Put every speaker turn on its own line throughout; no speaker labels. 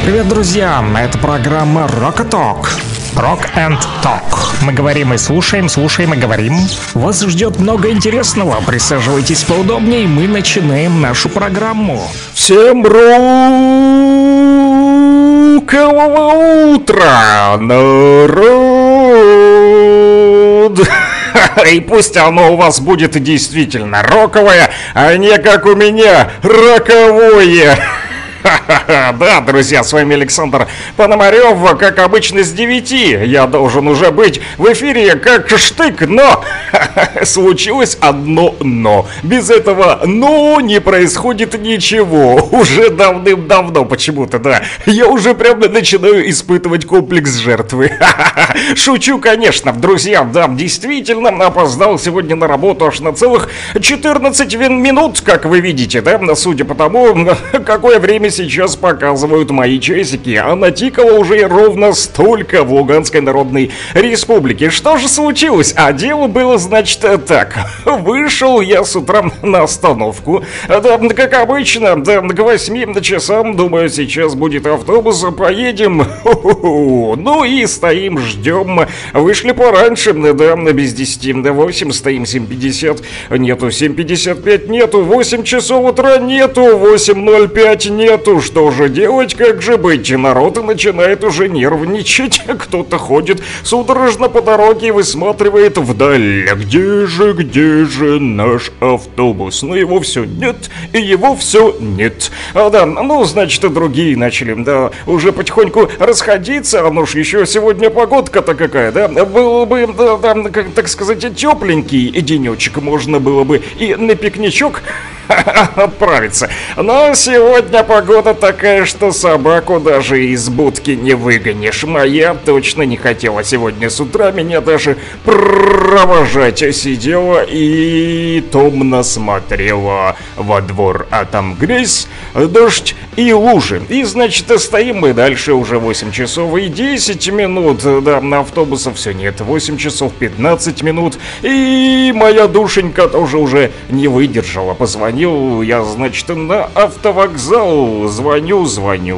Привет, друзья! Это программа Rock Talk. Rock and Talk. Мы говорим и слушаем, слушаем и говорим. Вас ждет много интересного. Присаживайтесь поудобнее, мы начинаем нашу программу.
Всем рокового утра, народ! И пусть оно у вас будет действительно роковое, а не как у меня, роковое. Да, друзья, с вами Александр Пономарев, как обычно с 9. Я должен уже быть в эфире как штык, но случилось одно но. Без этого но не происходит ничего. Уже давным-давно почему-то, да. Я уже прямо начинаю испытывать комплекс жертвы. Шучу, конечно, друзья, да, действительно опоздал сегодня на работу аж на целых 14 минут, как вы видите, да, судя по тому, какое время сейчас показывают мои часики, а натикало уже ровно столько в Луганской Народной Республике. Что же случилось? А дело было, значит, так. Вышел я с утра на остановку, да, как обычно, да, к 8 часам, думаю, сейчас будет автобус, поедем. Ну и стоим, ждем. Вышли пораньше, да, без 10, да, 8, стоим 7:50, нету 7:55, нету 8 часов утра, нету 8:05, нету. Что же делать, как же быть? Народ начинает уже нервничать. Кто-то ходит судорожно по дороге и высматривает вдаль. Где же наш автобус? Но его все нет, и его все нет. Да, ну, значит, и другие начали, да, уже потихоньку расходиться. Ну уж еще сегодня погодка-то какая, да? Было бы, да, как, так сказать, тепленький денечек, можно было бы и на пикничок отправиться. Но сегодня погода такая, что собаку даже из будки не выгонишь. Моя точно не хотела сегодня с утра меня даже провожать. Сидела и томно смотрела во двор. А там грязь, дождь и лужи. И, значит, стоим мы дальше уже 8 часов и 10 минут. Да, на автобуса все нет. 8 часов 15 минут. И моя душенька тоже уже не выдержала. Позвонил я, значит, на автовокзал. Звоню.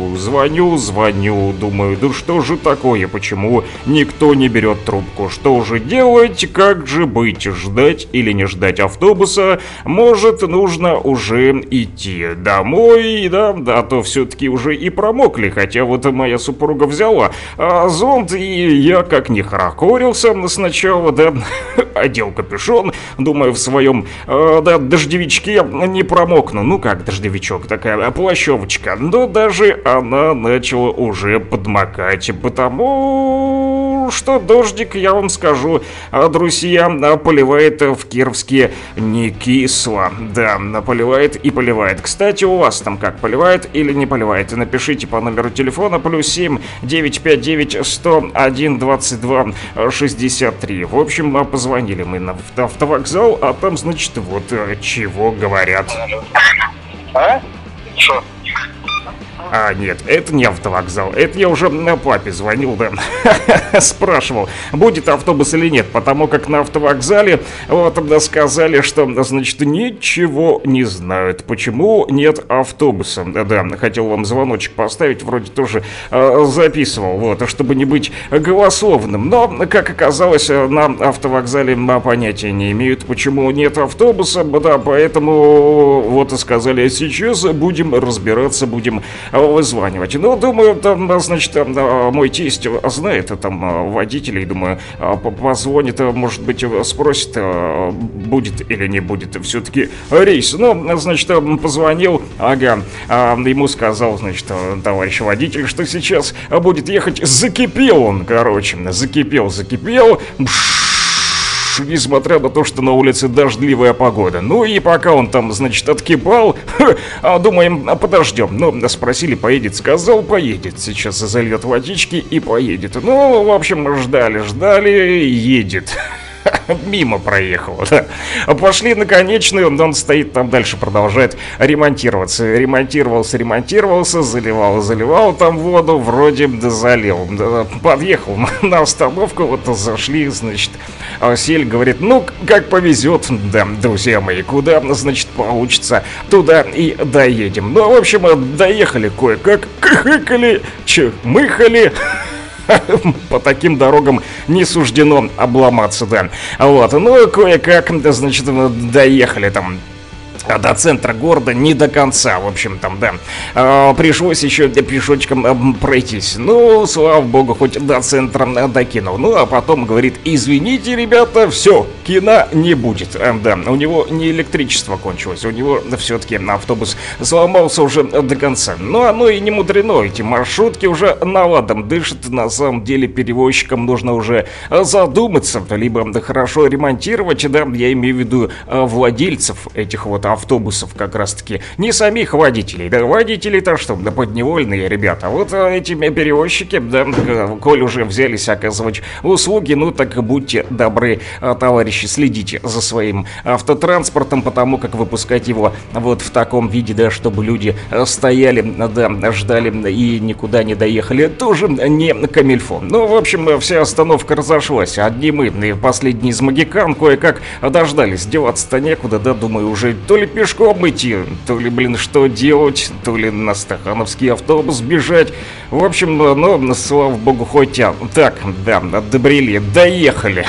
Думаю, да что же такое? Почему никто не берет трубку? Что же делать? Как же быть? Ждать или не ждать автобуса? Может, нужно уже идти домой, да? А то все-таки уже и промокли. Хотя вот моя супруга взяла зонт, и я как не хорохорился сначала, да, одел капюшон. Думаю, в своем, да, дождевичке не промокну. Ну как дождевичок, такая плащевочка. Но даже она начала уже подмокать, потому что дождик, я вам скажу, друзья, поливает в Кировске не кисло. Да, поливает и поливает. Кстати, у вас там как, поливает или не поливает? Напишите по номеру телефона +7 959 101 22 63. В общем, позвонили мы на автовокзал, а там, значит, вот чего говорят.
А? Что?
А, нет, это не автовокзал. Это я уже на папе звонил, да. Спрашивал, будет автобус или нет. Потому как на автовокзале вот сказали, что, значит, ничего не знают. Почему нет автобуса? Да, хотел вам звоночек поставить, вроде тоже записывал, вот, чтобы не быть голословным. Но, как оказалось, на автовокзале понятия не имеют, почему нет автобуса. Да, поэтому вот сказали, сейчас будем разбираться, будем вызванивать. Ну, думаю, там, значит, мой тесть знает там водителей, думаю, позвонит, может быть, спросит, будет или не будет все-таки рейс. Ну, значит, позвонил, ага, ему сказал, значит, товарищ водитель, что сейчас будет ехать. Закипел он, короче, закипел. Несмотря на то, что на улице дождливая погода. Ну и пока он там, значит, откипал, думаем, подождем. Ну, спросили, поедет, сказал, поедет. Сейчас зальет водички и поедет. Ну, в общем, ждали, едет. мимо проехал, да. Пошли на конечную, он стоит там дальше, продолжает ремонтироваться. Ремонтировался, заливал там воду, вроде залил. Подъехал на остановку, вот зашли, значит, сели, говорит, ну, как повезет, да, друзья мои, куда, значит, получится, туда и доедем. Ну, в общем, доехали кое-как, кхыкали, мыхали. По таким дорогам не суждено обломаться, да. Вот, ну, кое-как, значит, доехали там до центра города, не до конца, в общем, там, да. Пришлось еще пешочком пройтись. Ну, слава богу, хоть до центра докинул. Ну, а потом говорит, извините, ребята, все, кино не будет. Да, у него не электричество кончилось, у него все-таки автобус сломался уже до конца. Ну, оно и не мудрено, эти маршрутки уже наладом дышат. На самом деле, перевозчикам нужно уже задуматься, либо хорошо ремонтировать, да, я имею в виду владельцев этих вот автобусов, как раз таки, не самих водителей, да, водители-то что, да, подневольные ребята, вот эти перевозчики, да, коль уже взялись оказывать услуги, ну так будьте добры, товарищи, следите за своим автотранспортом, потому как выпускать его вот в таком виде, да, чтобы люди стояли, да, ждали и никуда не доехали, тоже не камильфо. Ну, в общем, вся остановка разошлась, одни мы, последний из магикан, кое-как дождались, деваться-то некуда, да, думаю, уже то ли пешком идти, то ли, блин, что делать, то ли на стахановский автобус бежать. В общем, ну, слава богу, хоть так, да, добрели, доехали.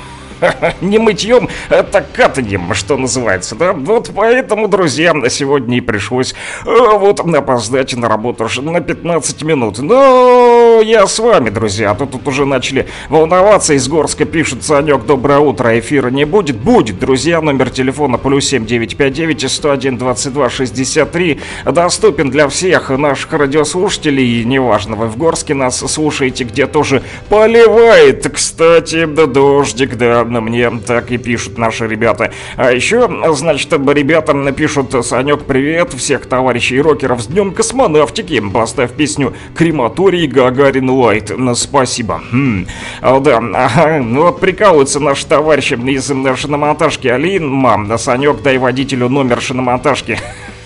Не мытьем, это катаньем, что называется, да? Вот поэтому, друзья, сегодня и пришлось вот опоздать на работу на 15 минут. Но я с вами, друзья, а то тут уже начали волноваться. Из Горска пишет: Санек, доброе утро, эфира не будет? Будет, друзья, номер телефона +7 959 101 22 63 доступен для всех наших радиослушателей. И неважно, вы в Горске нас слушаете, где тоже поливает, кстати, да, дождик, да, мне так и пишут наши ребята. А еще, значит, ребята напишут: Санек, привет, всех товарищей рокеров с днем космонавтики. Поставь песню «Крематорий Гагарин Лайт». Спасибо. Да, вот прикалываются наши товарищи из шиномонтажки. Алин, мам, Санек, дай водителю номер шиномонтажки.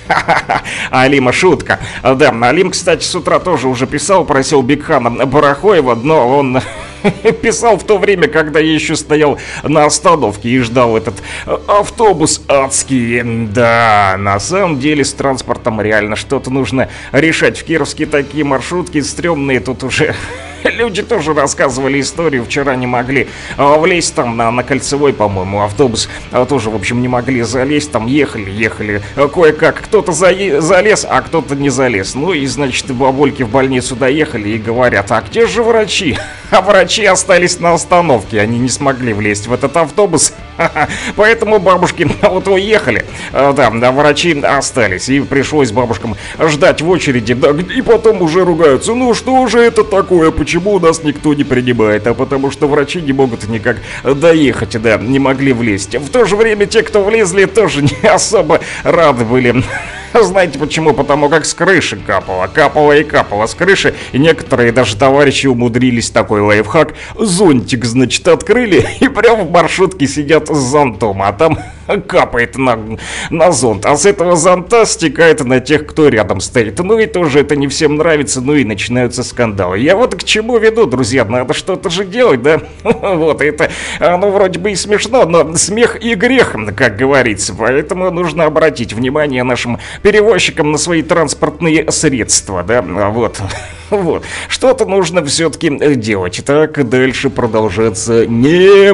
Алима, шутка. Да, Алим, кстати, с утра тоже уже писал, просил Бигхана Барахоева, но он писал в то время, когда я еще стоял на остановке и ждал этот автобус адский. Да, на самом деле с транспортом реально что-то нужно решать. В Кировске такие маршрутки стрёмные, тут уже... Люди тоже рассказывали историю, вчера не могли влезть там на кольцевой, по-моему, автобус, тоже, в общем, не могли залезть, там ехали, кое-как, кто-то залез, а кто-то не залез. Ну и, значит, бабульки в больницу доехали и говорят: а где же врачи? А врачи остались на остановке, они не смогли влезть в этот автобус, поэтому бабушки вот уехали, да, врачи остались, и пришлось бабушкам ждать в очереди, да, и потом уже ругаются: ну что же это такое, почему у нас никто не принимает? А потому что врачи не могут никак доехать, да, не могли влезть. В то же время те, кто влезли, тоже не особо рады были. Знаете почему? Потому как с крыши капало с крыши, и некоторые даже товарищи умудрились, такой лайфхак, зонтик, значит, открыли и прямо в маршрутке сидят с зонтом, а там капает на зонт, а с этого зонта стекает на тех, кто рядом стоит. Ну и тоже это не всем нравится, ну и начинаются скандалы. Я вот к чему веду, друзья, надо что-то же делать, да? Вот, это, ну, вроде бы и смешно, но смех и грех, как говорится, поэтому нужно обратить внимание нашим перевозчикам на свои транспортные средства, да, вот. Вот. Что-то нужно все-таки делать. Так дальше продолжаться не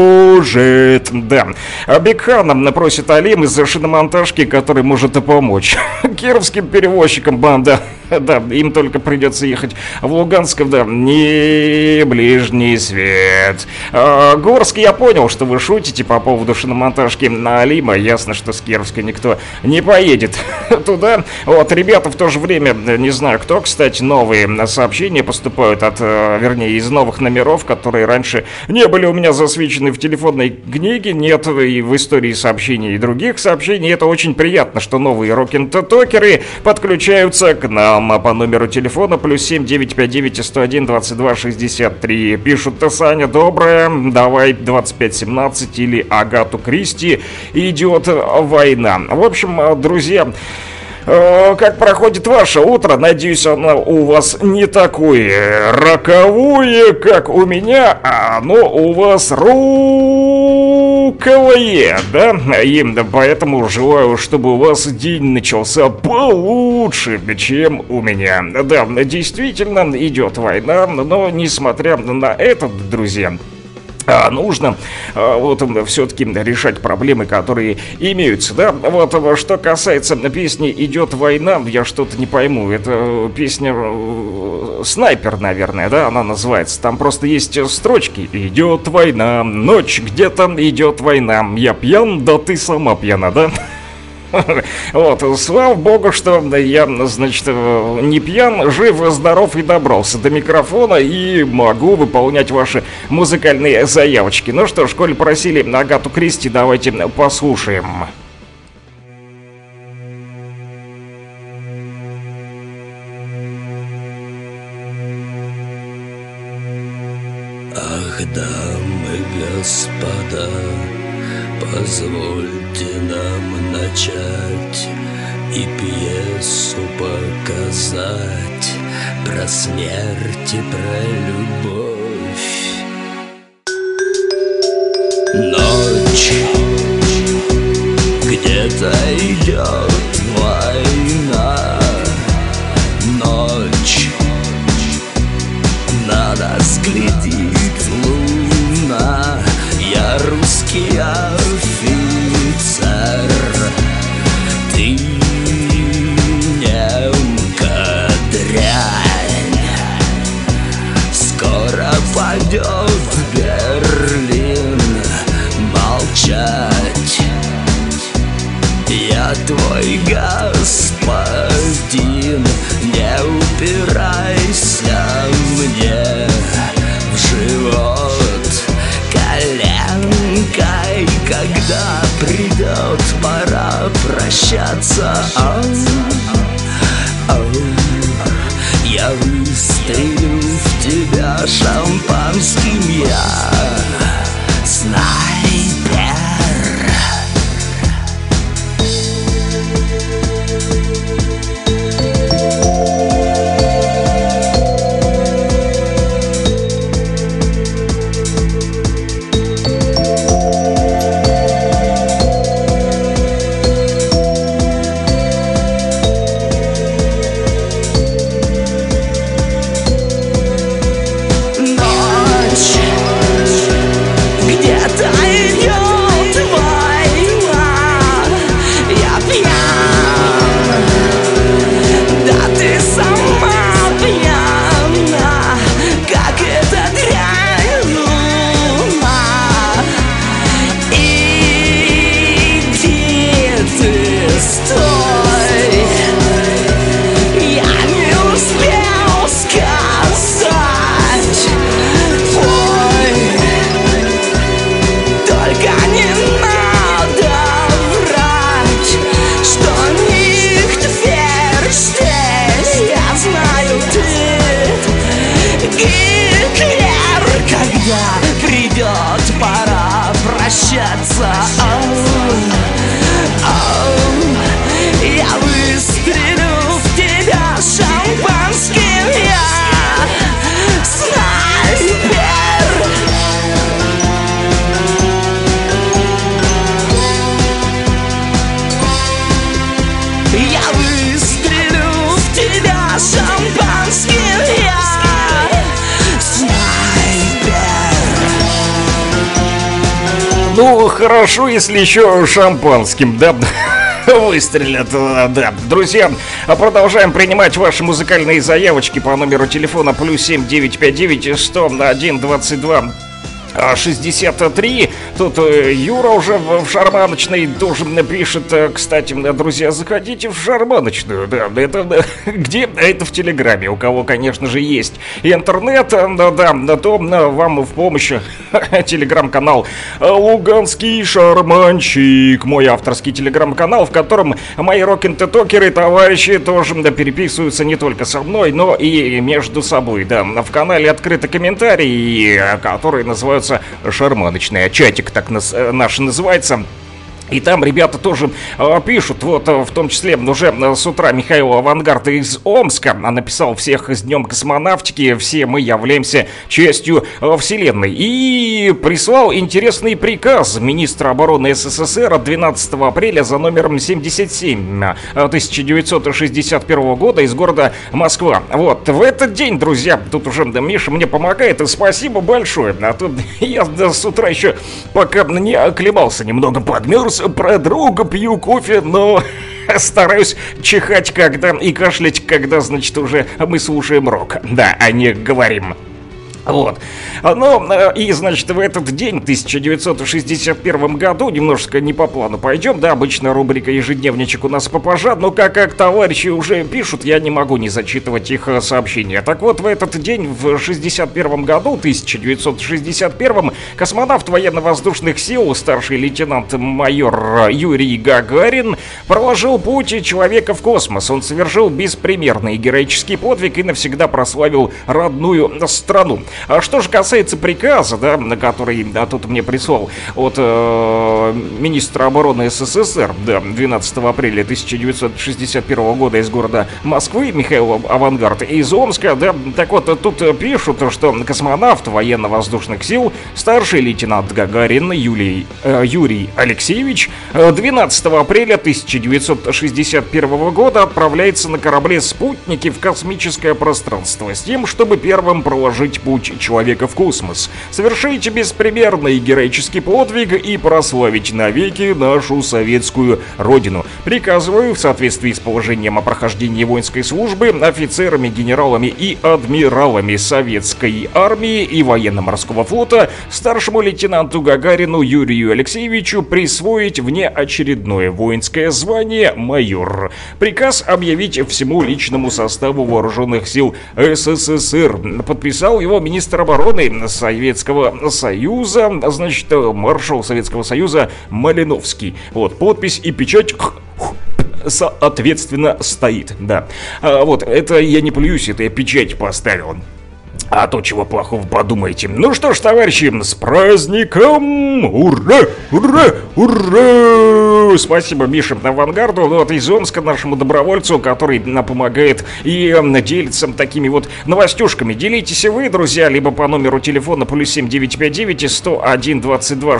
может. Да. Бигхан просит Алим из шиномонтажки, который может помочь кировским перевозчикам, банда. Да, им только придется ехать в Луганск, да, не ближний свет. Горск, я понял, что вы шутите по поводу шиномонтажки на Алима. Ясно, что с Кировска никто не поедет туда. Вот, ребята, в то же время, не знаю кто, кстати, новые сообщения поступают вернее, из новых номеров, которые раньше не были у меня засвечены в телефонной книге, нет и в истории сообщений и других сообщений. Это очень приятно, что новые рок-н-токеры подключаются к нам. вам по номеру телефона +7 959 101 22 63. Пишут: Саня, доброе, давай 2517 или Агату Кристи, идет война. В общем, друзья, как проходит ваше утро? Надеюсь, оно у вас не такое роковое, как у меня, а оно у вас роковое, да? И поэтому желаю, чтобы у вас день начался получше, чем у меня. Да, действительно, идет война, но несмотря на это, друзья, нужно вот все-таки решать проблемы, которые имеются, да. Вот что касается песни «Идет война», я что-то не пойму. Это песня «Снайпер», наверное, да, она называется. Там просто есть строчки: «Идет война, ночь где-то идет война, я пьян, да ты сама пьяна», да. Вот, слава богу, что я, значит, не пьян, жив, здоров и добрался до микрофона и могу выполнять ваши музыкальные заявочки. Ну что ж, коль просили Агату Кристи, давайте послушаем.
Ах, дамы, господа, позвольте нам начать и пьесу показать про смерть и про любовь. Ночь, где-то идет война. Ночь, на нас глядит луна. Я русский офицер, ты немка дрянь. Скоро падет Берлин, молчать. Я твой господин, не упирайся мне в живот коленкой, когда придет пора прощаться. Я выстрелю в тебя шампанским, я снайпер.
Ну, хорошо, если еще шампанским, да, выстрелят, да. Друзья, продолжаем принимать ваши музыкальные заявочки по номеру телефона +7 959 101 22 63. Тут Юра уже в шарманочной тоже пишет. Кстати, друзья, заходите в шарманочную. Да, это где? Это в Телеграме. У кого, конечно же, есть интернет, да, то вам в помощь Телеграм-канал «Луганский шарманщик». Мой авторский Телеграм-канал, в котором мои рок-н-токеры, товарищи, тоже переписываются не только со мной, но и между собой. Да, в канале открыты комментарии, которые называются «Шарманочный», чатик так наш называется. И там ребята тоже пишут, вот в том числе уже с утра Михаил Авангард из Омска написал: всех с Днем космонавтики, все мы являемся частью Вселенной. И прислал интересный приказ министра обороны СССР от 12 апреля за номером 77 1961 года из города Москва. Вот, в этот день, друзья, тут уже Миша мне помогает, и спасибо большое. А тут я с утра еще пока не оклемался, немного подмерз, про друга пью кофе, но стараюсь чихать когда и кашлять, когда, значит, уже мы слушаем рок. Да, а не говорим. Вот. Ну, и, значит, в этот день, в 1961 году, немножко не по плану пойдем, да, обычная рубрика «Ежедневничек» у нас попажа, но как товарищи уже пишут, я не могу не зачитывать их сообщения. Так вот, в этот день, в 1961 году, 1961, космонавт военно-воздушных сил, старший лейтенант-майор Юрий Гагарин, проложил путь человека в космос. Он совершил беспримерный героический подвиг и навсегда прославил родную страну. А что же касается приказа, да, на который тут мне прислал от министра обороны СССР, да, 12 апреля 1961 года из города Москвы, Михаил Авангард из Омска, да, так вот, тут пишут, что космонавт военно-воздушных сил, старший лейтенант Гагарин Юрий Алексеевич, 12 апреля 1961 года отправляется на корабле «Спутники» в космическое пространство с тем, чтобы первым проложить путь человека в космос. Совершите беспримерный героический подвиг и прославить навеки нашу советскую родину. Приказываю в соответствии с положением о прохождении воинской службы офицерами, генералами и адмиралами советской армии и военно-морского флота старшему лейтенанту Гагарину Юрию Алексеевичу присвоить внеочередное воинское звание майор. Приказ объявить всему личному составу вооруженных сил СССР. Подписал его министр обороны Советского Союза, значит, маршал Советского Союза Малиновский. Вот, подпись и печать соответственно стоит, да. Вот, это я не плююсь, это я печать поставил. А то чего плохого подумаете. Ну что ж, товарищи, с праздником! Ура! Ура! Ура! Спасибо Мише Авангарду, вот из Омска, нашему добровольцу, который помогает и делится такими вот новостюшками. Делитесь и вы, друзья, либо по номеру телефона +7 959 101 22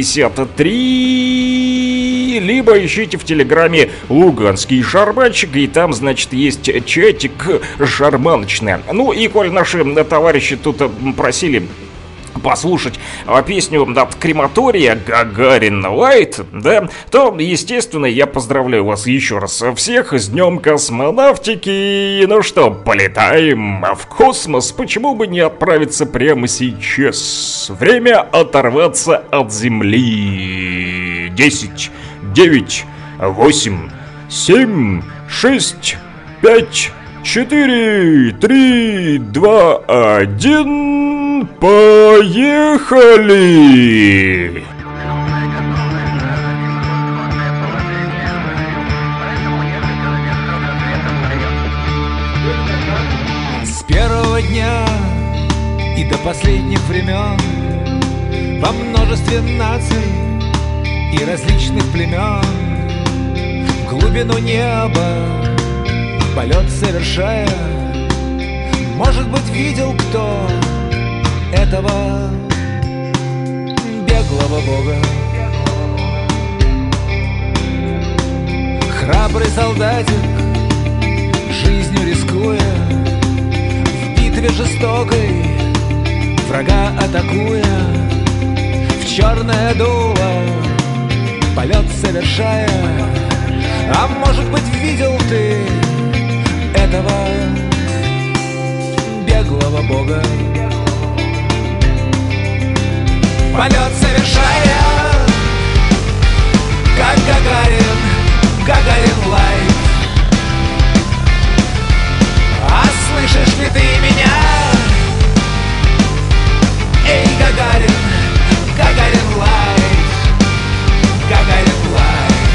63, либо ищите в Телеграме «Луганский шарманщик», и там, значит, есть чатик шарманочный. Ну и коль наши товарищи тут просили послушать песню от Крематория «Гагарин Лайт», да, то, естественно, я поздравляю вас еще раз всех с Днем космонавтики. Ну что, полетаем в космос? Почему бы не отправиться прямо сейчас? Время оторваться от Земли. 10, 9, 8, 7, 6, 5, 4, 3, 2, 1, поехали!
С первого дня и до последних времен во множестве наций и различных племен в глубину неба полет совершая, может быть, видел кто этого беглого бога. Храбрый солдатик, жизнью рискуя, в битве жестокой врага атакуя, в черное дуло полет совершая. А может быть, видел ты этого беглого бога? полет совершая, как Гагарин, Гагарин лайт. А слышишь ли ты меня? Эй, Гагарин, Гагарин лайт, Гагарин лайт.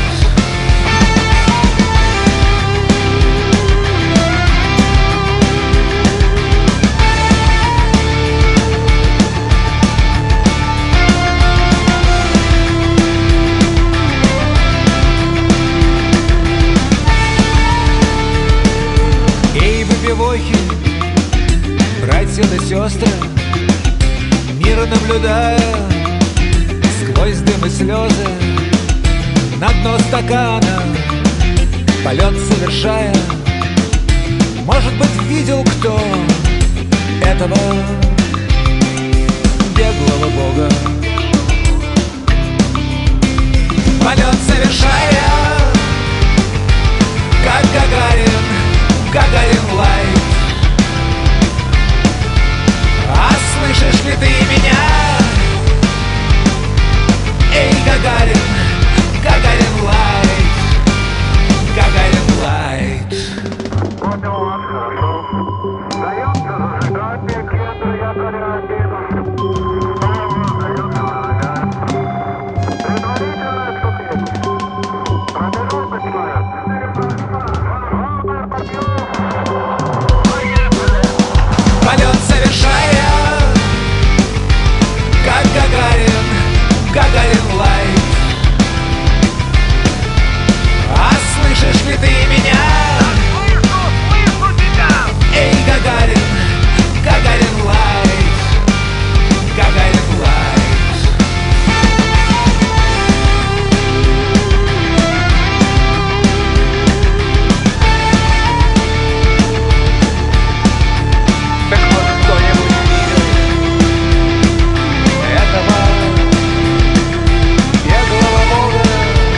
Братья да сестры, мир наблюдая сквозь дым и слезы, на дно стакана полет совершая. Может быть, видел кто этого беглого бога? Полет совершая, как Гагарин, Гагарин лайт. А слышишь ли ты меня? Эй, Гагарин, Гагарин лайт, Гагарин лайт.
Вот и у вас хорошо. Дается зажигать, пикеты, я горячий. Дается зажигать. Предварительное вступление. Пробежал почему-то.
Полет совершая, как Гагарин, Гагарин лайт. А слышишь ли ты меня? Слышу тебя! Эй, Гагарин, Гагарин лайт, Гагарин лайт. Так может кто-нибудь видел этого беглого бога?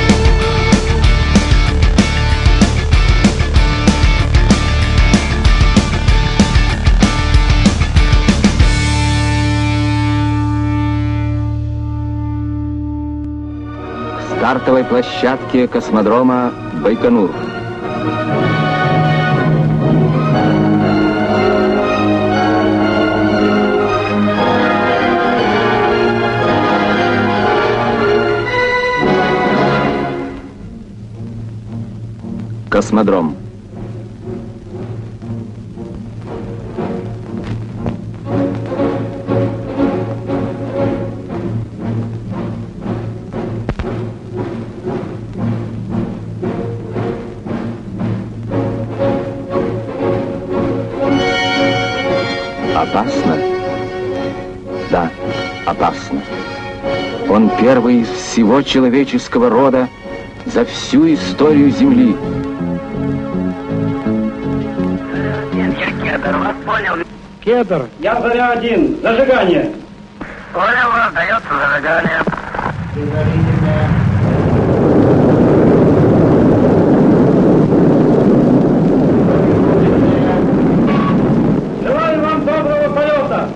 Стартовой площадке космодрома Байконур. Космодром. Опасно? Да, опасно. Он первый из всего человеческого рода за всю историю Земли.
Я Кедр, вас понял.
Кедр, я Заря-1, зажигание.
Понял вас, дается зажигание.
Желаю вам доброго полета.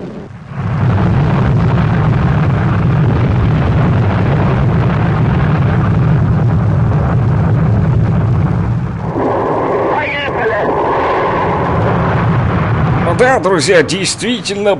Да, друзья, действительно,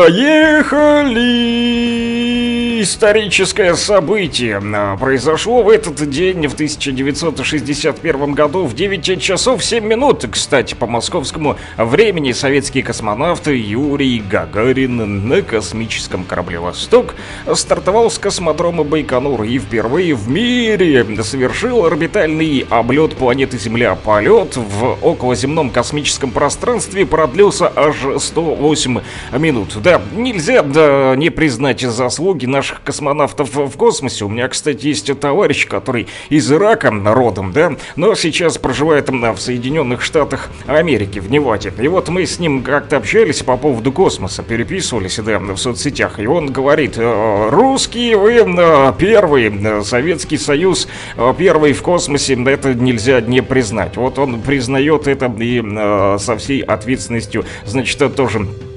поехали! Историческое событие произошло в этот день, в 1961 году, в 9 часов 7 минут. Кстати, по московскому времени советский космонавт Юрий Гагарин на космическом корабле «Восток» стартовал с космодрома Байконур и впервые в мире совершил орбитальный облет планеты Земля. Полет в околоземном космическом пространстве продлился аж 108 минут. Да, нельзя не признать заслуги наших космонавтов в космосе. У меня, кстати, есть товарищ, который из Ирака родом, да, но сейчас проживает в Соединенных Штатах Америки, в Неваде. И вот мы с ним как-то общались по поводу космоса, переписывались, да, в соцсетях, и он говорит: русские вы первые, Советский Союз первый в космосе, это нельзя не признать. Вот он признает это и со всей ответственностью, значит, тоже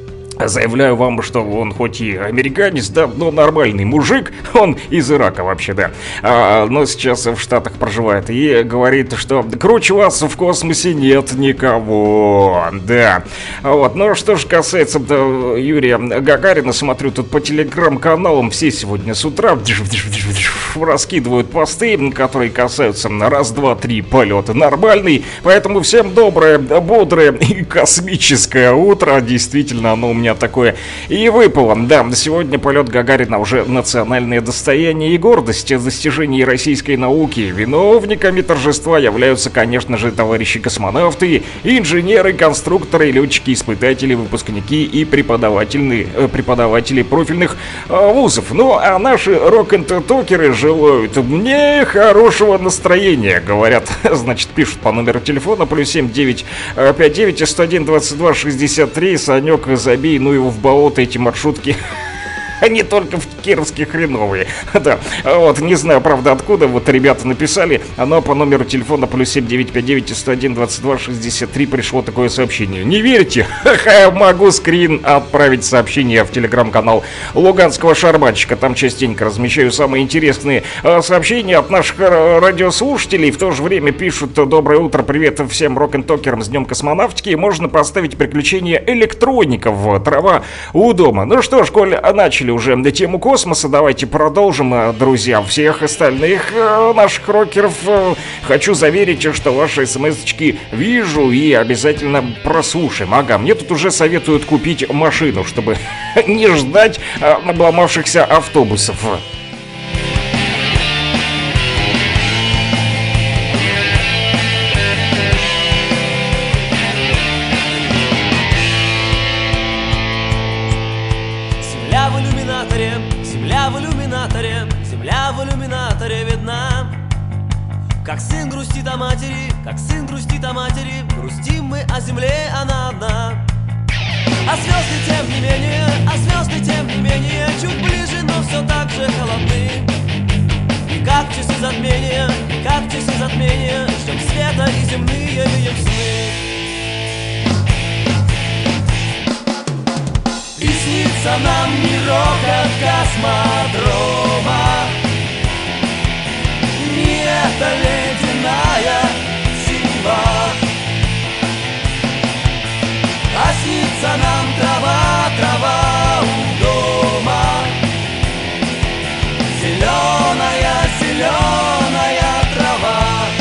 Заявляю вам, что он хоть и американец, да, но нормальный мужик, он из Ирака вообще, да, но сейчас в Штатах проживает и говорит, что круче вас в космосе нет никого, да. Вот, ну что же касается Юрия Гагарина, смотрю тут по телеграм-каналам все сегодня с утра раскидывают посты, которые касаются на раз, два, три полета нормальный, поэтому всем доброе, бодрое и космическое утро, действительно оно у меня такое и выпало. Да, сегодня полет Гагарина уже национальное достояние и гордость достижений российской науки. Виновниками торжества являются, конечно же, товарищи космонавты, инженеры, конструкторы, летчики, испытатели, выпускники и преподаватели профильных вузов. Ну, а наши рок-н-токеры желают мне хорошего настроения, говорят, значит, пишут по номеру телефона +7 959 101 22 63. Санек, забей, ну его в болото эти маршрутки. Они только в Кировске хреновые. Да, вот, не знаю, правда, откуда. Вот ребята написали, но по номеру телефона +7 959 101 22 63 пришло такое сообщение. Не верьте, могу скрин отправить сообщение в телеграм-канал Луганского шарманщика. Там частенько размещаю самые интересные сообщения от наших радиослушателей. В то же время пишут: доброе утро, привет всем рок-н-токерам с Днем космонавтики. Можно поставить приключения электроников, трава у дома. Ну что ж, коль начали уже тему космоса, давайте продолжим, друзья. Всех остальных наших рокеров хочу заверить, что ваши смс-очки вижу и обязательно прослушаем. Ага, мне тут уже советуют купить машину, чтобы не ждать обломавшихся автобусов.
Земля в иллюминаторе видна. Как сын грустит о матери, как сын грустит о матери, грустим мы о земле, она одна. А звезды тем не менее, а звезды тем не менее, чуть ближе, но все так же холодны. И как часы затмения, как часы затмения, ждем света и земные видим сны. И снится нам мирок от космодрома. Не эта ледяная синева, а снится нам трава, трава у дома. Зеленая, зеленая трава.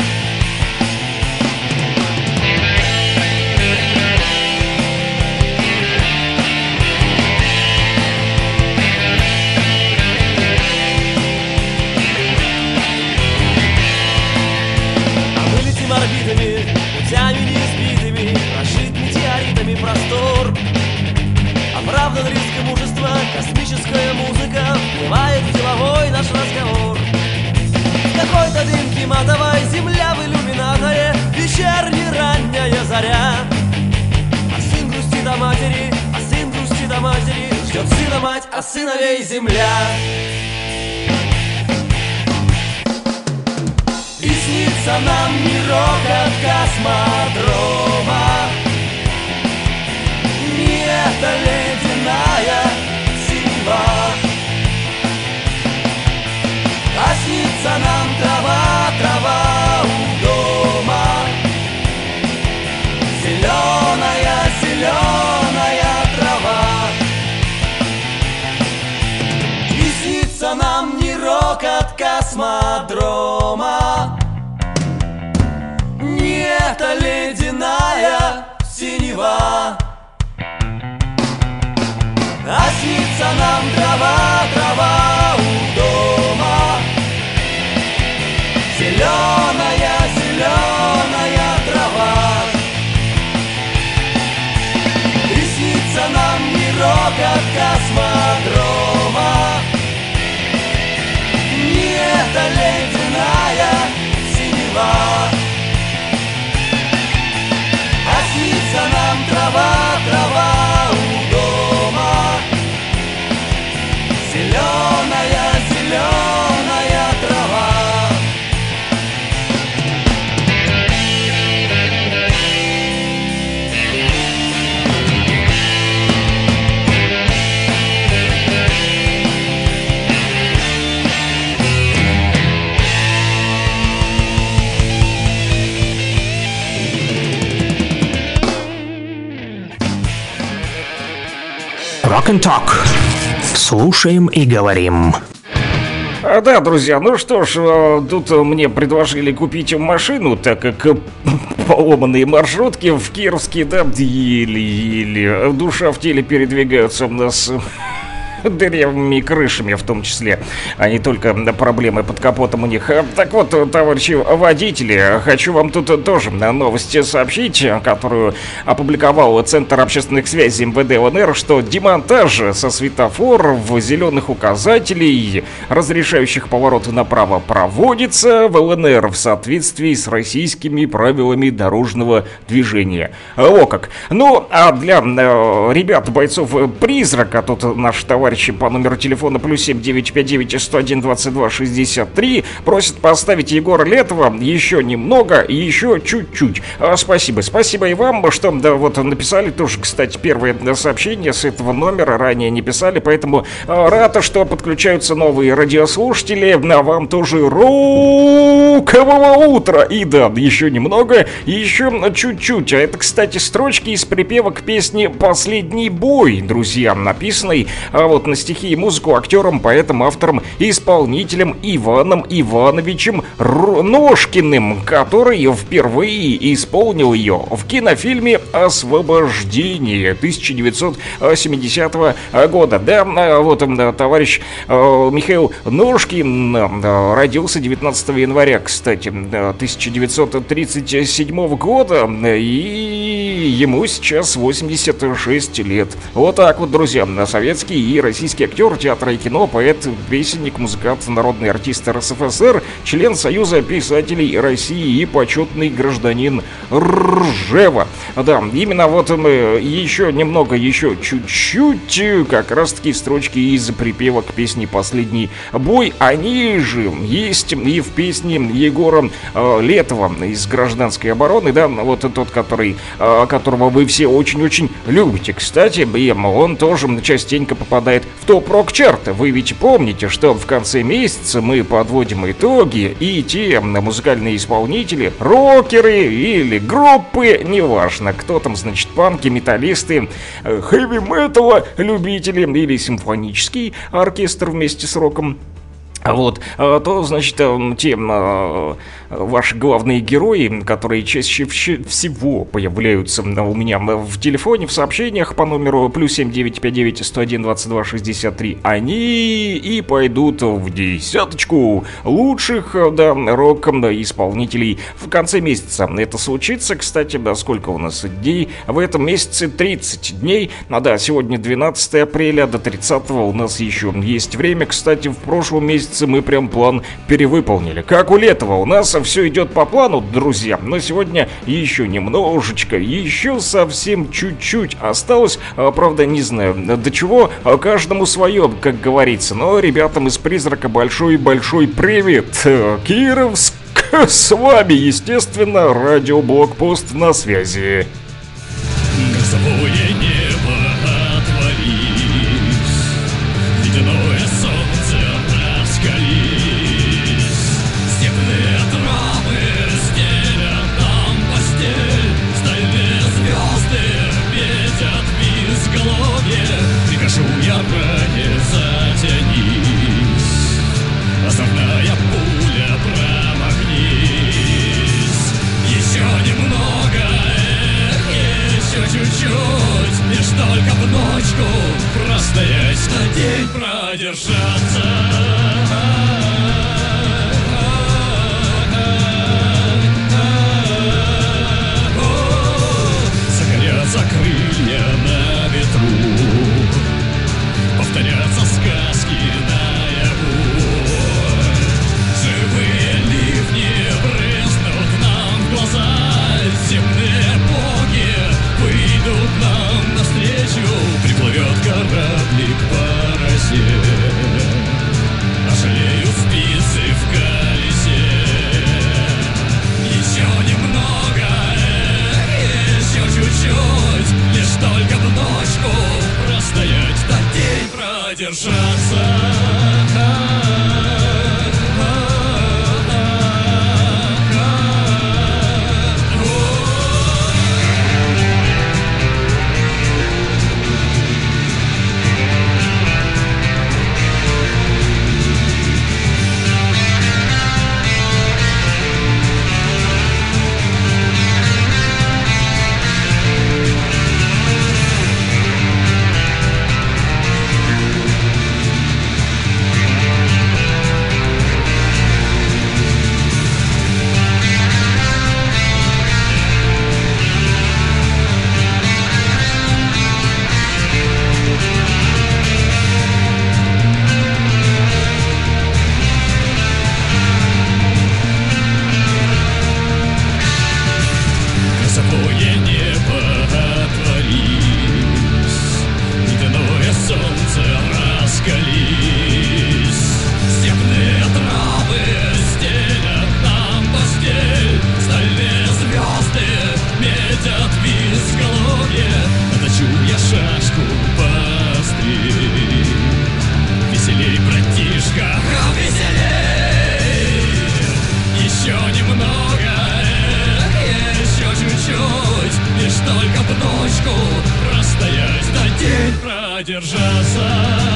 Орбитами, путями неизбитыми, прошит метеоритами простор. Оправдан риск и мужество, космическая музыка вплывает в деловой наш разговор. В какой-то дымке матовой земля в иллюминаторе, вечерняя ранняя заря. А сын грустит о матери, а сын грустит о матери, ждет сына мать, а сыновей земля. И снится нам мирок от космодрома. Не эта ледяная синева, а снится нам трава, трава у дома. Зеленая, зеленая трава. И снится нам мирок от космодрома. Не эта ледяная синева, а снится нам трава, трава у дома. Зеленая, зеленая трава. И снится нам мирок от космодрома. Не эта ледяная синева, а снится нам трава, трава у дома. Зеленая, зеленая трава.
Rock and Talk. Слушаем и говорим.
Да, друзья, ну что ж, тут мне предложили купить машину, так как поломанные маршрутки в Кировске, да, еле-еле, душа в теле передвигаются у нас дырявыми крышами в том числе, а не только проблемы под капотом у них. Так вот, товарищи водители, хочу вам тут тоже новости сообщить, которую опубликовал Центр общественных связей МВД ЛНР, что демонтаж со светофоров зеленых указателей, разрешающих повороты направо, проводится в ЛНР в соответствии с российскими правилами дорожного движения. О как! Ну, а для ребят, бойцов Призрака, тут наш товарищ по номеру телефона +7 959 101 22 63 просит поставить Егора Летова еще немного, еще чуть-чуть. Спасибо и вам, что да, вот написали тоже, кстати, первое сообщение с этого номера, ранее не писали, поэтому рад, что подключаются новые радиослушатели, а вам тоже рокового утра. И да, еще немного, еще чуть-чуть. А это, кстати, строчки из припевок песни «Последний бой», друзья, написанной вот на стихи и музыку актером, поэтом, автором и исполнителем Иваном Ивановичем Ножкиным, который впервые исполнил ее в кинофильме «Освобождение» 1970 года. Да, вот товарищ Михаил Ножкин родился 19 января, кстати, 1937 года, и ему сейчас 86 лет. Вот так вот, друзья, советский и российский актер театра и кино, поэт, песенник, музыкант, народный артист РСФСР, член Союза писателей России и почетный гражданин Ржева. Да, именно вот еще немного, еще чуть-чуть, как раз-таки строчки из припевок песни «Последний бой», они же есть и в песне Егора Летова из «Гражданской обороны», да, вот тот, которого вы все очень-очень любите, кстати, и он тоже частенько попадает в топ-рок-чарт. Вы ведь помните, что в конце месяца мы подводим итоги, и те музыкальные исполнители, рокеры или группы, неважно, кто там, значит, панки, металлисты, хэви-металла любители или симфонический оркестр вместе с роком, вот, то, значит, те ваши главные герои, которые чаще всего появляются у меня в телефоне, в сообщениях по номеру +7 959 101 22 63, они и пойдут в десяточку лучших, да, рок-исполнителей в конце месяца. Это случится, кстати, да, сколько у нас дней? В этом месяце 30 дней. Да, сегодня 12 апреля, до 30 у нас еще есть время. Кстати, в прошлом месяце мы прям план перевыполнили. Как у Летова, у нас все идет по плану, друзья. Но сегодня еще немножечко, еще совсем чуть-чуть осталось. Правда, не знаю до чего, каждому свое, как говорится. Но ребятам из Призрака большой-большой привет. Кировск с вами, естественно, радиоблокпост на связи.
Грозовое небо отворись, ледяное солнце раскались, степные травы стелят нам постель, стальные звезды метят безголовье. Прикажу я ране, затянись, основная пуля промахнись. Еще немного, еще чуть-чуть, лишь только в ночку простоять, на день продержаться. Загорятся крылья на ветру, повторятся сказки наяву. Живые ливни брызнут нам в глаза, земные боги выйдут нам навстречу. Приплывет кораблик по росе, ожалеют спицы в колесе. Еще немного, еще чуть-чуть, лишь только в ночку простоять, на день продержаться. себе, точу я шашку пострей. Веселей, братишка, веселей. Еще немного, еще чуть-чуть, лишь только в ночку простоять, да день продержаться.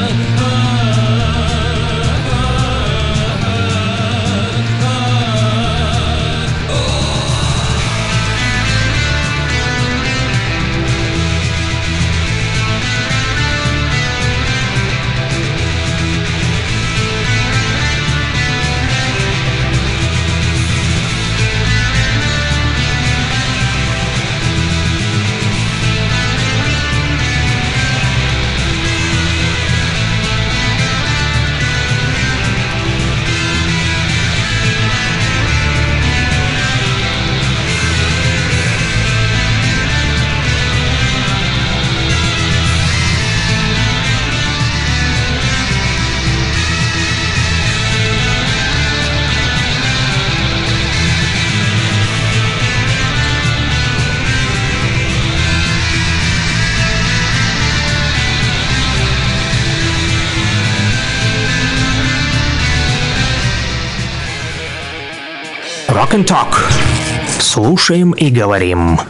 Rock and Talk. Слушаем и говорим.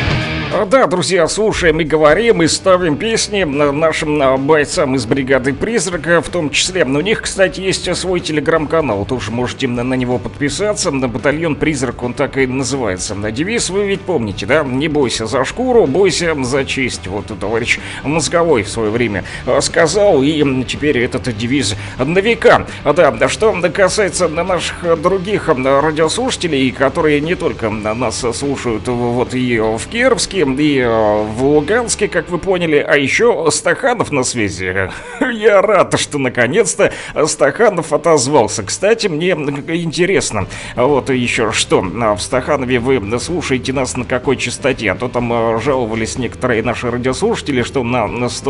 Да, друзья, слушаем и говорим, и ставим песни нашим бойцам из бригады «Призрака» в том числе. У них, кстати, есть свой телеграм-канал, тоже можете на него подписаться. Батальон «Призрак», он так и называется. Девиз вы ведь помните, да? Не бойся за шкуру, бойся за честь. Вот товарищ Мозговой в свое время сказал, и теперь этот девиз на века. Да, что касается наших других радиослушателей, которые не только нас слушают вот и в Кировске, и в Луганске, как вы поняли, а еще Стаханов на связи. Я рад, что наконец-то Стаханов отозвался. Кстати, мне интересно, вот еще что, в Стаханове вы слушаете нас на какой частоте? А то там жаловались некоторые наши радиослушатели, что на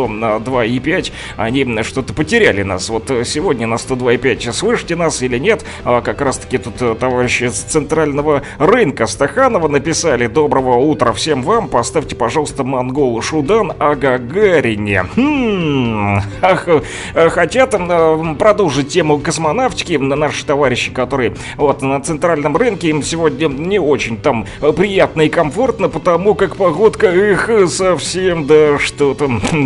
102,5 они что-то потеряли нас. Вот сегодня на 102,5 слышите нас или нет? Как раз таки тут товарищи с центрального рынка Стаханова написали: доброго утра всем вам, поставьте, пожалуйста, монгол Шудан о Гагарине. Хотят продолжить тему космонавтики наши товарищи, которые вот на центральном рынке, им сегодня не очень там приятно и комфортно, потому как погодка их совсем, да, что-то,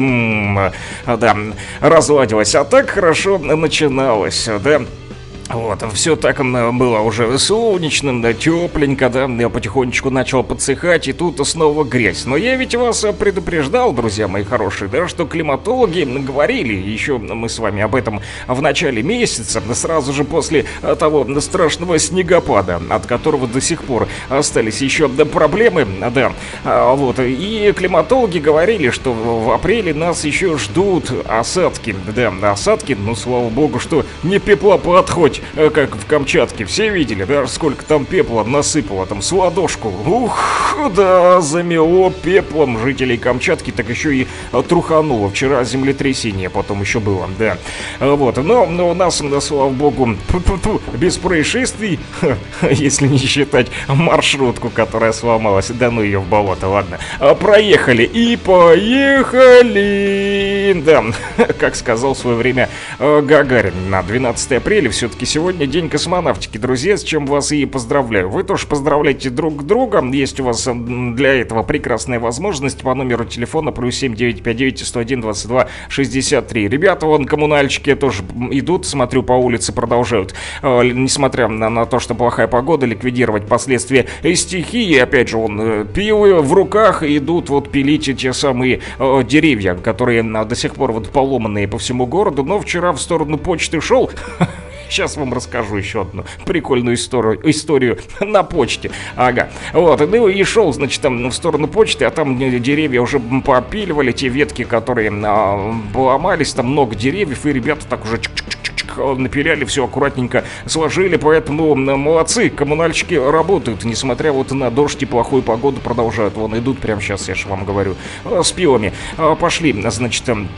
да, разладилась. А так хорошо начиналось, да. Вот, все так было уже солнечным, да, тепленько, да, я потихонечку начал подсыхать, и тут снова грязь. Но я ведь вас предупреждал, друзья мои хорошие, да, что климатологи говорили, еще мы с вами об этом в начале месяца, сразу же после того страшного снегопада, от которого до сих пор остались еще проблемы, да, вот, и климатологи говорили, что в апреле нас еще ждут осадки, да, осадки, ну, слава богу, что не пеплопад хоть, как в Камчатке, все видели, да, сколько там пепла насыпало, там, с ладошку. Ух, да, замело пеплом жителей Камчатки, так еще и трухануло. Вчера землетрясение потом еще было, да. Вот, но у нас, слава богу, без происшествий, если не считать маршрутку, которая сломалась, да ну ее в болото, ладно. Проехали и поехали, да, как сказал в свое время Гагарин. На 12 апреля все-таки сегодня день космонавтики, друзья, с чем вас и поздравляю. Вы тоже поздравляйте друг друга. Есть у вас для этого прекрасная возможность по номеру телефона +7 959 101 22 63. Ребята, вон, коммунальщики тоже идут, смотрю, по улице продолжают, несмотря на то, что плохая погода, ликвидировать последствия стихии. Опять же, вон, пилы в руках идут вот пилить те самые деревья, которые до сих пор вот поломанные по всему городу. Но вчера в сторону почты шел. Сейчас вам расскажу еще одну прикольную историю на почте. Ага. Вот, ну и шел, значит, там в сторону почты, а там деревья уже попиливали, те ветки, которые поломались, там много деревьев, и ребята так уже напиляли, все аккуратненько сложили, поэтому молодцы, коммунальщики работают, несмотря вот на дождь и плохую погоду, продолжают, вон идут прямо сейчас, я же вам говорю, с пилами. Пошли, значит,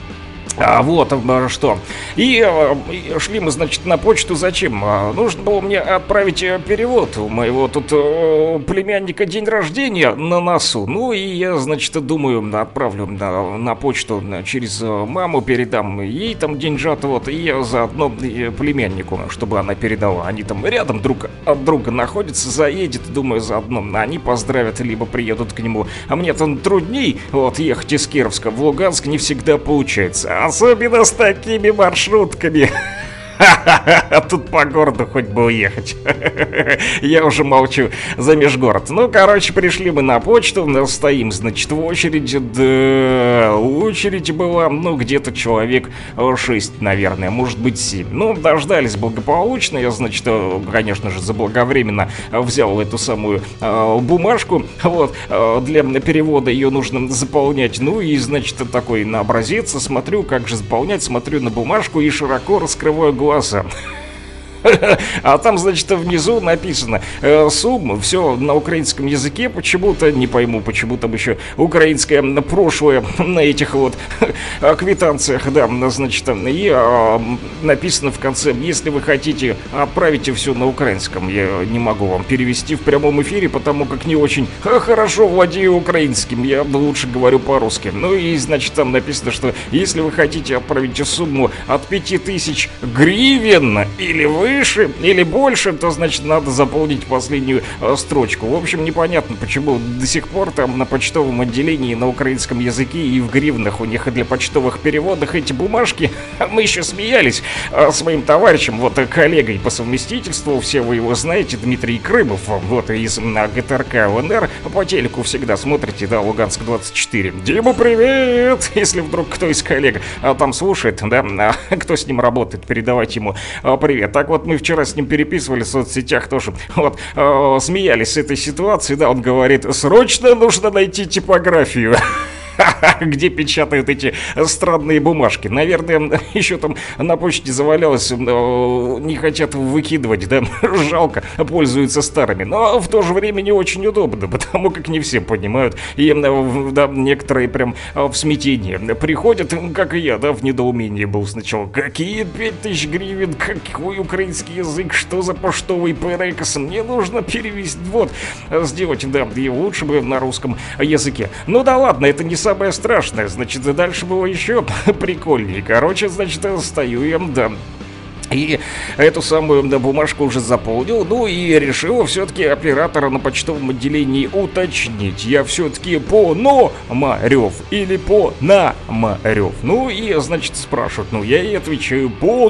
Вот что. И шли мы, значит, на почту. Зачем? Нужно было мне отправить перевод. У моего тут племянника день рождения на носу. Ну и я, значит, думаю, отправлю на почту через маму, передам ей там деньжат, вот, и заодно племяннику, чтобы она передала. Они там рядом друг от друга находятся, заедет, думаю, заодно они поздравят, либо приедут к нему. А мне там трудней, вот, ехать из Кировска в Луганск не всегда получается. Особенно с такими маршрутками. Тут по городу хоть бы уехать. Я уже молчу за межгород. Ну, короче, пришли мы на почту. Стоим, значит, в очереди. Да, очередь была, ну, где-то человек 6, наверное, может быть 7. Ну, дождались благополучно. Я, значит, конечно же, заблаговременно взял эту самую бумажку. Вот, для перевода ее нужно заполнять. Ну, и, значит, такой на образец смотрю, как же заполнять. Смотрю на бумажку и широко раскрываю глаза. А там, значит, внизу написано сумма, все на украинском языке, почему-то, не пойму, почему там еще украинское прошлое на этих вот квитанциях, да, значит, и написано в конце: если вы хотите, отправите все на украинском. Я не могу вам перевести в прямом эфире, потому как не очень хорошо владею украинским, я лучше говорю по-русски. Ну и, значит, там написано, что если вы хотите отправить сумму от 5000 гривен или выше, или больше, то, значит, надо заполнить последнюю строчку. В общем, непонятно, почему до сих пор там на почтовом отделении на украинском языке и в гривнах у них для почтовых переводов эти бумажки. Мы еще смеялись с моим товарищем, вот, коллегой по совместительству, все вы его знаете, Дмитрий Крымов, вот, из ГТРК ЛНР, по телеку всегда смотрите, да, Луганск-24. Дима, привет! Если вдруг кто из коллег там слушает, да, кто с ним работает, передавайте ему привет. Так вот, мы вчера с ним переписывали в соцсетях тоже, вот, смеялись с этой ситуации, да, он говорит: срочно нужно найти типографию, где печатают эти странные бумажки. Наверное, еще там на почте завалялось, не хотят выкидывать, да, жалко, пользуются старыми. Но в то же время не очень удобно, потому как не все понимают. И, да, некоторые прям в смятении приходят, как и я, да, в недоумении был сначала. Какие 5000 гривен, какой украинский язык, что за поштовый переказ, мне нужно перевести, вот, сделать, да, и лучше бы на русском языке. Ну да ладно, это не самое страшное, значит, дальше было еще прикольнее. Короче, значит, стою я, да, и эту самую, да, бумажку уже заполнил. Ну и решил все-таки оператора на почтовом отделении уточнить: я все-таки Пономарев или Пономарев? Ну и, значит, спрашивают. Ну я и отвечаю: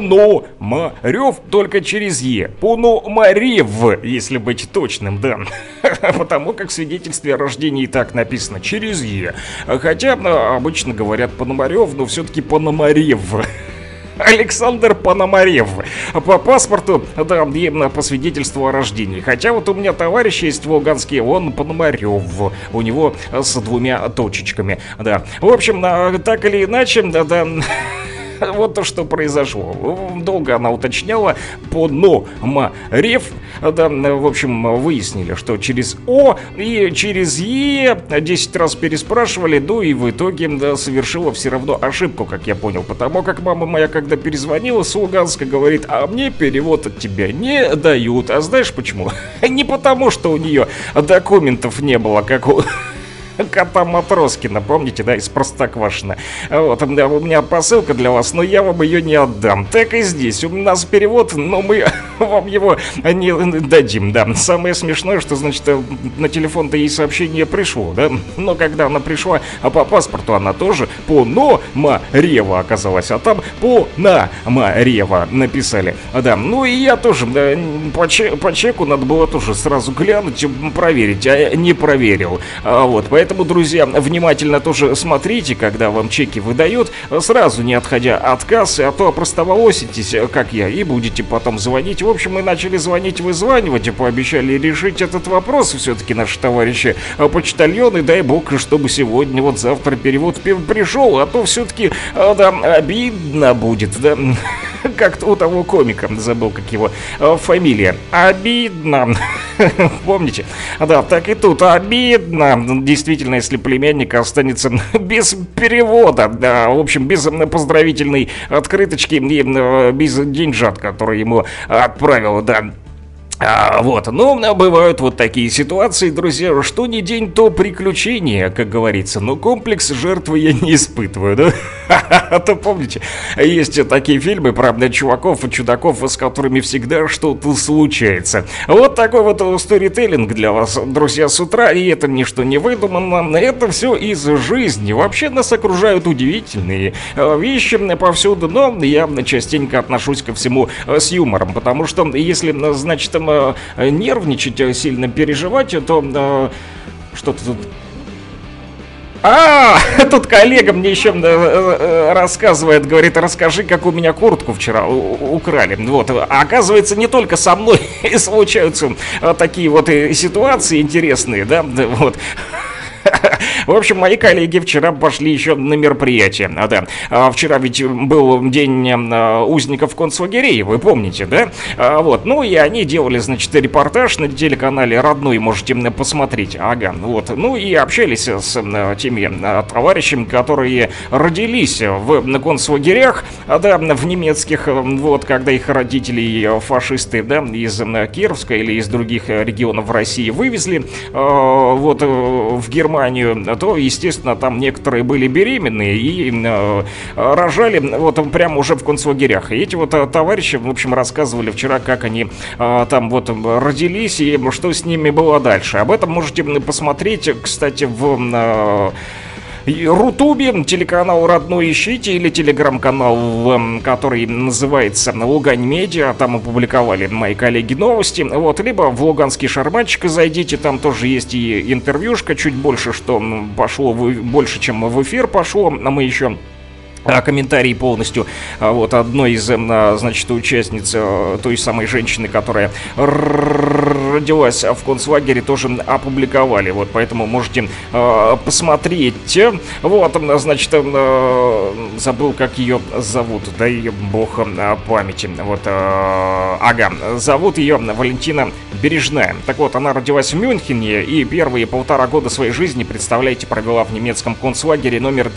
Пономарев, только через Е. Пономарев, если быть точным, да. Потому как в свидетельстве о рождении так написано: через Е. Хотя обычно говорят Пономарев, но все-таки Пономарев. Александр Пономарев. По паспорту, да, и по свидетельству о рождении. Хотя вот у меня товарищ есть в Луганске, он Пономарев. У него с 2 точечками, да. В общем, так или иначе, да. Вот то, что произошло. Долго она уточняла. Пономарев. Да, в общем, выяснили, что через О и через Е 10 раз переспрашивали. Ну и в итоге, да, совершила все равно ошибку, как я понял. Потому как мама моя, когда перезвонила с Луганска, говорит: а мне перевод от тебя не дают. А знаешь почему? Не потому, что у нее документов не было, как у кота Матроскина, помните, да, из Простоквашино. Вот, у меня посылка для вас, но я вам ее не отдам. Так и здесь. У нас перевод, но мы вам его не дадим, да. Самое смешное, что, значит, на телефон-то ей сообщение пришло, да. Но когда она пришла, а по паспорту она тоже Пономарева оказалась, а там Пономарева написали. Да, ну и я тоже, да, по чеку надо было тоже сразу глянуть, проверить, а не проверил. Вот, поэтому, друзья, внимательно тоже смотрите, когда вам чеки выдают, сразу не отходя от кассы, а то опростоволоситесь, как я, и будете потом звонить. В общем, мы начали звонить, вызванивать, и пообещали решить этот вопрос все-таки наши товарищи почтальоны. Дай бог, чтобы сегодня, вот завтра перевод пришел, а то все-таки, да, обидно будет, да. Как-то у того комика, забыл, как его фамилия. Обидно. Помните? Да, так и тут обидно. Действительно, если племянник останется без перевода, да, в общем, без поздравительной открыточки и без деньжат, которые ему отправил, да. Вот, но бывают вот такие ситуации, друзья, что ни день, то приключение, как говорится, но комплекс жертвы я не испытываю, да? А то помните, есть такие фильмы про чуваков и чудаков, с которыми всегда что-то случается. Вот такой вот сторителлинг для вас, друзья, с утра, и это ничто не выдумано, это все из жизни. Вообще нас окружают удивительные вещи повсюду, но я частенько отношусь ко всему с юмором, потому что если, значит, нервничать, сильно переживать, то что-то тут... Тут коллега мне еще рассказывает, говорит, расскажи, как у меня куртку вчера украли. Вот, оказывается, не только со мной случаются такие вот ситуации интересные, да, вот. В общем, мои коллеги вчера пошли еще на мероприятие. Да. Вчера ведь был день узников концлагерей, вы помните, да? Вот, ну и они делали, значит, репортаж на телеканале «Родной», можете посмотреть. Ага, вот. Ну и общались с теми товарищами, которые родились в концлагерях, да, в немецких, вот, когда их родителей фашисты, да, из Кировска или из других регионов России вывезли, вот, в Германию, то, естественно, там некоторые были беременные и рожали вот прямо уже в концлагерях. И эти вот товарищи, в общем, рассказывали вчера, как они там вот родились и что с ними было дальше. Об этом можете посмотреть, кстати, в Рутубе, телеканал «Родной» ищите, или телеграм-канал, который называется «Лугань Медиа», там опубликовали мои коллеги новости, вот, либо в «Луганский шарманчик» зайдите, там тоже есть и интервьюшка, чуть больше, что пошло, больше, чем в эфир пошло, а мы еще... комментарий полностью вот одной из, значит, участниц той самой женщины, которая родилась в концлагере, тоже опубликовали, вот, поэтому можете посмотреть. Вот, значит, забыл, как ее зовут, дай ее бог памяти, вот, ага, зовут ее Валентина Бережная. Так вот, она родилась в Мюнхене и первые 1,5 года своей жизни, представляете, провела в немецком концлагере номер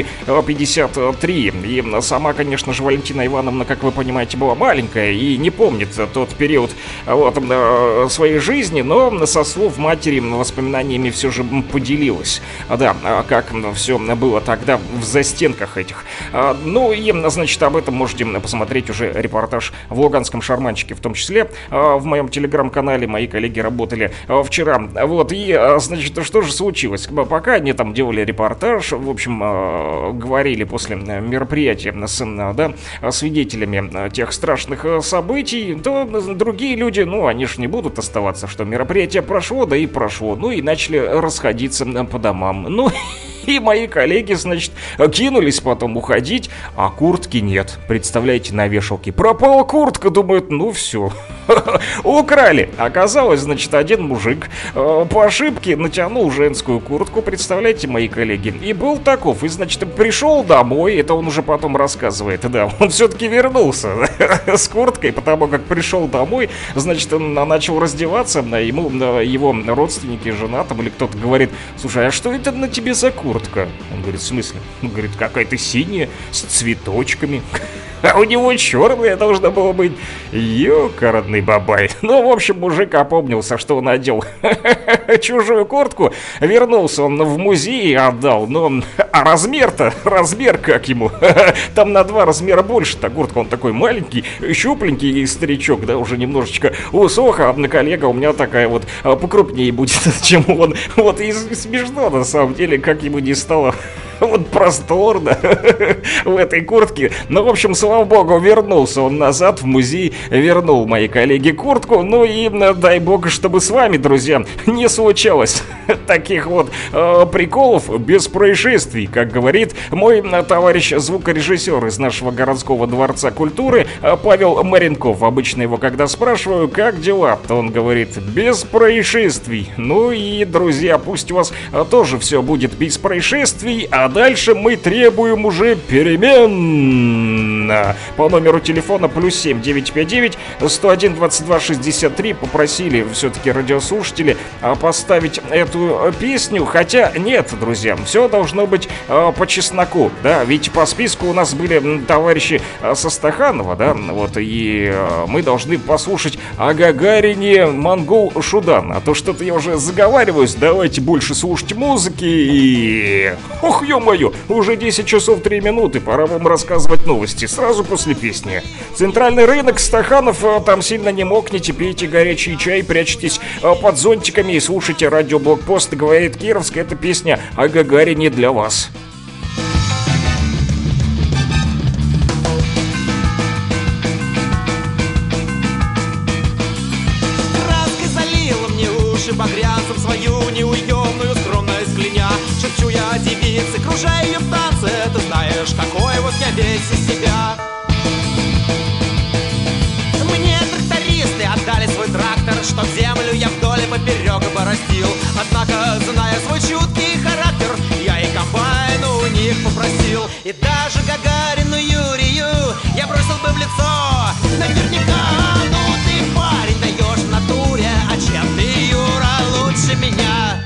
253. И сама, конечно же, Валентина Ивановна, как вы понимаете, была маленькая и не помнит тот период вот, своей жизни, но со слов матери воспоминаниями все же поделилась. Да, как все было тогда в застенках этих. Ну и, значит, об этом можете посмотреть уже репортаж в «Луганском шарманчике», в том числе в моем телеграм-канале. Мои коллеги работали вчера. Вот, и, значит, что же случилось? Пока они там делали репортаж, в общем, говорили после мероприятия с, да, свидетелями тех страшных событий, то другие люди, ну, они ж не будут оставаться, что мероприятие прошло, да и прошло, ну, и начали расходиться по домам. Ну, и мои коллеги, значит, кинулись потом уходить, а куртки нет. Представляете, на вешалке пропала куртка, думают, ну все, украли. Оказалось, значит, один мужик по ошибке натянул женскую куртку, представляете, мои коллеги, и был таков, и, значит, пришел домой, это он уже потом рассказывает, да, он все-таки вернулся с курткой, потому как пришел домой, значит, он начал раздеваться, ему его родственники, жена там или кто-то говорит, слушай, а что это на тебе за куртка? Он говорит, в смысле? Он говорит, какая-то синяя, с цветочками. А у него черная должна была быть. Ёкарный бабай. Ну, в общем, мужик опомнился, что он одел чужую куртку. Вернулся он в музей и отдал. Но а размер-то, размер как ему? Там на 2 размера больше. Та куртка, он такой маленький, щупленький и старичок, да, уже немножечко усох. А коллега у меня такая вот покрупнее будет, чем он. Вот и смешно, на самом деле, как ему не стало вот просторно в этой куртке. Ну, в общем, слава богу, вернулся он назад в музей, вернул моей коллеге куртку. Ну и дай бог, чтобы с вами, друзья, не случалось таких вот приколов без происшествий, как говорит мой товарищ звукорежиссер из нашего городского дворца культуры Павел Маренков. Обычно его, когда спрашиваю, как дела, то он говорит, без происшествий. Ну и, друзья, пусть у вас тоже все будет без происшествий, а дальше мы требуем уже перемен. по номеру телефона +7 959 101 22 63. Попросили все-таки радиослушатели поставить эту песню. Хотя нет, друзья, все должно быть по чесноку, да, ведь по списку у нас были товарищи со Стаханова, да, вот, и мы должны послушать о Гагарине Монгол Шудан. А то что-то я уже заговариваюсь, давайте больше слушать музыки и... Ох, ё-моё, уже 10 часов 3 минуты, пора вам рассказывать новости сразу после песни. Центральный рынок, Стаханов, там сильно не мокните, пейте горячий чай, прячьтесь под зонтиками и слушайте радио Блокпост. Говорит Кировская, эта песня о Гагарине для вас.
Краской залила мне уши багрянцем свою неуемную скромность кляня. Шепчу я девице, кружая ее в танце, ты знаешь, какой вот я весь из себя. Мне трактористы отдали свой трактор, чтоб землю я вдоль и поперек оборостил. Однако, зная свой чуткий характер, я и комбайн у них попросил. И даже Гагарину Юрию я бросил бы в лицо наверняка. Ну ты, парень, даешь в натуре, а чем ты, Юра, лучше меня?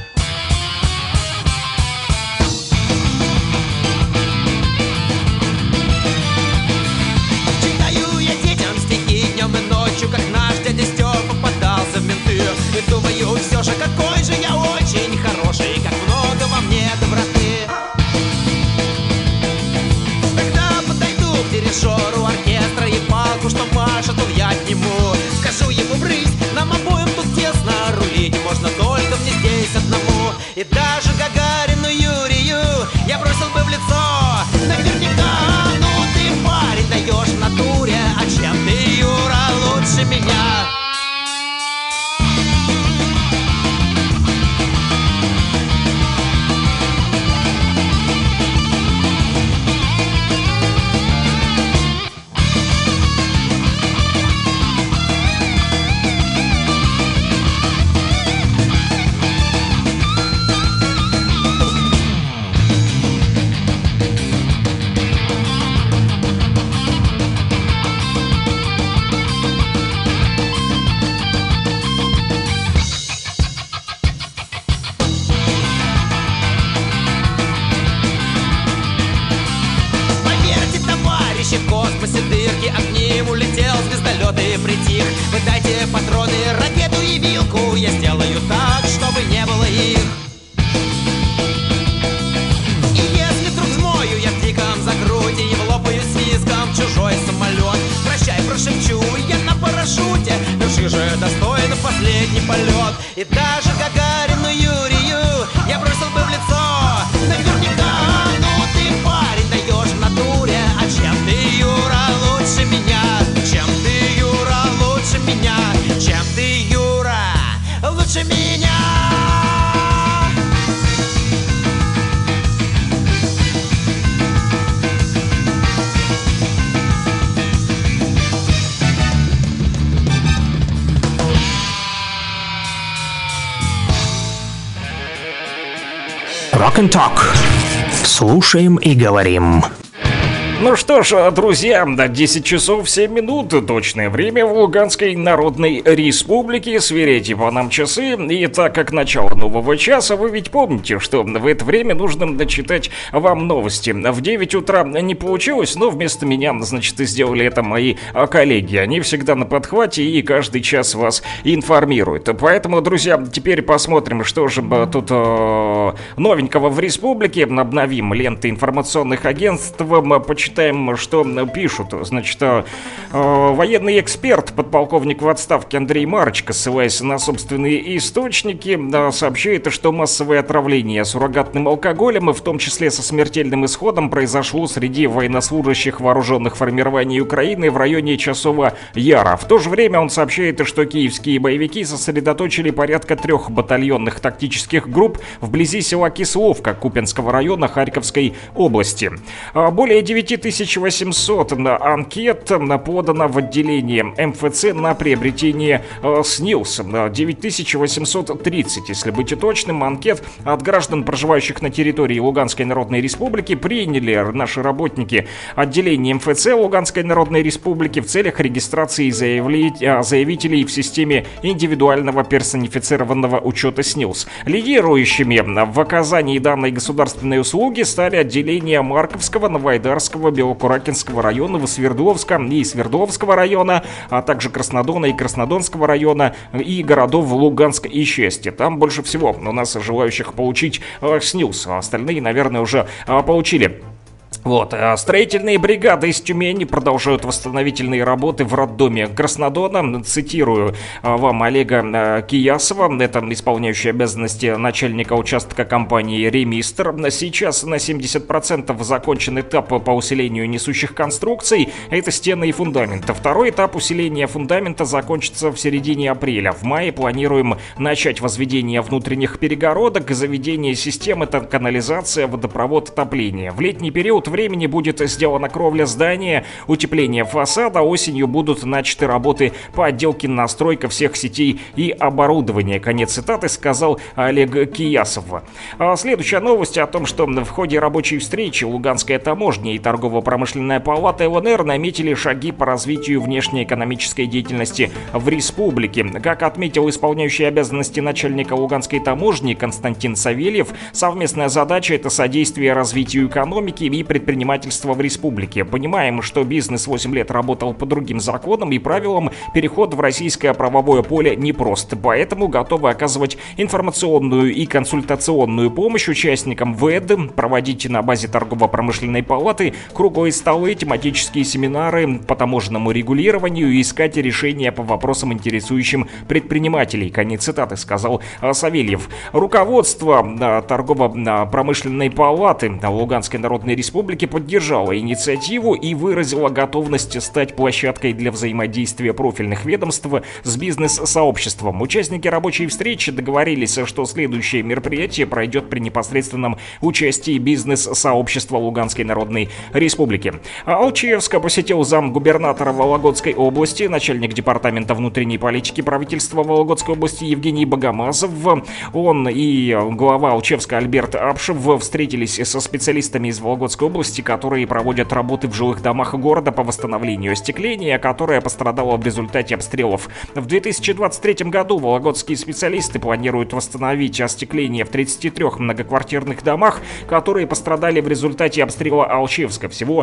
Читаю я детям стихи днем и ночью, как наш дядя Стёпа подался в менты. И думаю, все же какой же я очень хороший, как много во мне доброты. Тогда подойду к дирижеру оркестра и палку, что машет, он я отниму. Скажу ему брысь, нам обоим тут тесно, рулить можно только мне здесь одному. И даже Гагарину Юрию я бросил бы в лицо наверняка. Ну ты, парень, даешь в натуре, а чем ты, Юра, лучше меня? Поверьте, товарищи, в космосе дырки, а к ним улетел звездолет и притих. Вы дайте патроны, ракету и вилку, я сделаю так, чтобы не было их. И если вдруг смою я в диком закруте и влопаю свиском чужой самолет, прощай, прошепчу я на парашюте, души же достойно последний полет. И даже Гагарину Юрию я бросил бы в лицо наверняка. Ну ты, парень, даешь в натуре, а чем ты, Юра, лучше меня? Чем ты, Юра, лучше меня? Чем ты, Юра, лучше меня?
Rock and Talk. Слушаем и говорим.
Ну что ж, друзья, 10 часов 7 минут, точное время в Луганской Народной Республике. Сверяйте по нам часы. И так как начало нового часа, вы ведь помните, что в это время нужно читать вам новости. В 9 утра не получилось, но вместо меня, значит, сделали это мои коллеги. Они всегда на подхвате и каждый час вас информируют. Поэтому, друзья, теперь посмотрим, что же тут новенького в республике. Обновим ленты информационных агентств, почитаем, что пишут. Значит, военный эксперт, подполковник в отставке Андрей Марченко, ссылаясь на собственные источники, сообщает, что массовое отравление суррогатным алкоголем, в том числе со смертельным исходом, произошло среди военнослужащих вооруженных формирований Украины в районе Часового Яра. В то же время он сообщает, что киевские боевики сосредоточили порядка 3 батальонных тактических групп вблизи села Кисловка Купянского района Харьковской области. Более 9 9800 анкет подано в отделении МФЦ на приобретение СНИЛС. 9830, если быть точным, анкет от граждан, проживающих на территории Луганской Народной Республики, приняли наши работники отделения МФЦ Луганской Народной Республики в целях регистрации заявителей в системе индивидуального персонифицированного учета СНИЛС. Лидирующими в оказании данной государственной услуги стали отделения Марковского, Новоайдарского, Белокуракинского района, Свердловска и Свердловского района, а также Краснодона и Краснодонского района и городов Луганска и Счастья. Там больше всего у нас желающих получить СНИЛС, а остальные, наверное, уже получили. Вот, строительные бригады из Тюмени продолжают восстановительные работы в роддоме Краснодона. Цитирую вам Олега Киясова, это исполняющий обязанности начальника участка компании «Ремистр». Сейчас на 70% закончен этап по усилению несущих конструкций, это стены и фундамента. Второй этап усиления фундамента закончится в середине апреля. В мае планируем начать возведение внутренних перегородок, заведение системы, канализация, водопровод, отопление. В летний период времени будет сделана кровля здания, утепление фасада. Осенью будут начаты работы по отделке, настройка всех сетей и оборудования. Конец цитаты, сказал Олег Киясов. Следующая новость о том, что в ходе рабочей встречи Луганская таможня и торгово-промышленная палата ЛНР наметили шаги по развитию внешнеэкономической деятельности в республике. Как отметил исполняющий обязанности начальника Луганской таможни Константин Савельев, совместная задача — это содействие развитию экономики и предпринимательства в республике. Понимаем, что бизнес 8 лет работал по другим законам и правилам, переход в российское правовое поле непрост. Поэтому готовы оказывать информационную и консультационную помощь участникам ВЭД, проводить на базе торгово-промышленной палаты круглые столы, тематические семинары по таможенному регулированию и искать решения по вопросам, интересующим предпринимателей. Конец цитаты, сказал Савельев. Руководство торгово-промышленной палаты Луганской Народной Республики поддержала инициативу и выразила готовность стать площадкой для взаимодействия профильных ведомств с бизнес-сообществом. Участники рабочей встречи договорились, что следующее мероприятие пройдет при непосредственном участии бизнес-сообщества Луганской Народной Республики. Алчевска посетил замгубернатора Вологодской области, начальник департамента внутренней политики правительства Вологодской области Евгений Богомазов. Он и глава Алчевска Альберт Апшев встретились со специалистами из Вологодской области, которые проводят работы в жилых домах города по восстановлению остекления, которое пострадало в результате обстрелов. В 2023 году вологодские специалисты планируют восстановить остекление в 33 многоквартирных домах, которые пострадали в результате обстрела Алчевска. Всего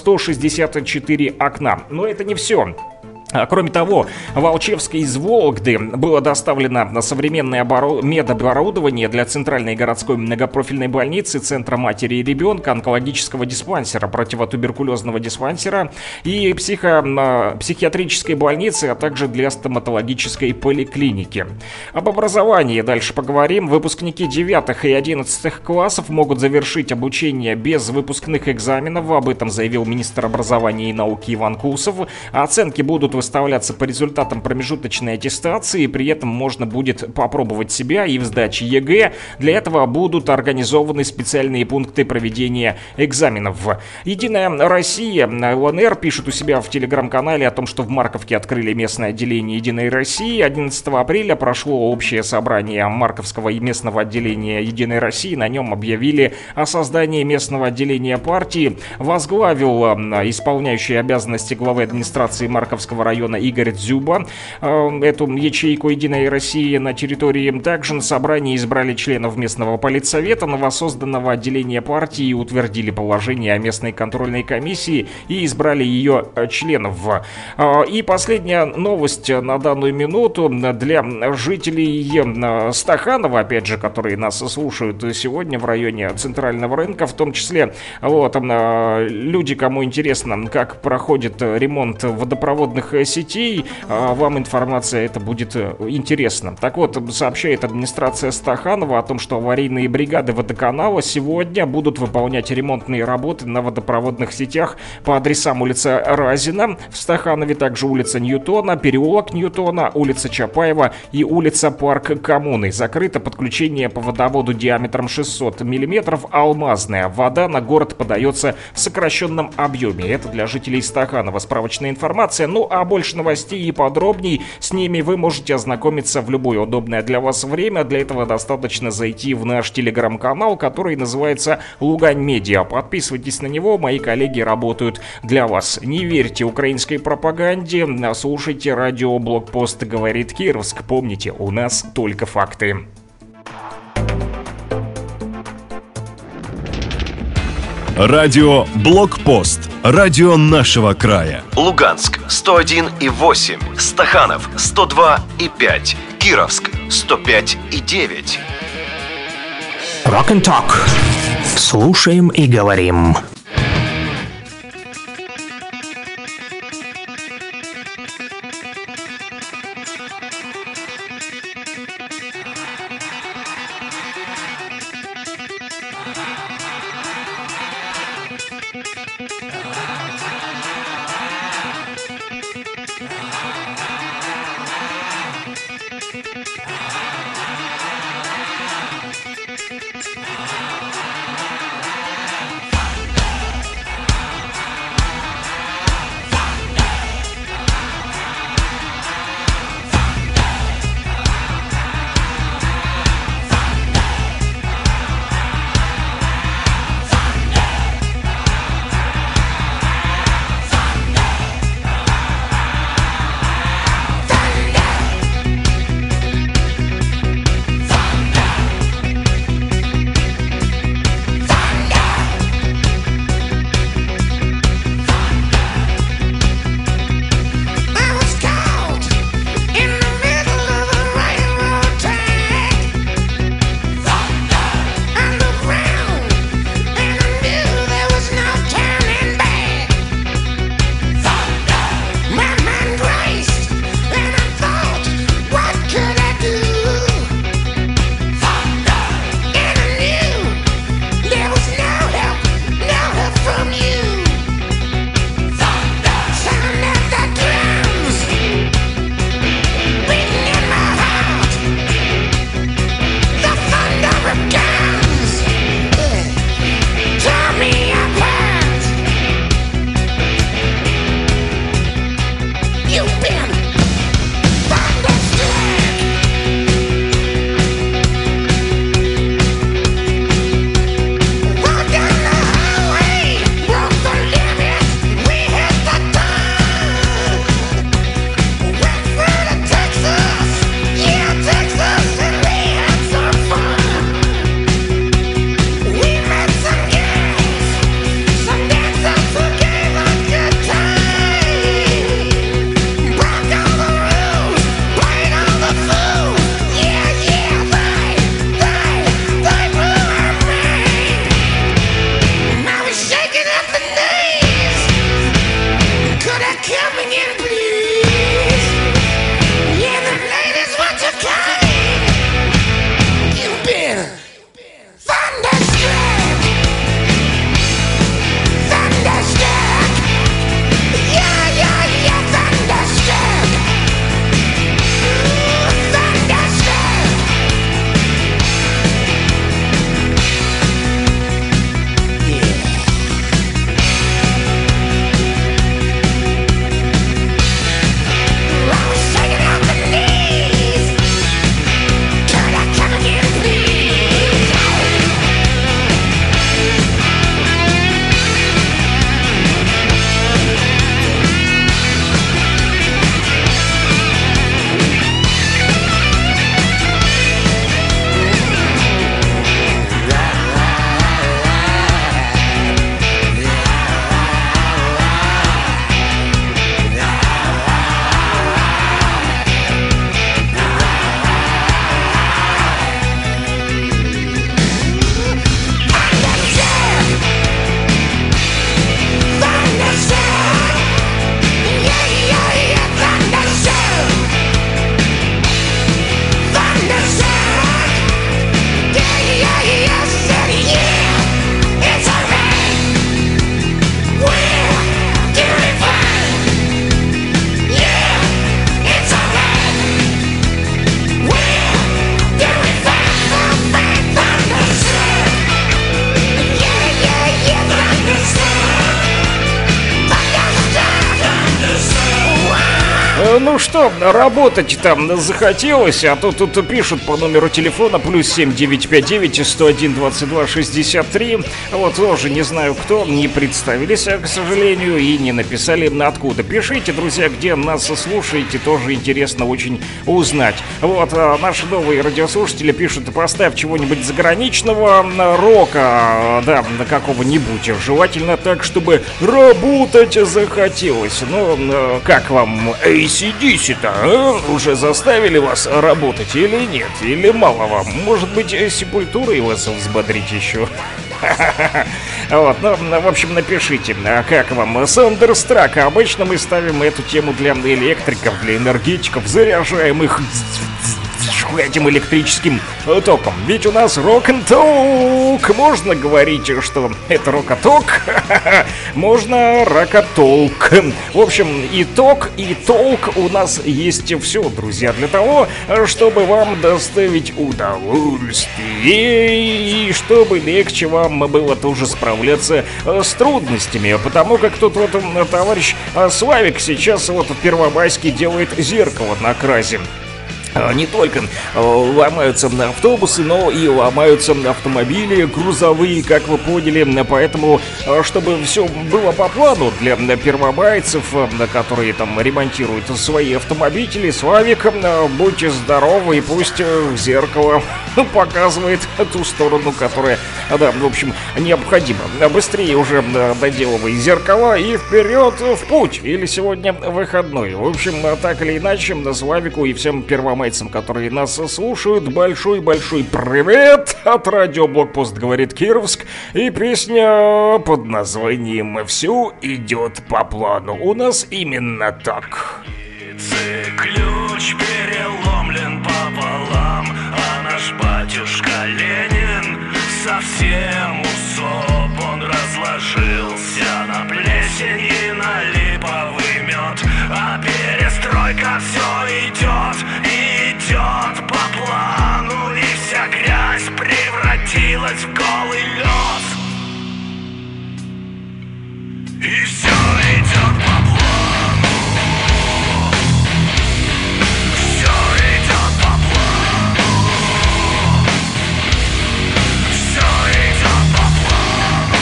164 окна. Но это не все. Кроме того, в Алчевске из Вологды было доставлено современное медоборудование для Центральной городской многопрофильной больницы, Центра матери и ребенка, онкологического диспансера, противотуберкулезного диспансера и психиатрической больницы, а также для стоматологической поликлиники. Об образовании дальше поговорим. Выпускники 9 и 11 классов могут завершить обучение без выпускных экзаменов. Об этом заявил министр образования и науки Иван Кусов. Оценки будут выставляться по результатам промежуточной аттестации, при этом можно будет попробовать себя и в сдаче ЕГЭ. Для этого будут организованы специальные пункты проведения экзаменов. Единая Россия, ЛНР, пишет у себя в телеграм-канале о том, что в Марковке открыли местное отделение Единой России. 11 апреля прошло общее собрание Марковского и местного отделения Единой России. На нем объявили о создании местного отделения партии. Возглавил исполняющий обязанности главы администрации Марковского района Игорь Дзюба эту ячейку Единой России на территории. Также на собрании избрали членов местного политсовета, новосозданного отделения партии, и утвердили положение о местной контрольной комиссии и избрали ее членов. И последняя новость на данную минуту для жителей Стаханова, опять же, которые нас слушают сегодня в районе Центрального рынка, в том числе люди, кому интересно, как проходит ремонт водопроводных сетей, вам информация эта будет интересна. Так вот, сообщает администрация Стаханова о том, что аварийные бригады водоканала сегодня будут выполнять ремонтные работы на водопроводных сетях по адресам улица Разина в Стаханове, также улица Ньютона, переулок Ньютона, улица Чапаева и улица Парк Коммуны. Закрыто подключение по водоводу диаметром 600 мм «Алмазная». Вода на город подается в сокращенном объеме. Это для жителей Стаханова справочная информация. Ну а больше новостей и подробней с ними вы можете ознакомиться в любое удобное для вас время. Для этого достаточно зайти в наш телеграм-канал, который называется «Лугань Медиа». Подписывайтесь на него, мои коллеги работают для вас. Не верьте украинской пропаганде, слушайте радио «Блокпост говорит Кировск». Помните, у нас только факты.
Радио «Блокпост». Радио нашего края.
Луганск 101,8. Стаханов 102,5. Кировск 105,9.
Rock and Talk. Слушаем и говорим.
Ну что, работать там захотелось, а то тут пишут по номеру телефона +7 959 101 22 63. Вот тоже не знаю кто, не представились, к сожалению, и не написали откуда. Пишите, друзья, где нас слушаете, тоже интересно очень узнать. Вот, наши новые радиослушатели пишут: поставь чего-нибудь заграничного, рока, да, какого-нибудь, желательно так, чтобы работать захотелось. Ну, как вам AC/DC-то, а? Уже заставили вас работать или нет? Или мало вам? Может быть, Сепультурой вас взбодрить еще? Вот, ну, в общем, напишите, как вам Thunderstruck. Обычно мы ставим эту тему для электриков, для энергетиков, заряжаем их этим электрическим током. Ведь у нас рок-н-толк. Можно говорить, что это рок-а-ток? Можно рок-а-толк. В общем, и ток, и толк у нас есть все, друзья, для того, чтобы вам доставить удовольствие и чтобы легче вам было тоже справляться с трудностями. Потому как тут вот товарищ Славик сейчас вот в Первомайске делает зеркало на красе. Не только ломаются автобусы, но и ломаются автомобили грузовые, как вы поняли. Поэтому, чтобы все было по плану для первомайцев, которые там ремонтируют свои автомобили, Славик, будьте здоровы, и пусть зеркало показывает ту сторону, которая, да, в общем, необходима. Быстрее уже доделывай зеркала и вперед в путь. Или сегодня выходной. В общем, так или иначе, Славику и всем первомайцам, которые нас слушают, большой-большой привет от радио Блокпост, говорит Кировск. И песня под названием «Все идет по плану». У нас именно так.
Ключ переломлен пополам, а наш батюшка Ленин совсем усоп. Он разложился на плесень и на липовый мед, а перестройка все идет по плану, и вся грязь превратилась в голый лед. И все идет по плану. Все идет по плану. Все идет по плану.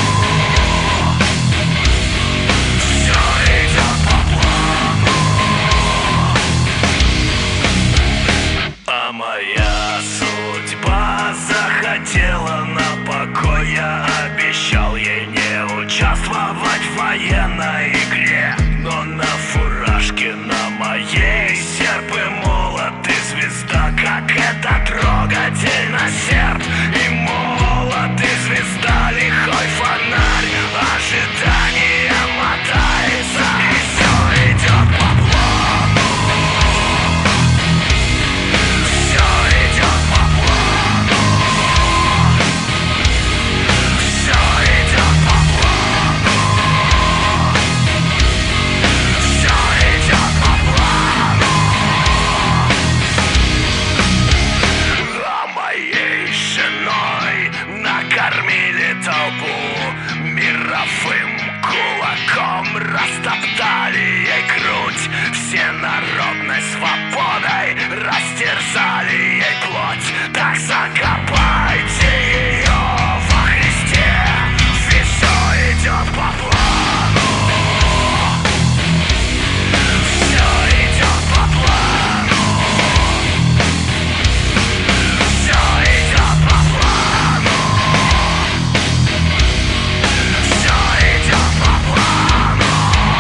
Все идет по плану. А моя судьба захотела на покой. Я обещал ей не участвовать в военной игре, но на фуражке на моей серп и молот и звезда, как это трогательно, серп и молот и звезда, лихой фонарь, ожидание мотается, и все идет по плану. Все идет по плану. Все идет по плану. Все идет по плану. А моей женой накормили толпу, мировым кулаком растоптали ей грудь, всенародной свободой растерзали ей плоть. Так закопайте ее во Христе, ведь все идет по плану. Все идет по плану. Все идет по плану. Все идет по плану.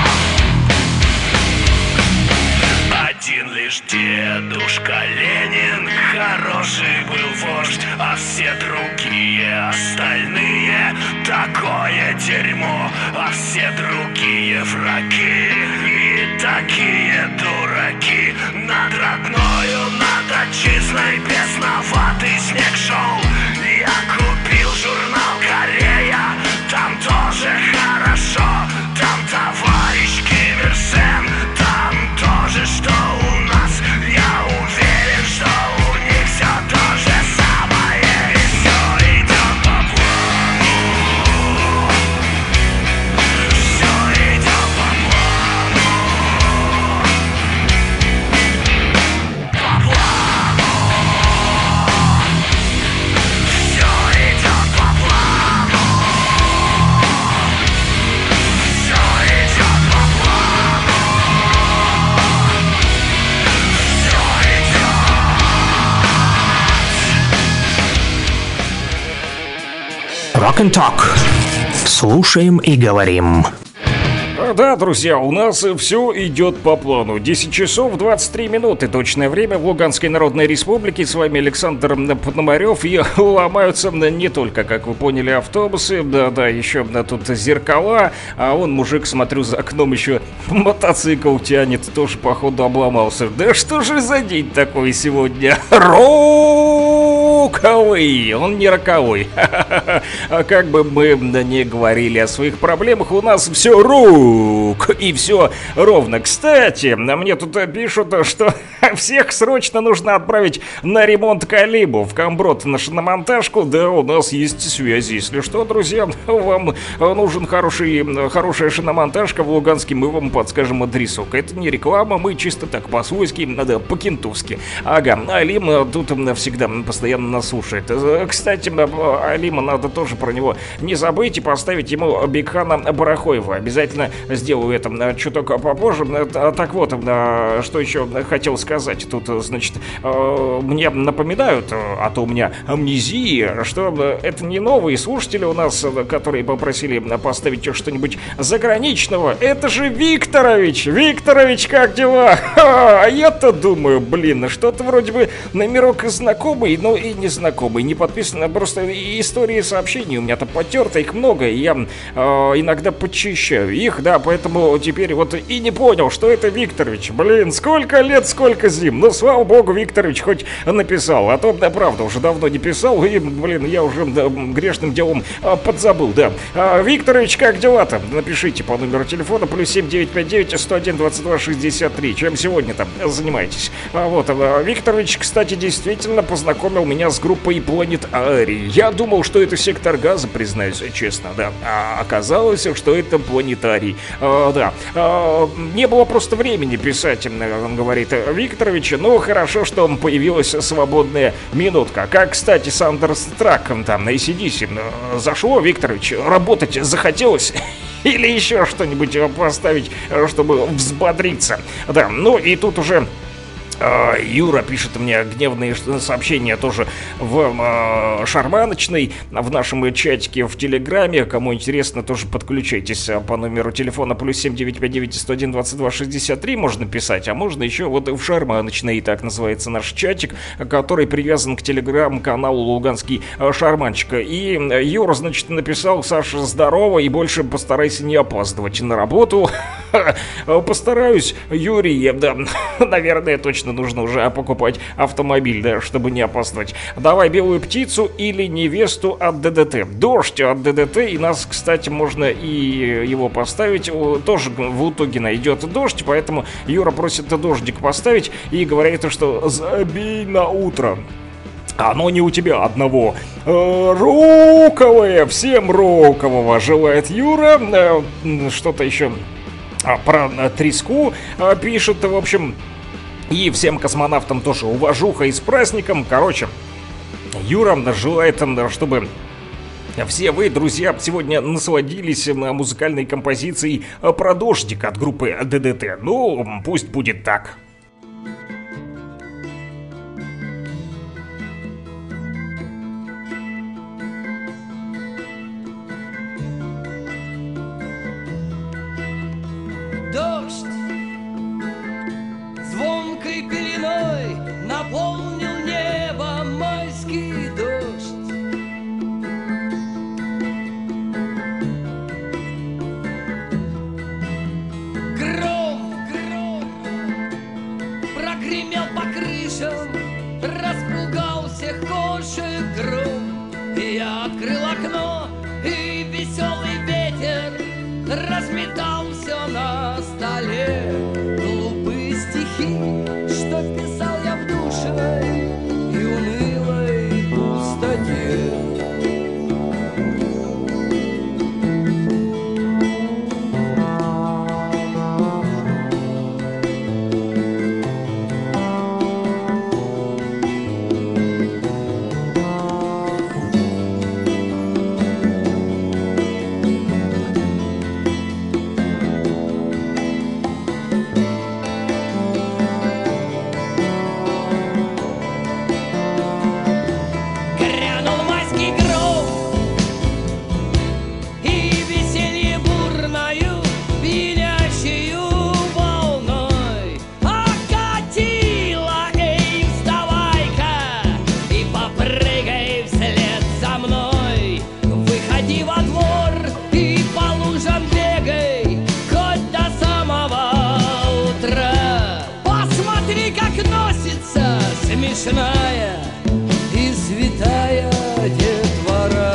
Один лишь дедушка Ленин хороший был вождь, а все другие остальные такое дерьмо, а все другие враги и такие дураки. Над родною, над отчизной бесноватый снег шел. Я купил журнал «Корея», там тоже хорошо, там товарищ Ким Ир Сен, там тоже что у нас. Я уверен, что у них все то же самое, и все идет по плану. Все идет по плану.
Rock and Talk. Слушаем и говорим.
Да, друзья, у нас все идет по плану. 10 часов 23 минуты. Точное время в Луганской Народной Республике. С вами Александр Пономарев. И ломаются не только, как вы поняли, автобусы. Да, еще тут зеркала. А он, мужик, смотрю, за окном еще мотоцикл тянет. Тоже, походу, обломался. Да что же за день такой сегодня? Роковый. Он не роковой. А как бы мы не говорили о своих проблемах, у нас все и все ровно. Кстати, мне тут пишут, что всех срочно нужно отправить на ремонт Калибу в Камброд на шиномонтажку. Да, у нас есть связи. Если что, друзья, вам нужен хорошая шиномонтажка в Луганске, мы вам подскажем адресок. Это не реклама, мы чисто так по-свойски, да, по-кентовски. Ага, Алим тут всегда постоянно нас слушает. Кстати, Алима надо тоже про него не забыть и поставить ему Бигхана Барахоева. Обязательно сделаю это чуток попозже. Так вот, что еще хотел сказать. Тут, значит, мне напоминают, а то у меня амнезия, что это не новые слушатели у нас, которые попросили поставить что-нибудь заграничного. Это же Викторович! Викторович, как дела? А я-то думаю, блин, что-то вроде бы номерок знакомый, но и незнакомый. Не подписано, просто истории сообщений у меня-то потерто, их много, и я иногда подчищаю их, да, поэтому теперь вот и не понял, что это Викторович. Блин, сколько лет, сколько зим. Ну, слава богу, Викторович хоть написал, а то, да, правда, уже давно не писал, и, блин, я уже грешным делом подзабыл, да. Викторович, как дела-то? Напишите по номеру телефона +7 959 101 22 63. Чем сегодня там занимаетесь? Вот, Викторович, кстати, действительно познакомил меня с группой Planet Ari. Я думал, что это сектор газа, признаюсь честно, да. А оказалось, что это Планетарий. Да. Не было просто времени писать, он говорит, Викторович. Ну, хорошо, что появилась свободная минутка. Как, кстати, Сандерстрак там на AC/DC зашло, Викторович? Работать захотелось? Или еще что-нибудь поставить, чтобы взбодриться? Да, ну и тут уже Юра пишет мне гневные сообщения тоже в шарманочной, в нашем чатике в Телеграме. Кому интересно, тоже подключайтесь по номеру телефона +7 959 101 22 63. Можно писать, а можно еще вот в шарманочной, так называется наш чатик, который привязан к телеграм-каналу Луганский Шарманчик. И Юра, значит, написал: Саша, здорово, и больше постарайся не опаздывать на работу. Постараюсь, Юрий, да, наверное, точно нужно уже покупать автомобиль, да, чтобы не опаздывать. Давай белую птицу или невесту от ДДТ. Дождь от ДДТ, и нас, кстати, можно и его поставить. Тоже в итоге найдет дождь, поэтому Юра просит дождик поставить и говорит, что забей на утро. Оно не у тебя одного. Роковое, всем рокового желает Юра. Что-то еще про треску пишет, в общем. И всем космонавтам тоже уважуха и с праздником. Короче, Юра желает, чтобы все вы, друзья, сегодня насладились музыкальной композицией про дождик от группы ДДТ. Ну, пусть будет так.
Дождь звонкой пеленой наполнил небо, майский дождь. Гром прогремел по крышам, распугал всех кошек гром. Я открыл окно, и веселый ветер разметал все на столе. Глупые стихи, что писал я в душе и унылой пустоте. смешная и святая детвора.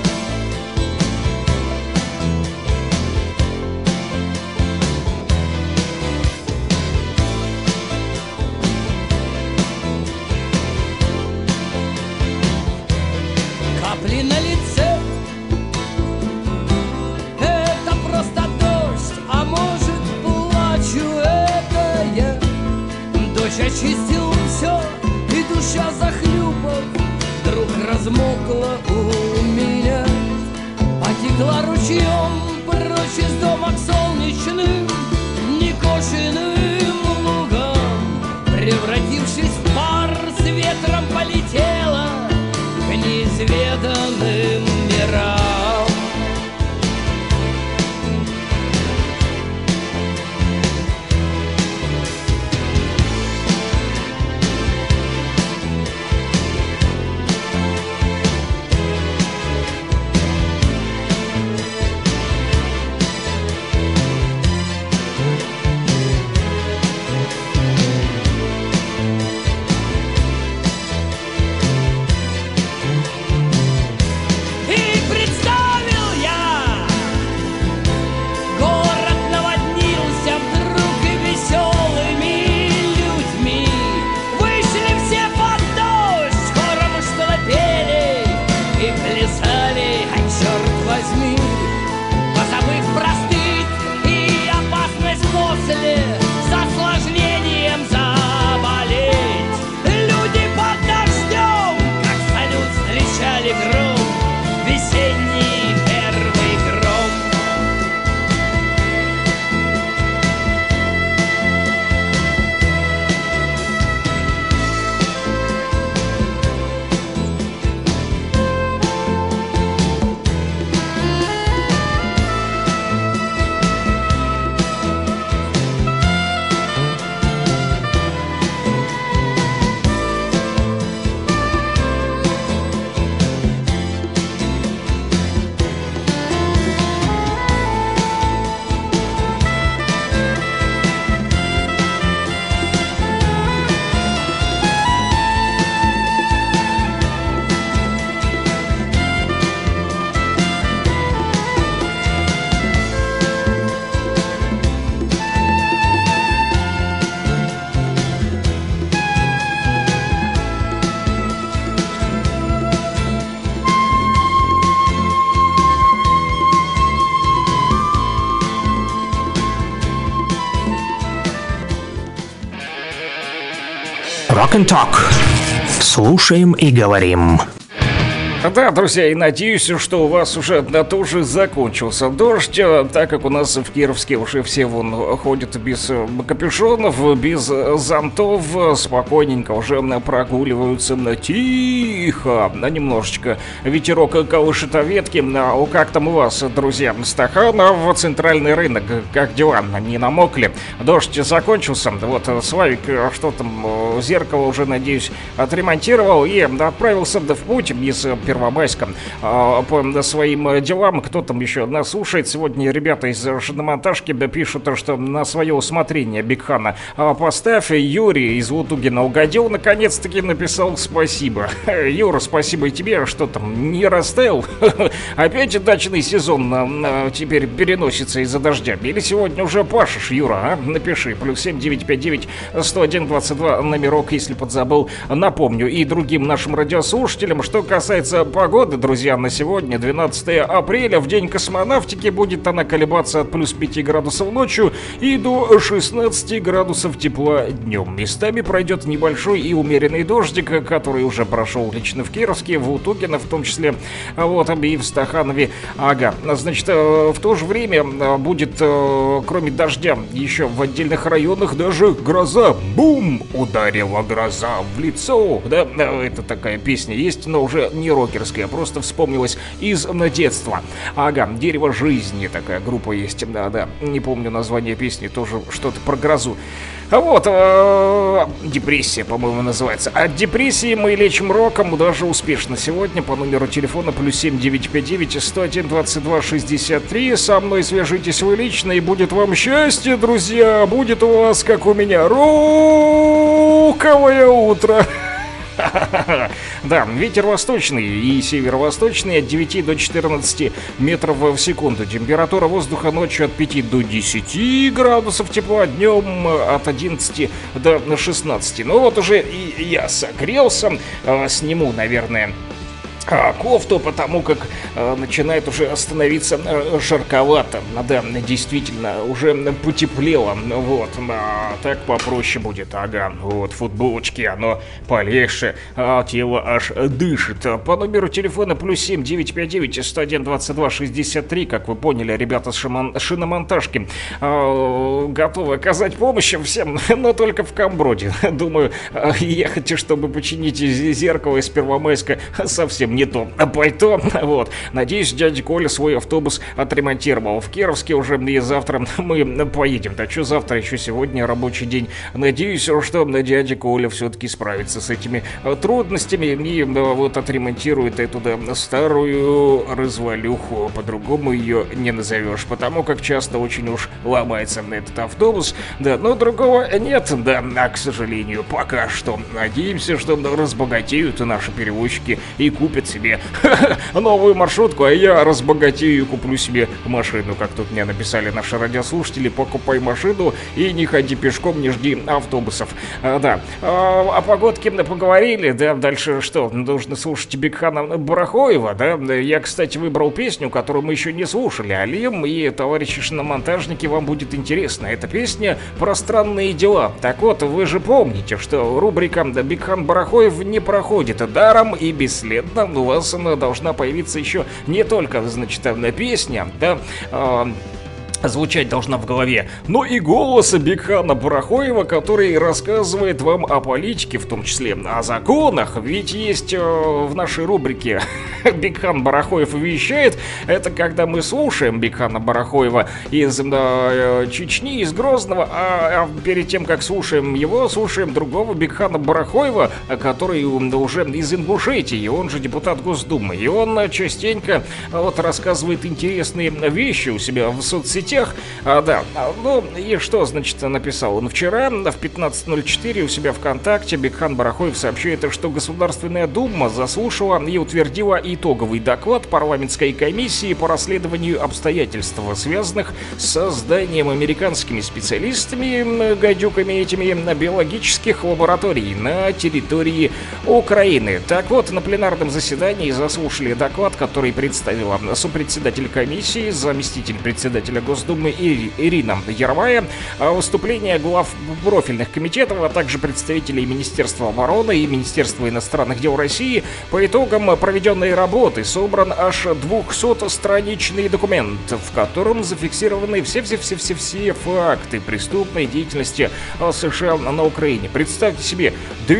Капли на лице — это просто дождь, а может, плачу, это я. Дождь очистил все, и душа, захлюпав, вдруг размокла у меня. Потекла ручьем прочь из дома к солнечным, некошенным лугам, превратившись в пар, с ветром полетела к неизведанным мирам.
Rock and Talk. Слушаем и говорим.
Да, друзья, и надеюсь, что у вас уже тоже закончился дождь, так как у нас в Кировске уже все вон ходят без капюшонов, без зонтов, спокойненько уже прогуливаются тихо, немножечко ветерок колышет ветки. Как там у вас, друзья? Стаханов, центральный рынок, как дела? Не намокли? Дождь закончился, вот Славик, что там, зеркало уже, надеюсь, отремонтировал и отправился в путь из Первомайска по своим делам. Кто там еще нас слушает? Сегодня ребята из шиномонтажки пишут, что на свое усмотрение Бигхана поставь. Юрий из Лутугина угодил, наконец-таки написал спасибо. Юра, спасибо и тебе. Что там, не растаял? Опять дачный сезон теперь переносится из-за дождя? Или сегодня уже пашешь, Юра, а? Напиши. +7 959 101 22 номерок, если подзабыл, напомню. И другим нашим радиослушателям, что касается погоды, друзья, на сегодня, 12 апреля, в день космонавтики, будет она колебаться от +5 градусов ночью и до 16 градусов тепла днем. Местами пройдет небольшой и умеренный дождик, который уже прошел лично в Кировске, в Лутугино, в том числе, вот, и в Стаханове. Ага, значит, в то же время будет, кроме дождя, еще в отдельных районах даже гроза. Бум! Ударила гроза в лицо. Да, это такая песня есть, но уже не рокерская, просто вспомнилась из детства. Ага, «Дерево жизни» такая группа есть, да, не помню название песни, тоже что-то про грозу. А вот, депрессия, по-моему, называется. От депрессии мы лечим роком, даже успешно сегодня по номеру телефона +7 959 101 22 63. Со мной свяжитесь вы лично, и будет вам счастье, друзья. Будет у вас, как у меня, роковое утро. Да, ветер восточный и северо-восточный от 9 до 14 метров в секунду. Температура воздуха ночью от 5 до 10 градусов тепла, днем от 11 до 16. Ну вот уже и я согрелся. Сниму, наверное, кофту, потому как начинает уже становиться жарковато. Да, действительно, уже потеплело. Вот, так попроще будет. Ага, вот, футболочки, оно полегче, тело аж дышит. По номеру телефона +7 959 101 22 63, как вы поняли, ребята с шиномонтажки готовы оказать помощь всем, но только в Камброде. Думаю, ехать, чтобы починить зеркало из Первомайска, совсем не то пальто. Вот. Надеюсь, дядя Коля свой автобус отремонтировал. В Кировске уже и завтра мы поедем. Да что завтра, еще сегодня рабочий день. Надеюсь, что дядя Коля все-таки справится с этими трудностями и вот отремонтирует эту старую развалюху. По-другому ее не назовешь, потому как часто очень уж ломается этот автобус. Да, но другого нет, да, к сожалению, пока что. Надеемся, что разбогатеют наши перевозчики и купят себе новую маршрутку, а я разбогатею и куплю себе машину. Как тут мне написали наши радиослушатели: покупай машину и не ходи пешком, не жди автобусов. Да, о погодке поговорили, да, дальше что? Нужно слушать Бекхана Барахоева, да. Я, кстати, выбрал песню, которую мы еще не слушали. Алим и товарищи шиномонтажники, вам будет интересно. Эта песня про странные дела. Так вот, вы же помните, что рубрика Бекхан Барахоев не проходит даром и бесследно. У вас она должна появиться еще не только, значит, песня, да, звучать должна в голове, но и голос Бекхана Барахоева, который рассказывает вам о политике, в том числе о законах. Ведь есть в нашей рубрике Бекхан Барахоев вещает. Это когда мы слушаем Бекхана Барахоева из Чечни, из Грозного, а перед тем, как слушаем его, слушаем другого Бекхана Барахоева, который уже из Ингушетии, он же депутат Госдумы, и он частенько вот рассказывает интересные вещи у себя в соцсетях. Да, ну и что, значит, написал он вчера в 15:04 у себя ВКонтакте. Бекхан Барахоев сообщает, что Государственная Дума заслушала и утвердила итоговый доклад парламентской комиссии по расследованию обстоятельств, связанных с созданием американскими специалистами, гадюками этими, биологических лабораторий на территории Украины. Так вот, на пленарном заседании заслушали доклад, который представила сопредседатель комиссии, заместитель председателя Госдумы Ирина Яровая, выступления глав профильных комитетов, а также представителей Министерства обороны и Министерства иностранных дел России. По итогам проведенной работы собран аж 200-страничный документ, в котором зафиксированы все факты преступной деятельности США на Украине. Представьте себе,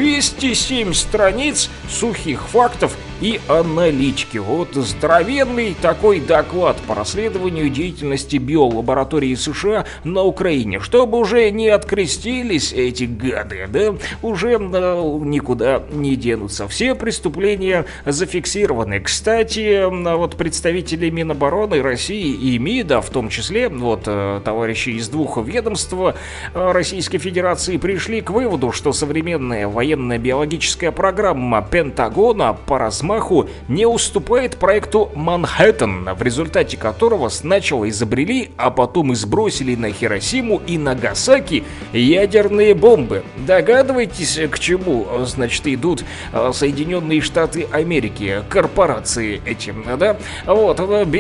207 страниц сухих фактов и аналитики. Вот здоровенный такой доклад по расследованию деятельности биолаборатории США на Украине. Чтобы уже не открестились эти гады, да, уже никуда не денутся. Все преступления зафиксированы. Кстати, вот представители Минобороны России и МИДа, в том числе, вот товарищи из двух ведомств Российской Федерации, пришли к выводу, что современная военно-биологическая программа Пентагона по размаху не уступает проекту Манхэттен, в результате которого сначала изобрели, а потом и сбросили на Хиросиму и Нагасаки ядерные бомбы. Догадываетесь, к чему, значит, идут Соединенные Штаты Америки, корпорации этим, да? Вот,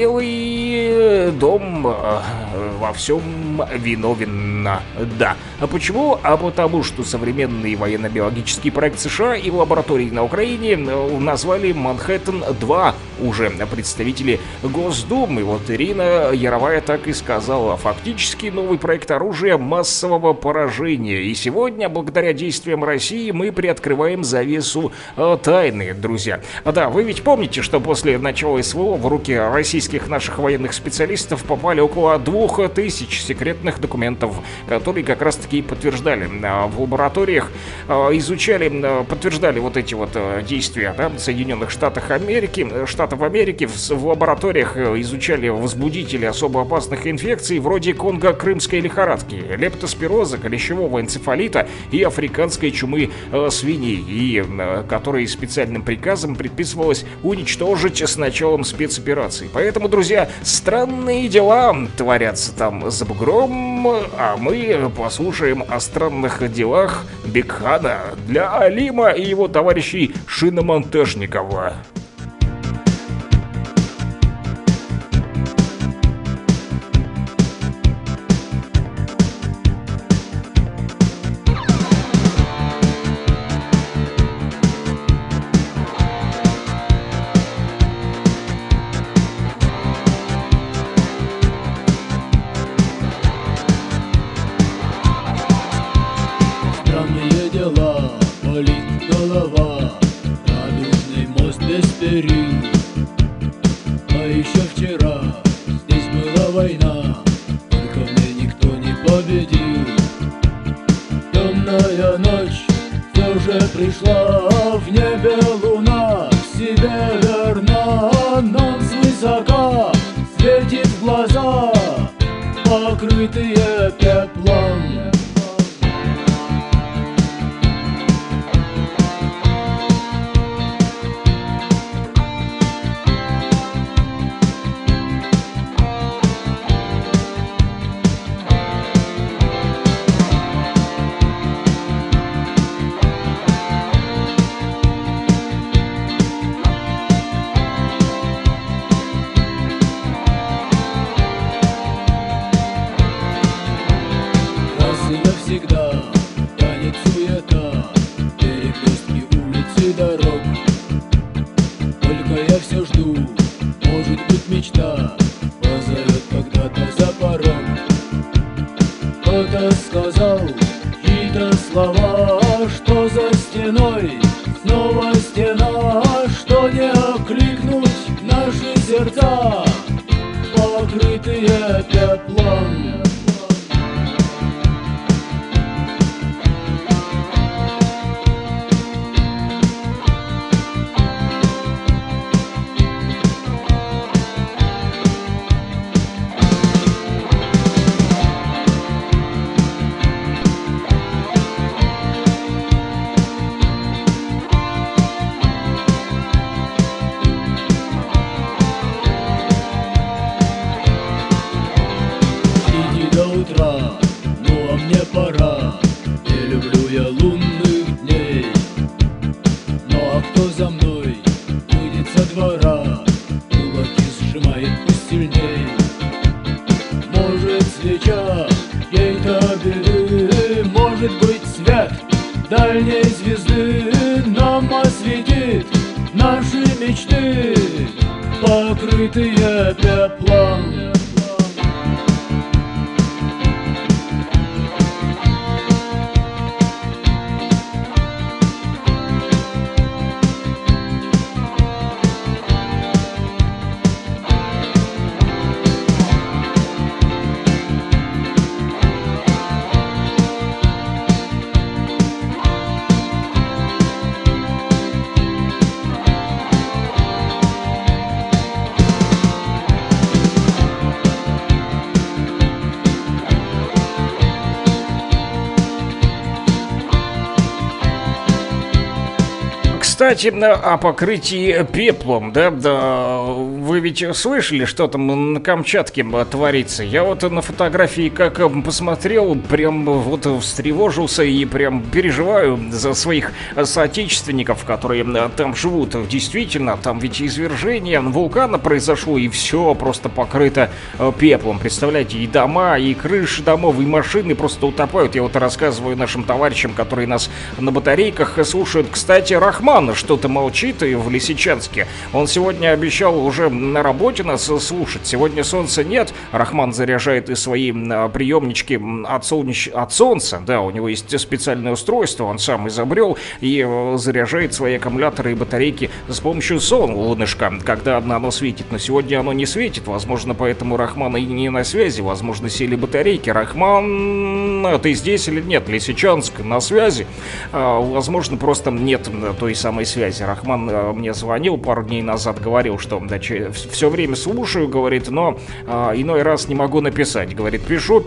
Белый дом во всем виновен, да. А почему? А потому что современный военно-биологический проект США и лаборатории на Украине назвали Манхэттен-2 уже представители Госдумы. Вот Ирина Яровая так и сказала. Фактически новый проект оружия массового поражения. И сегодня, благодаря действиям России, мы приоткрываем завесу тайны, друзья. Да, вы ведь помните, что после начала СВО в руки российских наших военных специалистов попали около 2000 секретных документов, которые как раз-таки подтверждали в лабораториях, изучали, подтверждали вот эти вот действия, да, Соединенных Соединенных Штатов Америки в лабораториях изучали возбудители особо опасных инфекций вроде конго-крымской лихорадки, лептоспироза, клещевого энцефалита и африканской чумы свиней, и которые специальным приказом предписывалось уничтожить с началом спецоперации. Поэтому, друзья, странные дела творятся там за бугром, а мы послушаем о странных делах Биг-хана для Алима и его товарищей шиномонтажникова.
А еще вчера здесь была война, только в ней никто не победил. Темная ночь все же пришла, в небе луна к себе верна. Нам свысока светит в глаза, покрытые пеплом. Мечта позовет когда-то за порог. Кто-то сказал чьи-то слова, что за стеной снова стена, что не окликнуть наши сердца, покрытые пеплом. Ну а мне пора, не люблю я лунных дней. Ну а кто за мной выйдет со двора, кулаки сжимает пусть сильней. Может свеча чьей-то беды, может быть свет дальней звезды нам осветит наши мечты, покрытые пеплом.
Кстати, о покрытии пеплом, да, вы ведь слышали, что там на Камчатке творится? Я вот на фотографии как посмотрел, прям вот встревожился и прям переживаю за своих соотечественников, которые там живут. Действительно, там ведь извержение вулкана произошло, и все просто покрыто пеплом. Представляете, и дома, и крыши домов, и машины просто утопают. Я вот рассказываю нашим товарищам, которые нас на батарейках слушают. Кстати, Рахман что-то молчит и в Лисичанске. Он сегодня обещал уже на работе нас слушать. Сегодня солнца нет. Рахман заряжает и свои приемнички от солнца. Да, у него есть специальное устройство, он сам изобрел, и заряжает свои аккумуляторы и батарейки с помощью солнышка, когда оно светит. Но сегодня оно не светит. Возможно, поэтому Рахман и не на связи. Возможно, сели батарейки. Рахман, ты здесь или нет? Лисичанск на связи. Возможно, просто нет той самой самой связи. Рахман мне звонил пару дней назад, говорил, что все время слушаю, говорит, но иной раз не могу написать. Говорит, пишу,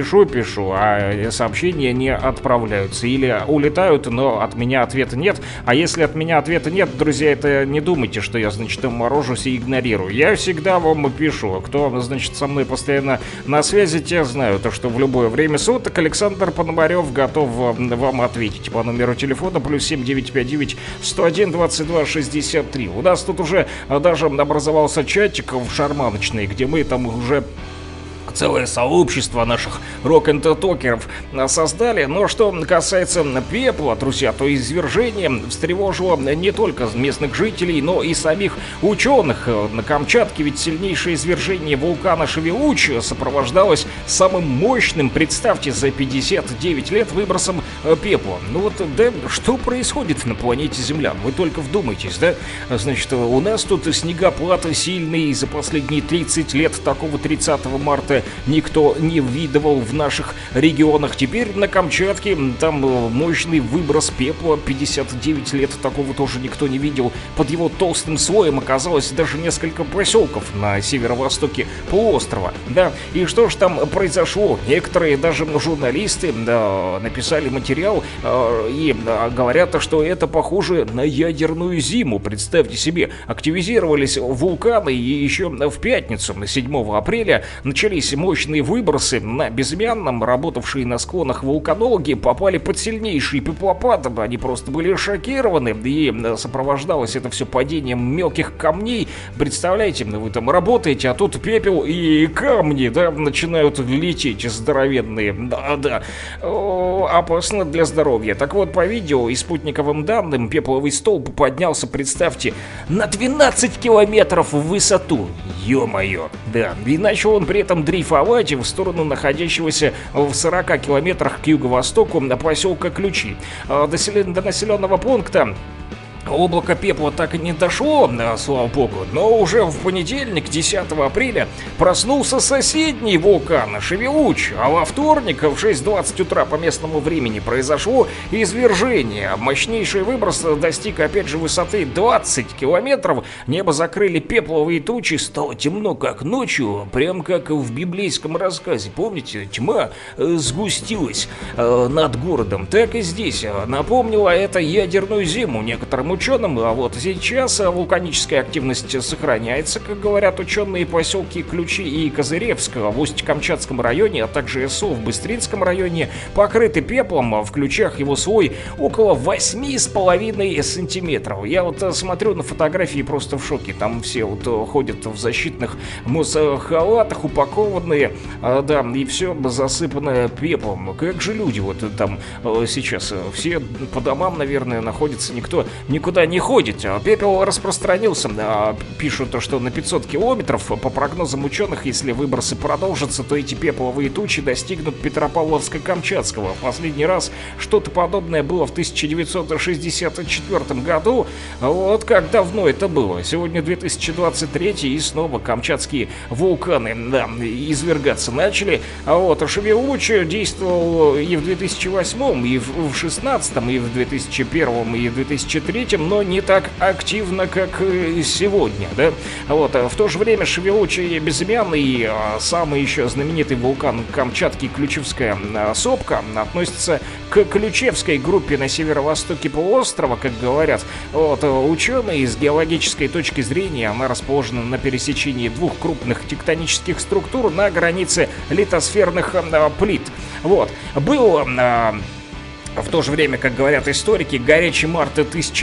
а сообщения не отправляются. Или улетают, но от меня ответа нет. А если от меня ответа нет, друзья, это не думайте, что я, значит, морожусь и игнорирую. Я всегда вам пишу. Кто, значит, со мной постоянно на связи, те знают, что в любое время суток Александр Пономарев готов вам ответить по номеру телефона +7 959 101 22 63. У нас тут уже даже образовался чатик в шарманочной, где мы там уже целое сообщество наших рок-н-токеров создали. Но что касается пепла, друзья, то извержение встревожило не только местных жителей, но и самих ученых. На Камчатке ведь сильнейшее извержение вулкана Шевелуч сопровождалось самым мощным, представьте, за 59 лет выбросом пепла. Ну вот, да, что происходит на планете Земля? Вы только вдумайтесь, да? Значит, у нас тут снегопад сильный, за последние 30 лет такого 30 марта никто не видывал в наших регионах. Теперь на Камчатке там мощный выброс пепла, 59 лет такого тоже никто не видел. Под его толстым слоем оказалось даже несколько поселков на северо-востоке полуострова. Да, и что же там произошло? Некоторые даже журналисты написали материал и говорят, что это похоже на ядерную зиму. Представьте себе, активизировались вулканы, и еще в пятницу, 7 апреля, начались мощные выбросы. На безымянном, работавшие на склонах вулканологи, попали под сильнейший пеплопад. Они просто были шокированы, и сопровождалось это все падением мелких камней. Представляете, вы там работаете, а тут пепел и камни, да, начинают лететь здоровенные. Да. Опасно для здоровья. Так вот, по видео и спутниковым данным, пепловый столб поднялся, представьте, на 12 километров в высоту. Ё-моё. Да, и начал он при этом дрейфовать в сторону находящегося в 40 километрах к юго-востоку поселка Ключи. До населенного пункта облако пепла так и не дошло, слава богу, но уже в понедельник, 10 апреля, проснулся соседний вулкан Шевелуч, а во вторник в 6:20 утра по местному времени произошло извержение. Мощнейший выброс достиг опять же высоты 20 километров, небо закрыли пепловые тучи, стало темно как ночью, прям как в библейском рассказе, помните, тьма сгустилась над городом, так и здесь напомнило это ядерную зиму некоторым ученым, а вот сейчас вулканическая активность сохраняется, как говорят ученые. Поселки Ключи и Козыревск в Усть-Камчатском районе, а также СО в Быстринском районе покрыты пеплом, в Ключах его слой около 8,5 сантиметров. Я вот смотрю на фотографии, просто в шоке, там все вот ходят в защитных халатах, упакованные, да, и все засыпано пеплом. Как же люди вот там сейчас, все по домам, наверное, находятся, никто никуда не ходит. Пепел распространился, пишут, что на 500 километров. По прогнозам ученых, если выбросы продолжатся, то эти пепловые тучи достигнут Петропавловска-Камчатского. Последний раз что-то подобное было в 1964 году. Вот как давно это было. Сегодня 2023, и снова камчатские вулканы, да, извергаться начали. А вот Шевелуч действовал и в 2008, и в 2016, и в 2001, и в 2003, но не так активно, как сегодня, да? Вот, в то же время Шевелуч и безымянный, самый еще знаменитый вулкан Камчатки, Ключевская сопка, относится к Ключевской группе на северо-востоке полуострова, как говорят. Вот, ученые, с геологической точки зрения, она расположена на пересечении двух крупных тектонических структур на границе литосферных плит. Вот, был... В то же время, как говорят историки, горячий март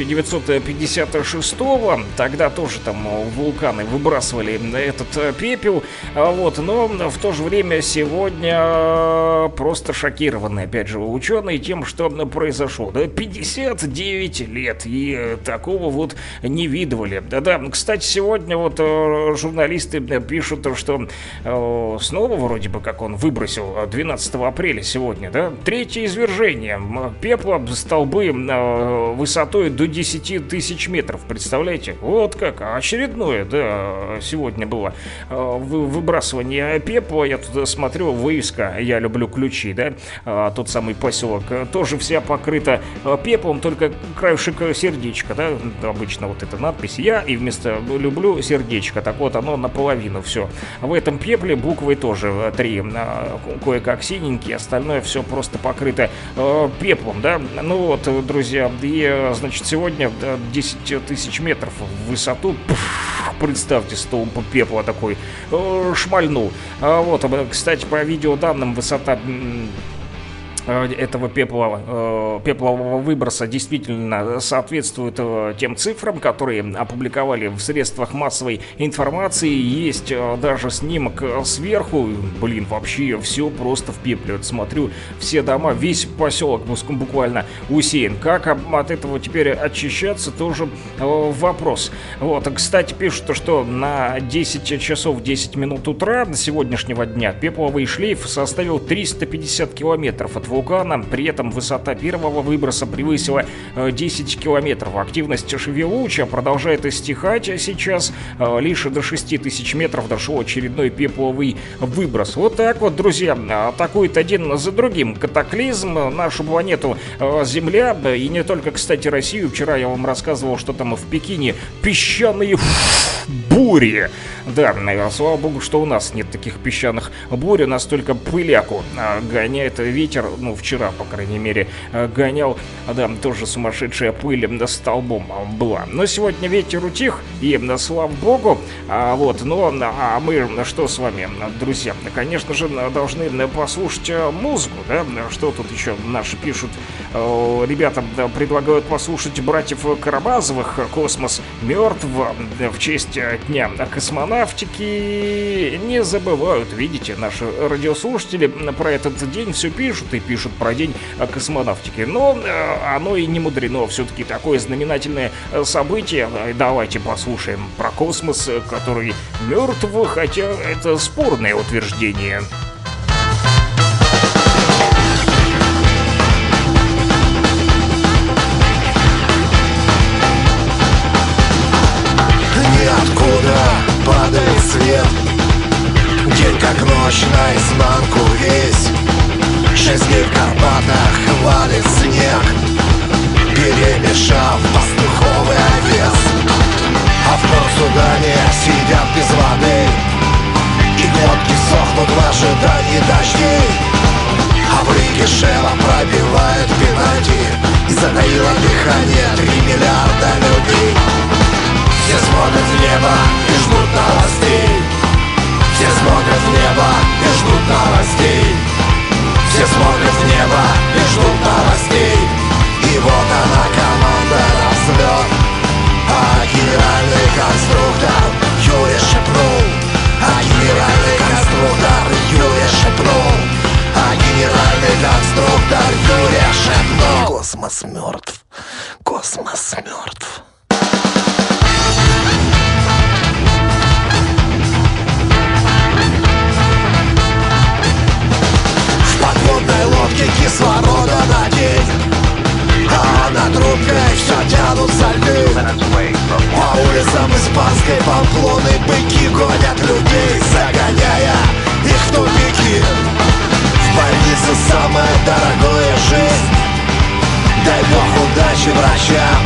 1956-го, тогда тоже там вулканы выбрасывали этот пепел, вот, но в то же время сегодня просто шокированы, опять же, ученые тем, что произошло. Да, 59 лет, и такого вот не видывали. Да-да, кстати, сегодня вот журналисты пишут, что снова вроде бы как он выбросил 12 апреля сегодня, да, третье извержение. пепла, столбы высотой до 10 тысяч метров, представляете? Вот как, очередное, да, сегодня было выбрасывание пепла. Я тут смотрю, вывеска «Я люблю ключи», да, тот самый поселок, тоже вся покрыта пеплом, только краешек сердечка, да, обычно вот эта надпись «Я» и вместо «люблю» сердечко, так вот оно наполовину все. В этом пепле буквы тоже 3, кое-как синенькие, остальное все просто покрыто пеплом, да. Ну вот, друзья, и, значит, сегодня 10 тысяч метров в высоту, представьте, столб пепла такой шмальнул. Вот, кстати, по видеоданным высота этого пеплового выброса действительно соответствует тем цифрам, которые опубликовали в средствах массовой информации. Есть даже снимок сверху. Блин, вообще все просто в пепле. Вот смотрю, все дома, весь поселок буквально усеян. Как от этого теперь очищаться, тоже вопрос. Вот, кстати, пишут, что на 10 часов 10 минут утра сегодняшнего дня пепловый шлейф составил 350 километров от вулкана, при этом высота первого выброса превысила 10 километров. Активность шевелуча продолжает стихать сейчас, лишь до 6 тысяч метров дошел очередной пепловый выброс. Вот так вот, друзья, атакует один за другим катаклизм нашу планету Земля, и не только, кстати, Россию. Вчера я вам рассказывал, что там в Пекине песчаные бури. Да, слава богу, что у нас нет таких песчаных бурь, у нас только пыляку гоняет ветер, ну, вчера, по крайней мере, гонял, да, тоже сумасшедшая пыль столбом была. Но сегодня ветер утих, и слава богу, вот, но мы что с вами, друзья, конечно же, должны послушать музыку, да, что тут еще наши пишут, ребята предлагают послушать братьев Карабазовых «Космос мертв» в честь Дня космонавтики. Не забывают, видите, наши радиослушатели про этот день все пишут и пишут про День космонавтики. Но оно и не мудрено, все-таки такое знаменательное событие. Давайте послушаем про космос, который мертв, хотя это спорное утверждение.
Ниоткуда падает свет, день как ночь наизнанку весь. 6 дней в Карпатах валит снег, перемешав пастуховый овес. А в Порт-Судане сидят без воды, и глотки сохнут в ожидании дождей. А в Риге Шева пробивает пенальти, и затаило дыхание 3 миллиарда людей. Все смотрят в небо и ждут новостей. Все смотрят в небо и ждут новостей. Все смотрят в небо и ждут новостей. И вот она, команда на взлет. А генеральный конструктор Юрий шепнул. А генеральный конструктор Юрий шепнул. А генеральный конструктор Юрий шепнул. Космос мертв. Космос мертв. В подводной лодке кислорода на день, а над трубкой все тянутся льды. По улицам испанской Памплоны быки гонят людей, загоняя их в тупики. В больнице самое дорогое — жизнь. Дай бог удачи врачам.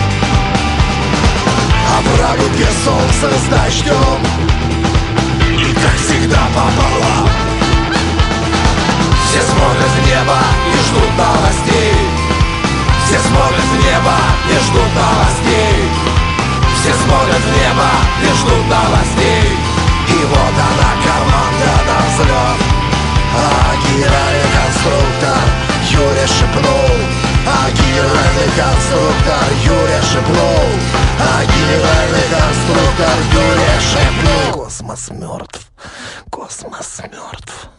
А в радуге солнце с дождем, и как всегда пополам. Все смотрят в небо и ждут новостей. Все смотрят в небо и ждут новостей. Все смотрят в небо и ждут новостей. И вот она, команда на взлет. А генеральный конструктор Юрий шепнул. А генеральный конструктор Юрий шепнул. А генеральный конструктор Юрий шепнул. Космос мертв. Космос мертв.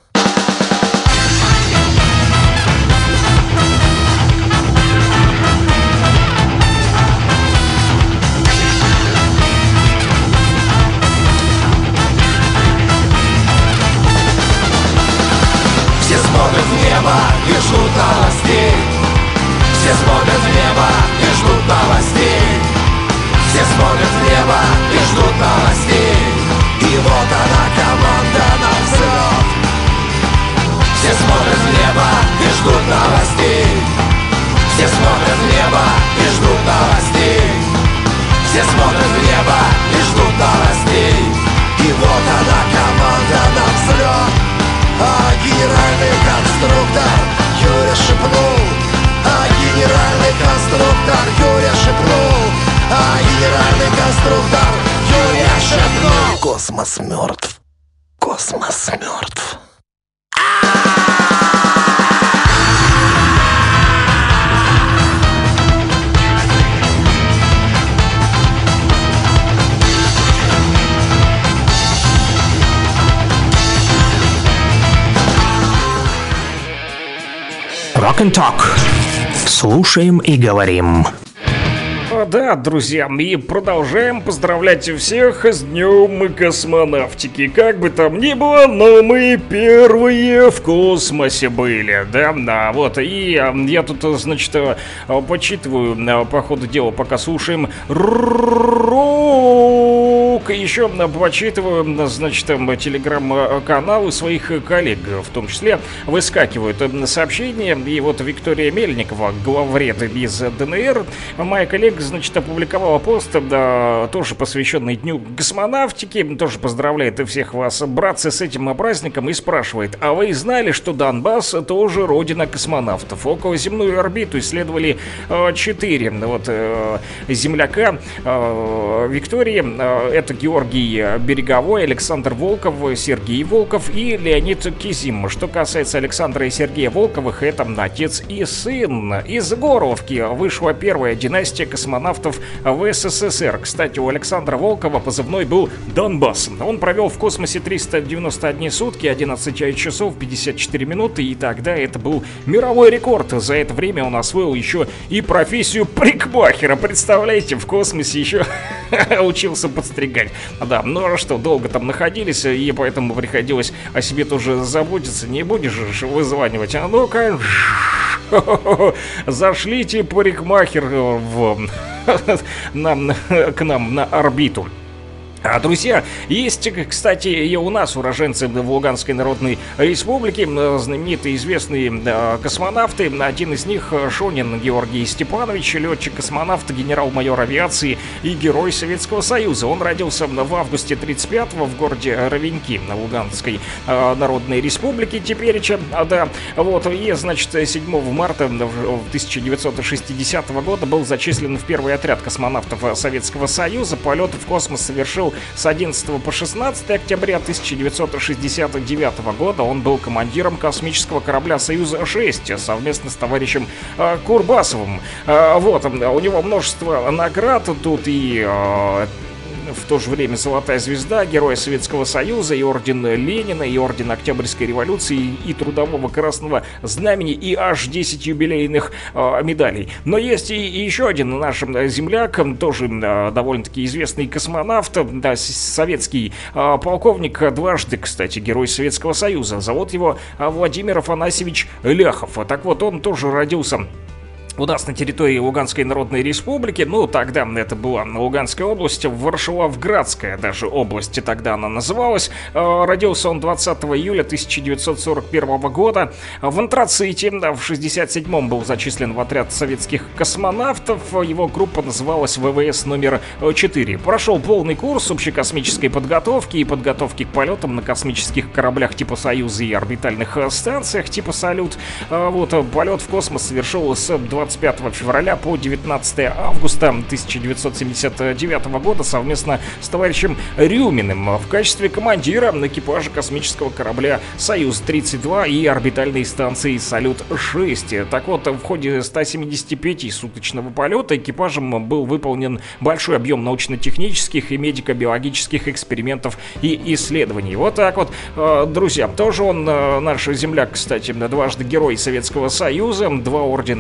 Все смотрят в небо и ждут новостей. Все смотрят в небо и ждут новостей. Все смотрят в небо и ждут новостей. И вот она, команда на взлет. Все смотрят в небо и ждут новостей. Все смотрят в небо и ждут новостей. Все смотрят в небо и ждут новостей. И вот она, команда на взлет. А генеральный конструктор Юрий шепнул. А генеральный конструктор Юрий шепнул. А генеральный конструктор Юрий шепнул. Космос мертв. Космос мертв.
Rock and Talk. Слушаем и говорим.
Да, друзья, и продолжаем поздравлять всех с Днем космонавтики. Как бы там ни было, но мы первые в космосе были, да, вот. И я тут, значит, почитываю по ходу дела, пока слушаем рок. Еще почитываю, значит, телеграм-каналы своих коллег, в том числе выскакивают сообщения. И вот Виктория Мельникова, главред из ДНР, моя коллега, значит, опубликовала пост, да, тоже посвященный Дню космонавтики, тоже поздравляет всех вас, братцы, с этим праздником, и спрашивает: а вы знали, что Донбасс тоже родина космонавтов? Околоземную орбиту исследовали 4 вот земляка Виктории. Это Георгий Береговой, Александр Волков, Сергей Волков и Леонид Кизим. Что касается Александра и Сергея Волковых, это отец и сын. Из Горловки вышла первая династия космонавтов в СССР. Кстати, у Александра Волкова позывной был «Донбасс». Он провел в космосе 391 сутки, 11 часов 54 минуты, и тогда это был мировой рекорд. За это время он освоил еще и профессию парикмахера. Представляете, в космосе еще учился подстригать. Да, ну а что, долго там находились, и поэтому приходилось о себе тоже заботиться. Не будешь же вызванивать. А ну-ка, зашлите парикмахер к нам на орбиту. Друзья, есть, кстати, и у нас уроженцы в Луганской Народной Республике, знаменитые известные космонавты. Один из них Шонин Георгий Степанович, летчик-космонавт, генерал-майор авиации и герой Советского Союза. Он родился в августе 1935-го в городе Ровеньки на Луганской Народной Республике тепереча. Да, вот, и, значит, 7 марта 1960 года был зачислен в первый отряд космонавтов Советского Союза. Полет в космос совершил с 11 по 16 октября 1969 года. Он был командиром космического корабля «Союз-6» совместно с товарищем Курбасовым. Вот, у него множество наград тут и... в то же время Золотая звезда, Героя Советского Союза, и орден Ленина, и орден Октябрьской революции, и Трудового Красного Знамени, и аж 10 юбилейных медалей. Но есть и еще один наш земляк, тоже довольно-таки известный космонавт, да, советский полковник, дважды, кстати, Герой Советского Союза. Зовут его Владимир Афанасьевич Ляхов. Так вот, он тоже родился у нас на территории Луганской Народной Республики. Ну, тогда это была Луганская область, Варшавоградская даже область тогда она называлась. Родился он 20 июля 1941 года в антраците. В 67-м был зачислен в отряд советских космонавтов. Его группа называлась ВВС номер 4. Прошел полный курс общекосмической подготовки и подготовки к полетам на космических кораблях типа «Союз» и орбитальных станциях типа «Салют». Вот, полет в космос совершил с 25 февраля по 19 августа 1979 года совместно с товарищем Рюминым в качестве командира экипажа космического корабля «Союз-32» и орбитальной станции «Салют-6». Так вот, в ходе 175-суточного полета экипажем был выполнен большой объем научно-технических и медико-биологических экспериментов и исследований. Вот так вот, друзья. Тоже он, наш земляк, кстати, дважды Герой Советского Союза, 2 ордена Ленина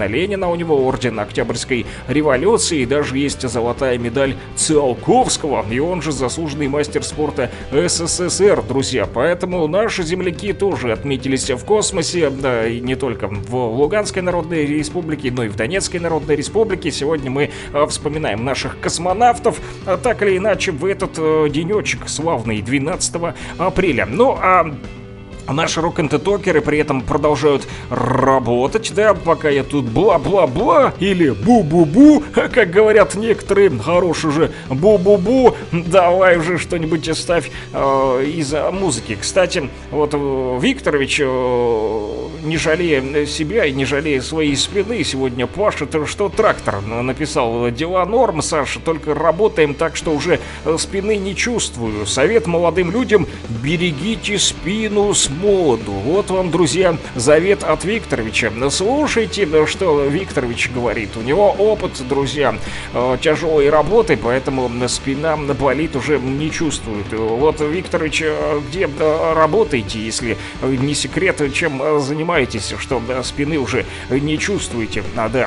у него орден Октябрьской революции, и даже есть золотая медаль Циолковского, и он же заслуженный мастер спорта СССР, друзья. Поэтому наши земляки тоже отметились в космосе, да, и не только в Луганской Народной Республике, но и в Донецкой Народной Республике. Сегодня мы вспоминаем наших космонавтов, так или иначе, в этот денечек славный 12 апреля. Ну, а наши рок-н-токеры при этом продолжают работать, да, пока я тут бла-бла-бла или бу-бу-бу, как говорят некоторые, хороший же бу-бу-бу, давай уже что-нибудь ставь из музыки. Кстати, вот Викторович, не жалея себя и не жалея своей спины, сегодня пашет, что трактор написал: дела норм, Саша, только работаем так, что уже спины не чувствую. Совет молодым людям: берегите спину с молоду. Вот вам, друзья, завет от Викторовича. Слушайте, что Викторович говорит. У него опыт, друзья, тяжелой работы, поэтому спина болит уже не чувствует. Вот, Викторович, где работаете, если не секрет, чем занимаетесь, что спины уже не чувствуете? Да.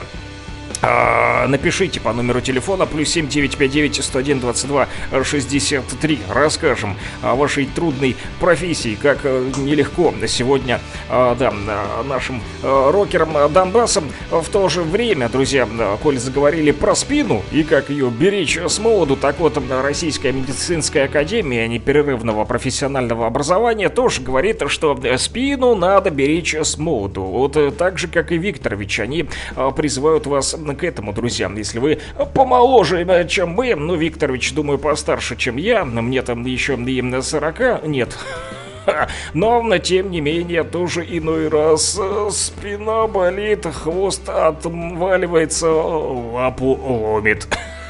Напишите по номеру телефона +7 959 101 22 63. Расскажем о вашей трудной профессии, как нелегко сегодня, да, нашим рокерам Донбасса. В то же время, друзья, коль заговорили про спину и как ее беречь с молоду, так вот, Российская медицинская академия непрерывного профессионального образования тоже говорит, что спину надо беречь с молоду. Вот так же, как и Викторович, они призывают вас к этому, друзья. Если вы помоложе, чем мы, ну, Викторович, думаю, постарше, чем я, мне там еще и 40 нет. Но, тем не менее, тоже иной раз спина болит, хвост отваливается, лапу ломит.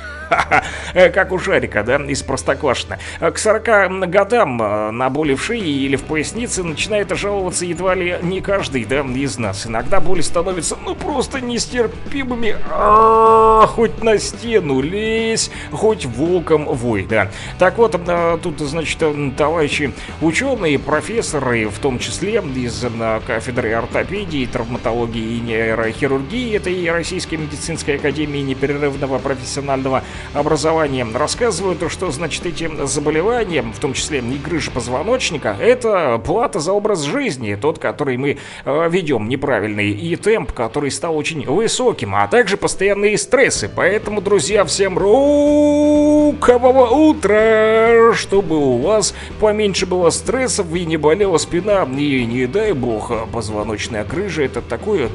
Как у Шарика, да, из Простоквашино. К 40 годам на боли в шее или в пояснице начинает жаловаться едва ли не каждый, да, из нас. Иногда боли становятся, ну, просто нестерпимыми. Хоть на стену лезь, хоть волком вой, да. Так вот, тут, значит, товарищи ученые, профессоры, в том числе из кафедры ортопедии, травматологии и нейрохирургии этой Российской медицинской академии непрерывного профессионального образования, рассказывают, что, значит, эти заболевания, в том числе и грыжа позвоночника, это плата за образ жизни, тот, который мы ведем неправильный, и темп, который стал очень высоким, а также постоянные стрессы. Поэтому, друзья, всем рокового утра, чтобы у вас поменьше было стрессов и не болела спина, и не дай бог позвоночная грыжа. Это такое...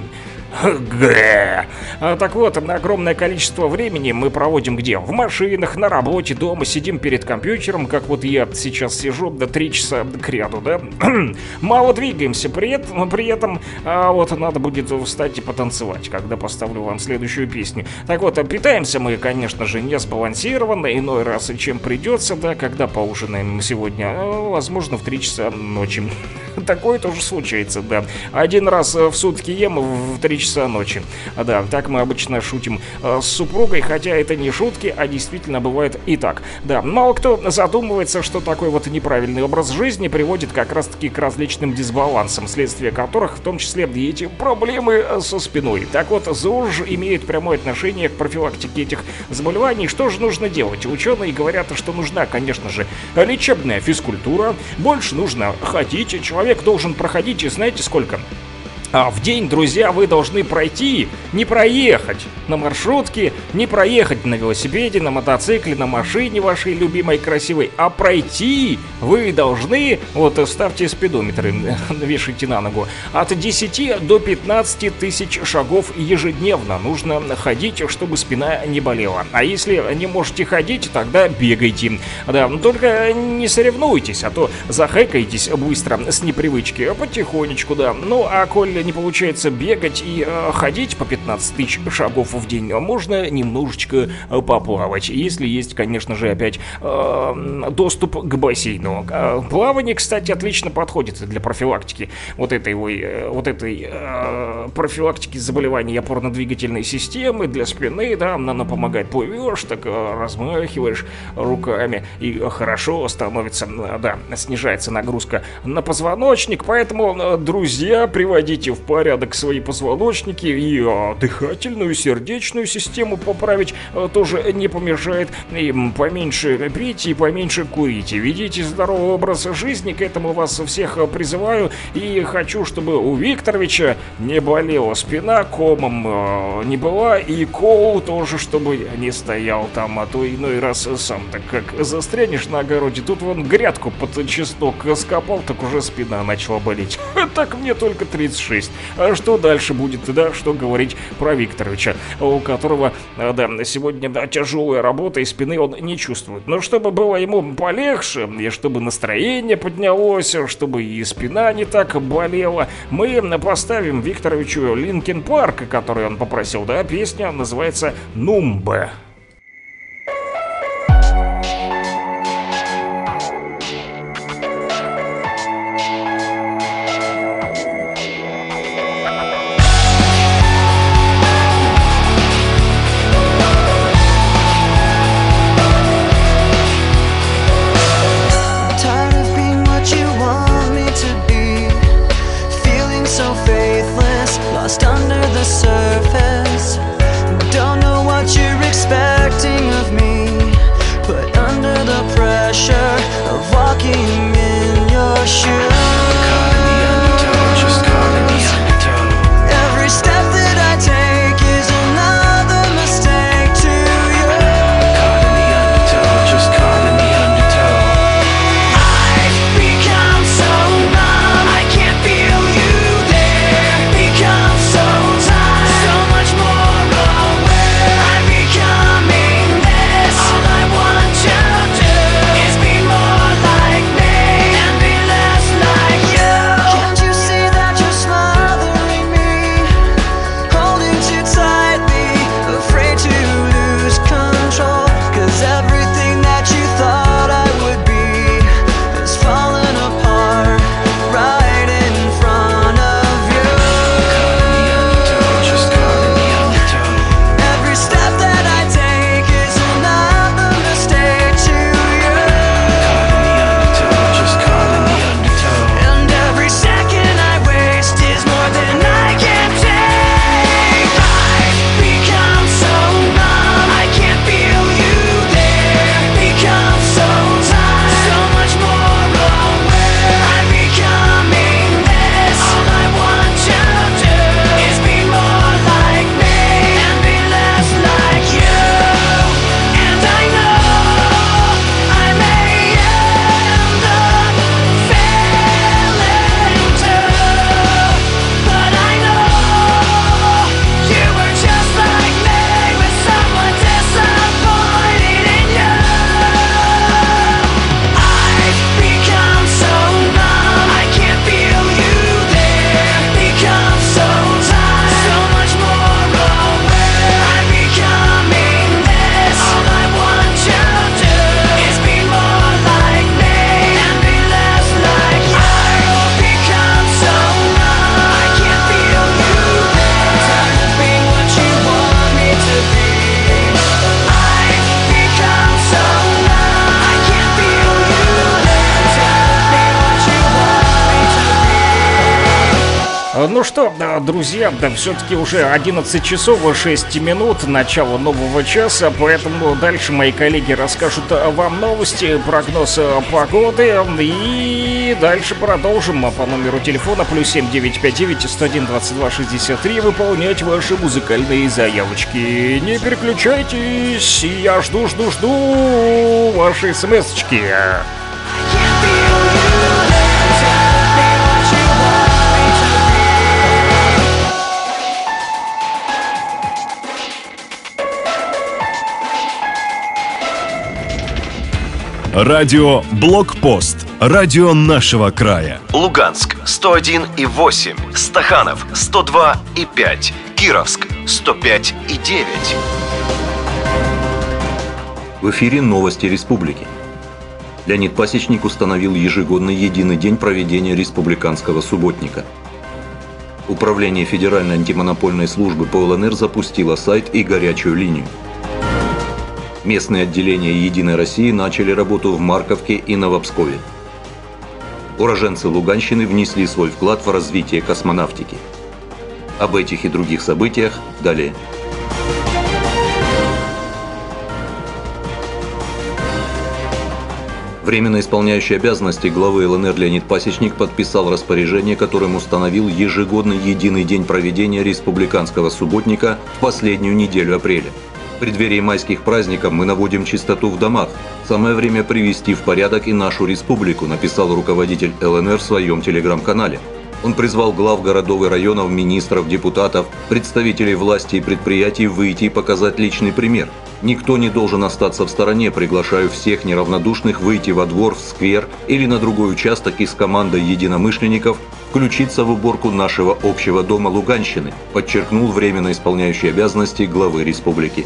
Так вот, огромное количество времени мы проводим где? В машинах, на работе, дома, сидим перед компьютером, как вот я сейчас сижу до 3 часа к ряду, да? Мало двигаемся, при этом вот надо будет встать и потанцевать, когда поставлю вам следующую песню. Так вот, питаемся мы, конечно же, не сбалансированно, иной раз, чем придется, да, когда поужинаем сегодня, возможно, в 3 часа ночи. Такое тоже случается, да. Один раз в сутки ем в 3 часа ночи. Да, так мы обычно шутим с супругой, хотя это не шутки, а действительно бывает и так. Да, мало кто задумывается, что такой вот неправильный образ жизни приводит как раз-таки к различным дисбалансам, следствие которых в том числе и эти проблемы со спиной. Так вот, ЗОЖ имеет прямое отношение к профилактике этих заболеваний. Что же нужно делать? Ученые говорят, что нужна, конечно же, лечебная физкультура, больше нужно ходить, человек должен проходить, знаете сколько? В день, друзья, вы должны пройти, не проехать на маршрутке, не проехать на велосипеде, на мотоцикле, на машине вашей любимой красивой, а пройти вы должны, вот ставьте спидометры, вешайте на ногу, от 10 до 15 тысяч шагов ежедневно нужно ходить, чтобы спина не болела. А если не можете ходить, тогда бегайте. Да, но только не соревнуйтесь, а то захэкаетесь быстро с непривычки, а потихонечку, да. Ну, а коль не получается бегать и ходить по 15 тысяч шагов в день, можно немножечко поплавать, если есть, конечно же, опять доступ к бассейну. Плавание, кстати, отлично подходит для профилактики вот этой профилактики заболеваний опорно-двигательной системы, для спины, да, оно помогает, плывешь, так размахиваешь руками и хорошо становится, да, снижается нагрузка на позвоночник, поэтому, друзья, приводите привести в порядок свои позвоночники и дыхательную, сердечную систему поправить тоже не помешает. И поменьше пить и поменьше курить. Ведите здоровый образ жизни, к этому вас всех призываю. И хочу, чтобы у Викторовича не болела спина, комом не была, и кол тоже, чтобы не стоял там, а то иной раз сам так как застрянешь на огороде, тут вон грядку под чеснок скопал, так уже спина начала болеть. Так мне только 36. А что дальше будет, да, что говорить про Викторовича, у которого, да, сегодня тяжелая работа и спины он не чувствует. Но чтобы было ему полегче, и чтобы настроение поднялось, чтобы и спина не так болела, мы поставим Викторовичу Линкин Парк, который он попросил, да, песня называется «Numbe». Ну что, друзья, да, все-таки уже 11 часов 6 минут, начало нового часа, поэтому дальше мои коллеги расскажут вам новости, прогноз погоды, и дальше продолжим по номеру телефона +7 959 101 22 63 выполнять ваши музыкальные заявочки. Не переключайтесь, я жду ваши смс-очки.
Радио Блокпост. Радио нашего края.
Луганск 101,8, Стаханов 102,5, Кировск 105,9.
В эфире новости республики. Леонид Пасечник установил ежегодный единый день проведения республиканского субботника. Управление Федеральной антимонопольной службы по ЛНР запустило сайт и горячую линию. Местные отделения «Единой России» начали работу в Марковке и Новопскове. Уроженцы Луганщины внесли свой вклад в развитие космонавтики. Об этих и других событиях далее. Временно исполняющий обязанности главы ЛНР Леонид Пасечник подписал распоряжение, которым установил ежегодный единый день проведения республиканского субботника в последнюю неделю апреля. В преддверии майских праздников мы наводим чистоту в домах. Самое время привести в порядок и нашу республику, написал руководитель ЛНР в своем телеграм-канале. Он призвал глав городов и районов, министров, депутатов, представителей власти и предприятий выйти и показать личный пример. Никто не должен остаться в стороне. Приглашаю всех неравнодушных выйти во двор, в сквер или на другой участок и с командой единомышленников включиться в уборку нашего общего дома Луганщины, подчеркнул временно исполняющий обязанности главы республики.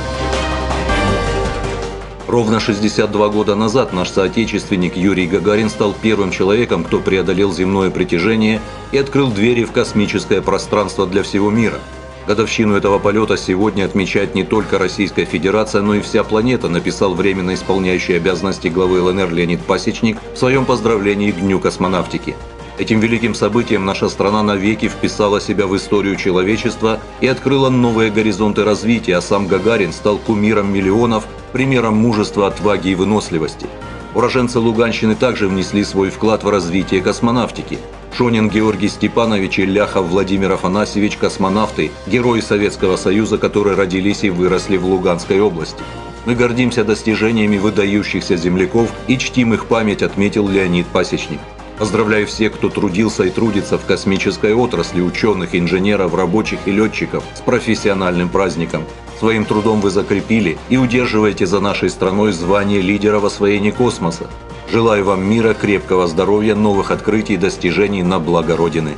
Ровно 62 года назад наш соотечественник Юрий Гагарин стал первым человеком, кто преодолел земное притяжение и открыл двери в космическое пространство для всего мира. Годовщину этого полета сегодня отмечает не только Российская Федерация, но и вся планета, написал временно исполняющий обязанности главы ЛНР Леонид Пасечник в своем поздравлении к Дню космонавтики. Этим великим событием наша страна навеки вписала себя в историю человечества и открыла новые горизонты развития, а сам Гагарин стал кумиром миллионов, примером мужества, отваги и выносливости. Уроженцы Луганщины также внесли свой вклад в развитие космонавтики. Шонин Георгий Степанович и Ляхов Владимир Афанасьевич – космонавты, герои Советского Союза, которые родились и выросли в Луганской области. Мы гордимся достижениями выдающихся земляков и чтим их память, отметил Леонид Пасечник. Поздравляю всех, кто трудился и трудится в космической отрасли, ученых, инженеров, рабочих и летчиков с профессиональным праздником. Своим трудом вы закрепили и удерживаете за нашей страной звание лидера в освоении космоса. Желаю вам мира, крепкого здоровья, новых открытий и достижений на благо Родины.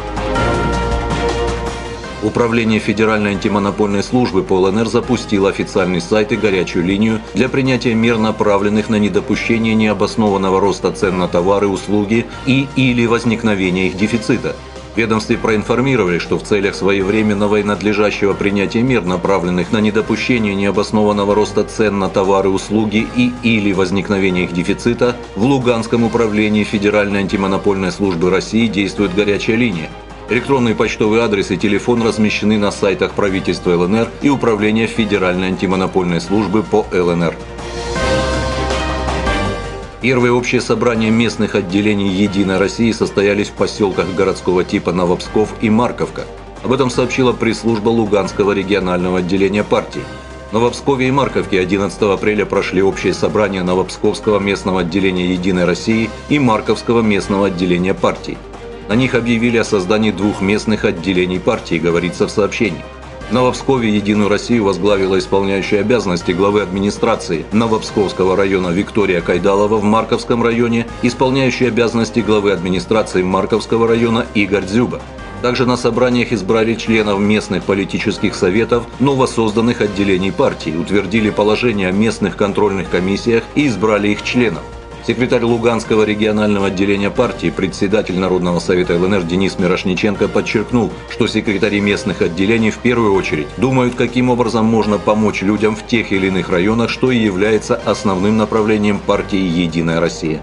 Управление Федеральной антимонопольной службы по ЛНР запустило официальный сайт и горячую линию для принятия мер, направленных на недопущение необоснованного роста цен на товары, услуги или возникновения их дефицита. В ведомстве проинформировали, что в целях своевременного и надлежащего принятия мер, направленных на недопущение необоснованного роста цен на товары, услуги или возникновения их дефицита, в Луганском управлении Федеральной антимонопольной службы России действует горячая линия. Электронный почтовый адрес и телефон размещены на сайтах правительства ЛНР и Управления Федеральной антимонопольной службы по ЛНР. Первые общие собрания местных отделений «Единой России» состоялись в поселках городского типа Новопсков и Марковка. Об этом сообщила пресс-служба Луганского регионального отделения партии. В Новопскове и Марковке 11 апреля прошли общие собрания Новопсковского местного отделения «Единой России» и Марковского местного отделения партии. На них объявили о создании двух местных отделений партии, говорится в сообщении. В Новопскове «Единую Россию» возглавила исполняющая обязанности главы администрации Новопсковского района Виктория Кайдалова, в Марковском районе исполняющий обязанности главы администрации Марковского района Игорь Дзюба. Также на собраниях избрали членов местных политических советов новосозданных отделений партии, утвердили положение о местных контрольных комиссиях и избрали их членов. Секретарь Луганского регионального отделения партии, председатель Народного совета ЛНР Денис Мирошниченко подчеркнул, что секретари местных отделений в первую очередь думают, каким образом можно помочь людям в тех или иных районах, что и является основным направлением партии «Единая Россия».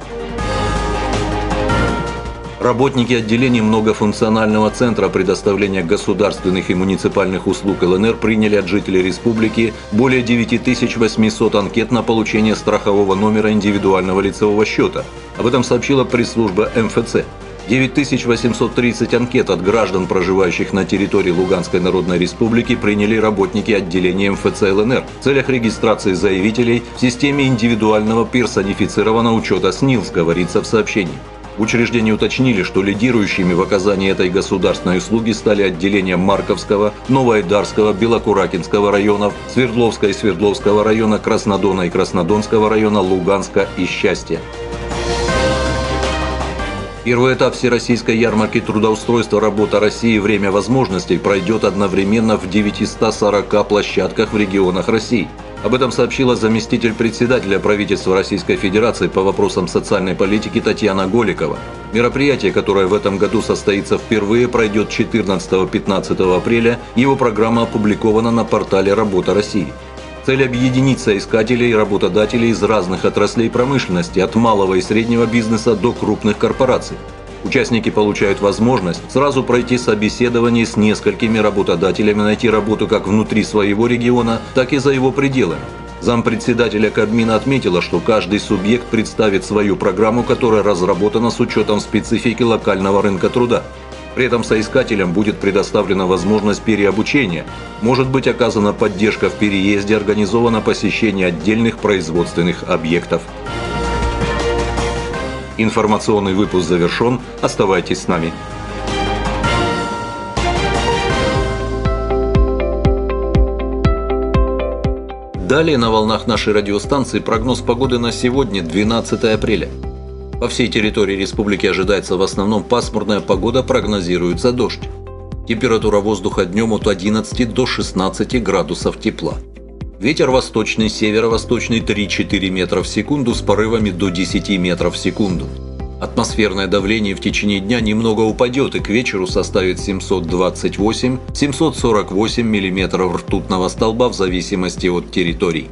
Работники отделений многофункционального центра предоставления государственных и муниципальных услуг ЛНР приняли от жителей республики более 9800 анкет на получение страхового номера индивидуального лицевого счета. Об этом сообщила пресс-служба МФЦ. 9830 анкет от граждан, проживающих на территории Луганской Народной Республики, приняли работники отделения МФЦ ЛНР в целях регистрации заявителей в системе индивидуального персонифицированного учета СНИЛС, говорится в сообщении. В учреждении уточнили, что лидирующими в оказании этой государственной услуги стали отделения Марковского, Новоайдарского, Белокуракинского районов, Свердловска и Свердловского района, Краснодона и Краснодонского района, Луганска и Счастья. Первый этап Всероссийской ярмарки трудоустройства «Работа России. Время возможностей» пройдет одновременно в 940 площадках в регионах России. Об этом сообщила заместитель председателя правительства Российской Федерации по вопросам социальной политики Татьяна Голикова. Мероприятие, которое в этом году состоится впервые, пройдет 14-15 апреля. Его программа опубликована на портале «Работа России». Цель – объединить соискателей и работодателей из разных отраслей промышленности, от малого и среднего бизнеса до крупных корпораций. Участники получают возможность сразу пройти собеседование с несколькими работодателями, найти работу как внутри своего региона, так и за его пределами. Зампредседателя Кабмина отметила, что каждый субъект представит свою программу, которая разработана с учетом специфики локального рынка труда. При этом соискателям будет предоставлена возможность переобучения, может быть оказана поддержка в переезде, организовано посещение отдельных производственных объектов. Информационный выпуск завершен. Оставайтесь с нами. Далее на волнах нашей радиостанции прогноз погоды на сегодня, 12 апреля. По всей территории республики ожидается в основном пасмурная погода, прогнозируется дождь. Температура воздуха днем от 11 до 16 градусов тепла. Ветер восточный, северо-восточный 3-4 метра в секунду с порывами до 10 метров в секунду. Атмосферное давление в течение дня немного упадет и к вечеру составит 728-748 миллиметров ртутного столба в зависимости от территорий.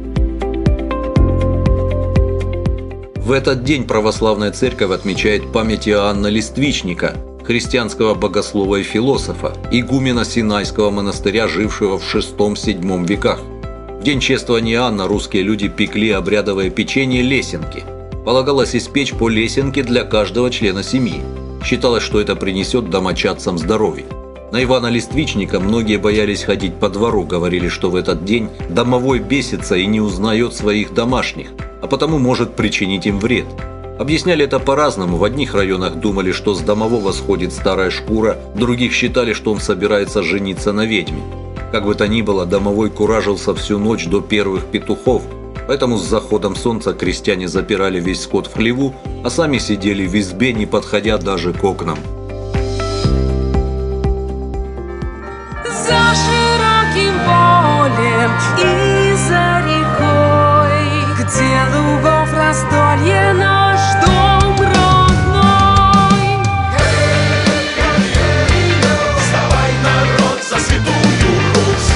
В этот день православная церковь отмечает память Иоанна Листвичника, христианского богослова и философа, игумена Синайского монастыря, жившего в VI-VII веках. В день чествования Иоанна русские люди пекли обрядовое печенье лесенки. Полагалось испечь по лесенке для каждого члена семьи. Считалось, что это принесет домочадцам здоровье. На Ивана Листвичника многие боялись ходить по двору, говорили, что в этот день домовой бесится и не узнает своих домашних, а потому может причинить им вред. Объясняли это по-разному. В одних районах думали, что с домового сходит старая шкура, в других считали, что он собирается жениться на ведьме. Как бы то ни было, домовой куражился всю ночь до первых петухов, поэтому с заходом солнца крестьяне запирали весь скот в хлеву, а сами сидели в избе, не подходя даже к окнам.
За широким полем и за рекой, где лугов раздолье наш дом родной.
Вставай, народ, за святую Русь!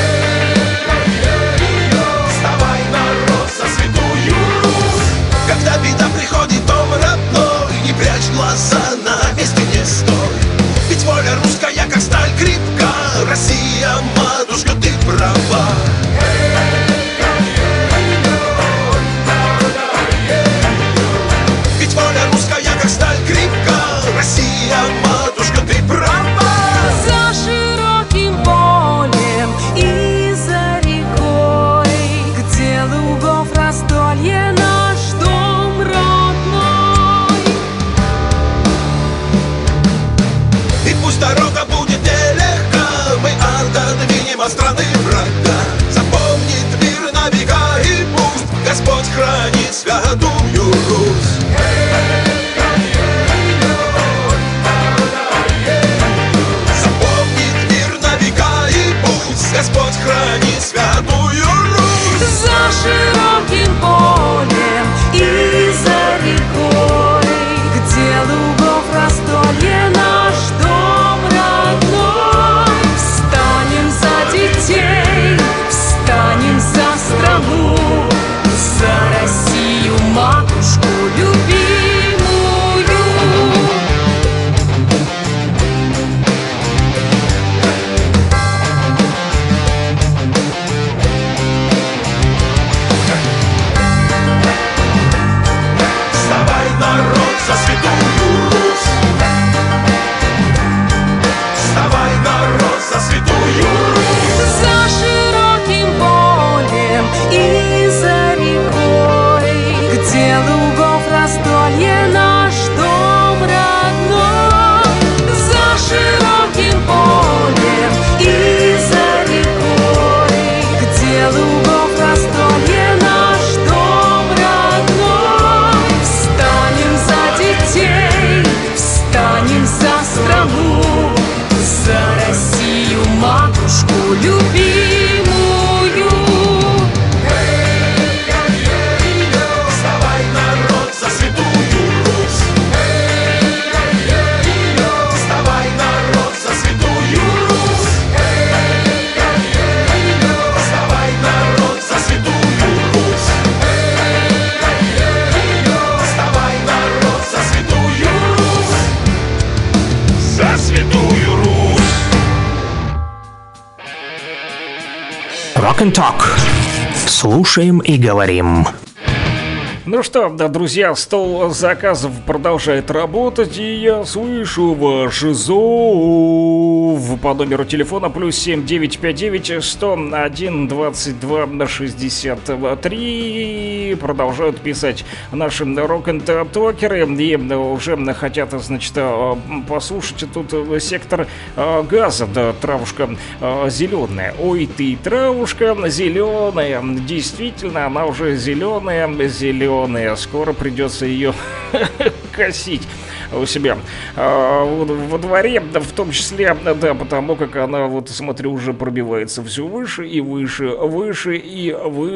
Вставай, народ, за святую Русь! Когда беда приходит в дом родной, не прячь глаза, на месте не стой. Ведь воля русская, как сталь крепка, Россия, матушка, ты права. Ведь воля русская, как сталь крепка, Россия, матушка, ты права.
За широким полем и за рекой, где лугов раздолье наш дом родной.
И пусть дорога будет нелегка, мы отодвинем от страны врага. Запомнит мир на века и пусть Господь хранит святую Русь. Запомнит мир на века и пусть Господь хранит святую Русь.
За широким полем и за рекой, где лугов раздолье наш дом родной. Встанем за детей, встанем за страну, за Россию, матушку любимую.
Вставай, народ, за святую Русь! Вставай, народ, за святую Русь!
За широким полем и за рекой, где лугов раздолье наш дом родной. За широким полем и за рекой, где лугов раздолье наш дом родной. Встанем за детей, встанем за страну, за Россию, матушку любимую.
Вставай, народ, за святую Русь! Вставай, народ, за святую Русь! Вставай, народ, за святую Русь! Вставай, народ, за святую Русь!
Rock and Talk. Слушаем и говорим.
Ну что, да, друзья, стол заказов продолжает работать, и я слышу ваш зов по номеру телефона +7 959 101 22 63. Продолжают писать наши рок-н-токеры и уже хотят, значит, послушать тут сектор газа, да, травушка зеленая. Ой, ты, травушка зеленая, действительно, она уже зеленая. Скоро придется ее косить у себя во дворе, в том числе, да, потому как она, вот смотрю, уже пробивается все выше и выше, выше и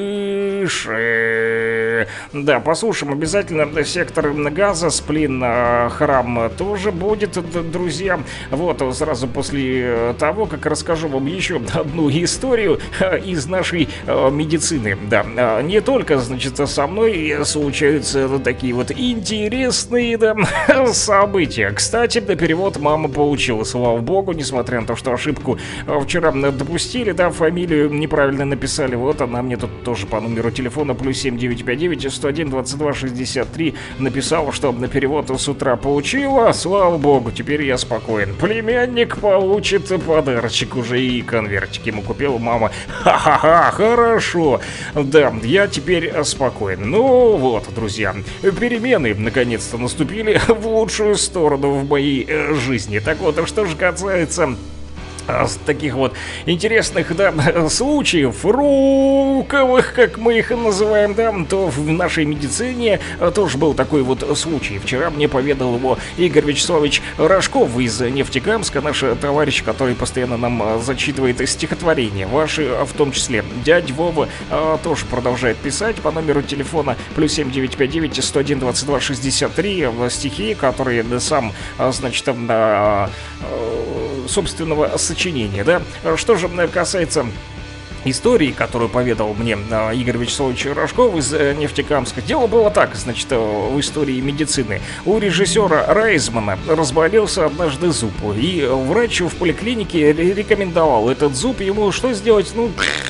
выше. Да, послушаем обязательно сектор газа, Сплин, Храм тоже будет, друзья. Вот, сразу после того, как расскажу вам еще одну историю из нашей медицины. Да, не только, значит, со мной случаются такие вот интересные, да, события. Кстати, перевод мама получила, слава богу, несмотря на то, что ошибку вчера допустили, да, фамилию неправильно написали. Вот она мне тут тоже по номеру телефона +7 959 101 22 63 написала, что на перевод с утра получила. Слава богу, теперь я спокоен. Племянник получит подарочек уже, и конвертик ему купила мама. Ха-ха-ха, хорошо. Да, я теперь спокоен. Ну вот, друзья, перемены наконец-то наступили в лучшую сторону в моей жизни. Так вот, что же касается таких вот интересных, да, случаев, руковых, как мы их называем, да, то в нашей медицине тоже был такой вот случай. Вчера мне поведал его Игорь Вячеславович Рожков из Нефтекамска, наш товарищ, который постоянно нам зачитывает стихотворения, ваши в том числе. Дядь Вова тоже продолжает писать по номеру телефона +7 959 101 22 63 стихи, которые сам, значит, собственного сочинения, да. Что же касается истории, которую поведал мне Игорь Вячеславович Рожков из Нефтекамска. Дело было так, значит, в истории медицины. У режиссера Райзмана разболелся однажды зуб, и врач в поликлинике рекомендовал этот зуб ему что сделать? Ну,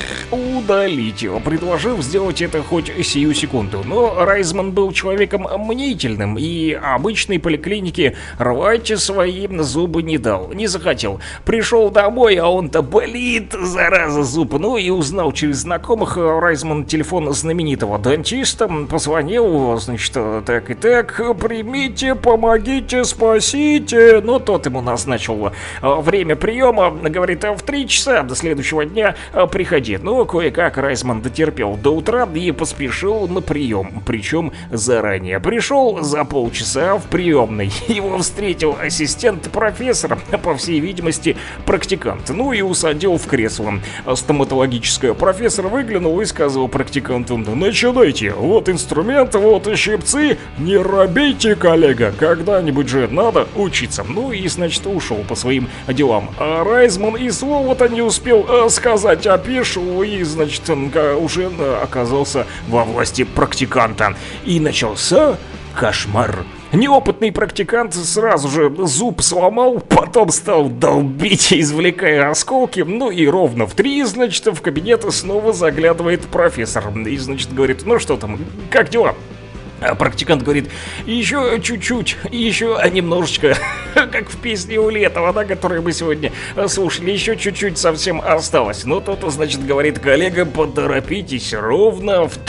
удалить его, предложив сделать это хоть сию секунду. Но Райзман был человеком мнительным, и обычной поликлинике рвать свои зубы не дал, не захотел. Пришел домой, а он-то болит, зараза, зуб. Ну и узнал через знакомых Райзман телефон знаменитого дантиста, позвонил, значит, так и так, примите, помогите, спасите. Но тот ему назначил время приема, говорит, в 3 часа до следующего дня приходи. Ну, кое-как Райзман дотерпел до утра и поспешил на прием, причем заранее. Пришел за полчаса в приемной. Его встретил ассистент профессора, по всей видимости, практикант. Ну и усадил в кресло стоматологическое. Профессор выглянул и сказал практиканту: начинайте, вот инструмент, вот и щипцы, не робейте, коллега, когда-нибудь же надо учиться. Ну и, значит, ушел по своим делам. А Райзман и слова-то не успел сказать, опешил и, значит, уже оказался во власти практиканта. И начался кошмар. Неопытный практикант сразу же зуб сломал, потом стал долбить, извлекая осколки. Ну и ровно в 3, значит, в кабинет снова заглядывает профессор. И, значит, говорит: ну что там, как дела? А практикант говорит: еще чуть-чуть, еще немножечко, как в песне у Летова, да, которую мы сегодня слушали, еще чуть-чуть совсем осталось. Но тот, значит, говорит: коллега, поторопитесь, ровно в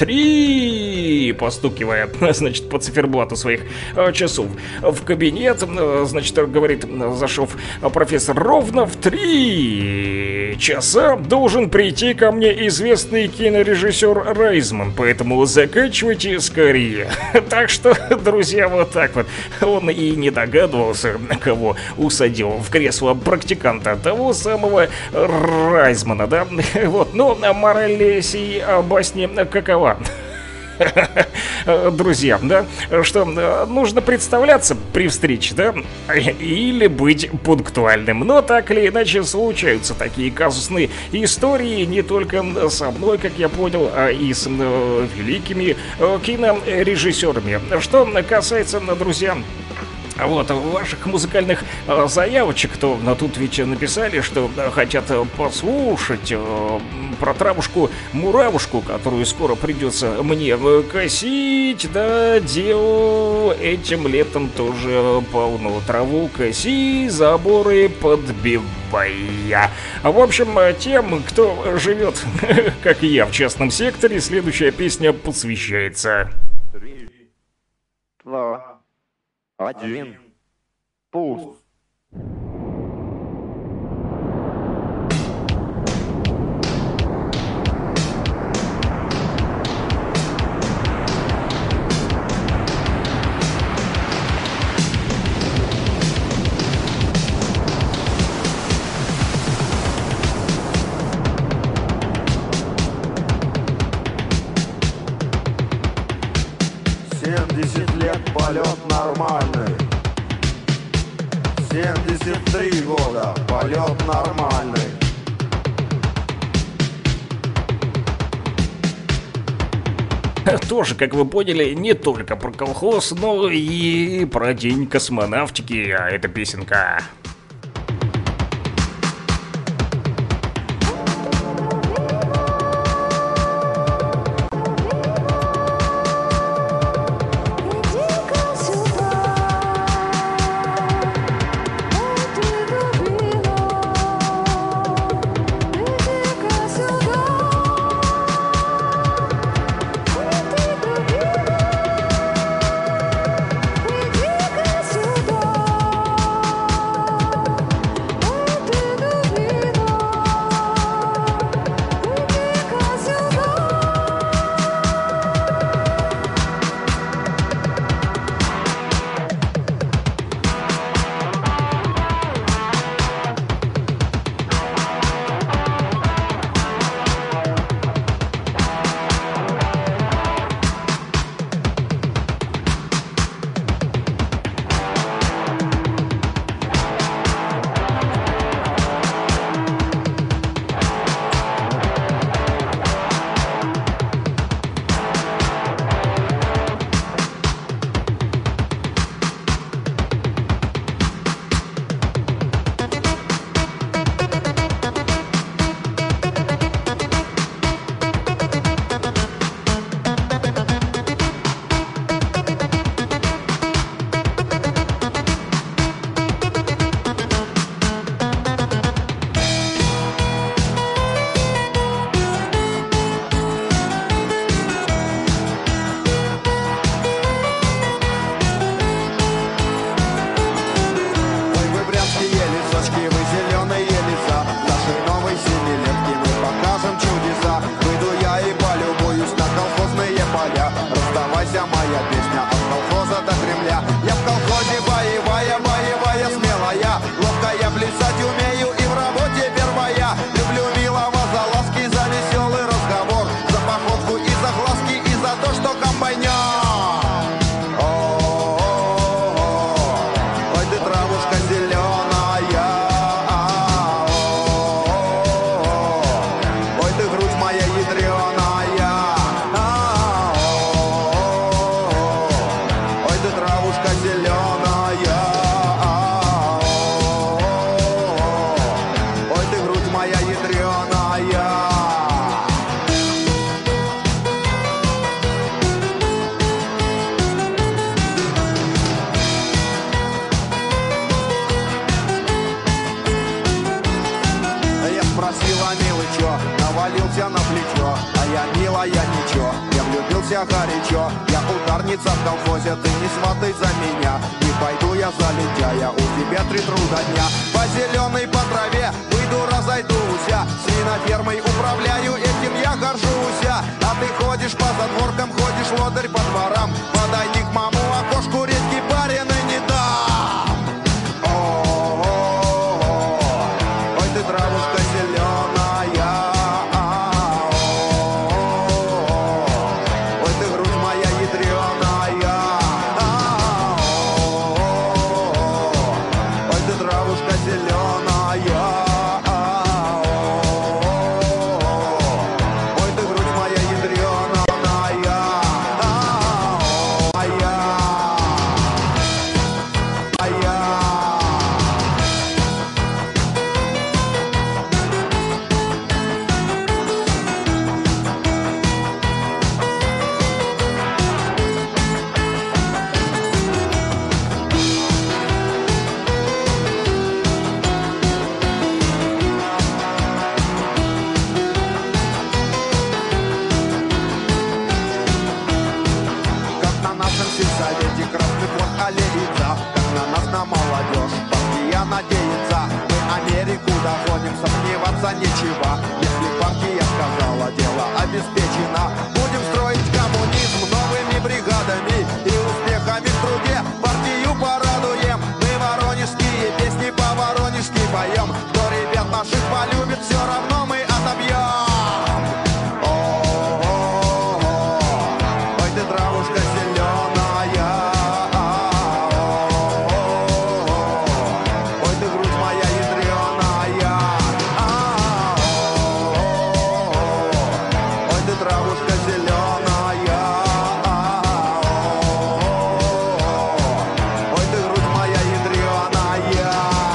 3, постукивая, значит, по циферблату своих часов. В кабинет, значит, говорит, зашел профессор: ровно в 3 часа должен прийти ко мне известный кинорежиссер Райзман, поэтому заканчивайте скорее. Так что, друзья, вот так вот. Он и не догадывался, кого усадил в кресло практиканта, того самого Райзмана, да? Вот, но мораль сей басни какова? Друзья, да, что нужно представляться при встрече, да, или быть пунктуальным. Но так или иначе случаются такие казусные истории не только со мной, как я понял, а и с великими кинорежиссерами. Что касается, друзья, Вот, ваших музыкальных заявочек, то тут ведь написали, что хотят послушать про травушку-муравушку, которую скоро придется мне косить, да, дел этим летом тоже полно. Траву коси, заборы подбивая. В общем, тем, кто живет, как и я, в частном секторе, следующая песня посвящается.
2, 1, пусть.
Полет нормальный. 73 года, полет нормальный.
Тоже, как вы поняли, не только про колхоз, но и про день космонавтики, а эта песенка.
навалился на плечо, а я милая ничего, я влюбился горячо. Я ударница в колхозе, ты не сватай за меня. Не пойду я за лентяя, у тебя 3 труда дня. По зеленой по траве выйду, разойдуся. Свинофермой управляю, этим я горжусь. А ты ходишь по задворкам, ходишь лодырь по дворам. Подойди к маму, окошку редкий барин и не дам. Ой, ты травушка зеленая. Ой, ты грудь моя ядреная. Ой, ты травушка зеленая. Ой, ты грудь моя ядреная. бояться нечего. Если партия сказала, дело обеспечено. Будем строить коммунизм новыми бригадами и успехами в труде. Партию порадуем, мы воронежские песни по-воронежски поем. Кто ребят наших полюбит, все равно мы отобьем. Ой, ты травушка зеленая, ой, ты грудь моя ядреная, ой, ты травушка зеленая, ой, ты грудь моя ядреная.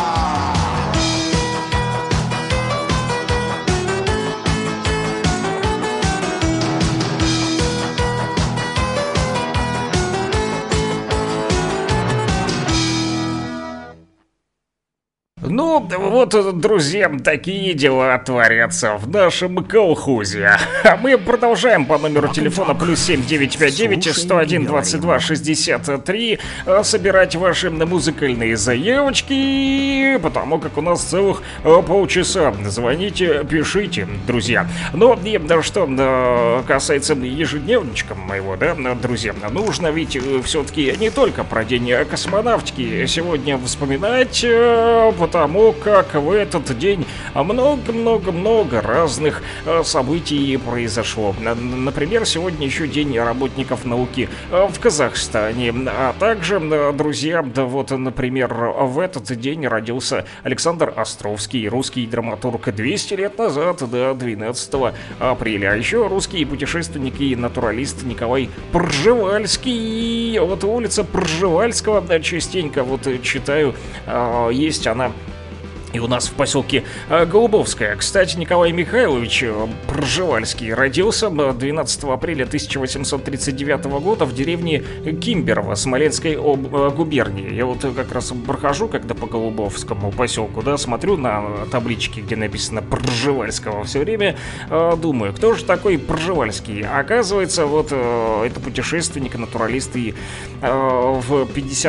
Ну, вот, друзья, такие дела творятся в нашем колхозе. А мы продолжаем по номеру телефона +7 959 101 22 63 собирать ваши музыкальные заявочки, потому как у нас целых полчаса. Звоните, пишите, друзья. Ну, и что касается ежедневничка моего, да, друзья, нужно ведь все-таки не только про день космонавтики сегодня вспоминать, потому как в этот день много-много-много разных событий произошло. Например, сегодня еще День работников науки в Казахстане. А также, друзья, да вот, например, в этот день родился Александр Островский, русский драматург, 200 лет назад, да, 12 апреля. А еще русский путешественник и натуралист Николай Пржевальский. Вот улица Пржевальского, да, частенько вот читаю, есть она и у нас в поселке Голубовская. Кстати, Николай Михайлович Пржевальский родился 12 апреля 1839 года в деревне Кимберово Смоленской губернии. Я вот как раз прохожу, когда по Голубовскому поселку, да, смотрю на таблички, где написано Пржевальского, все время думаю, кто же такой Пржевальский? Оказывается, вот это путешественник, натуралист, и в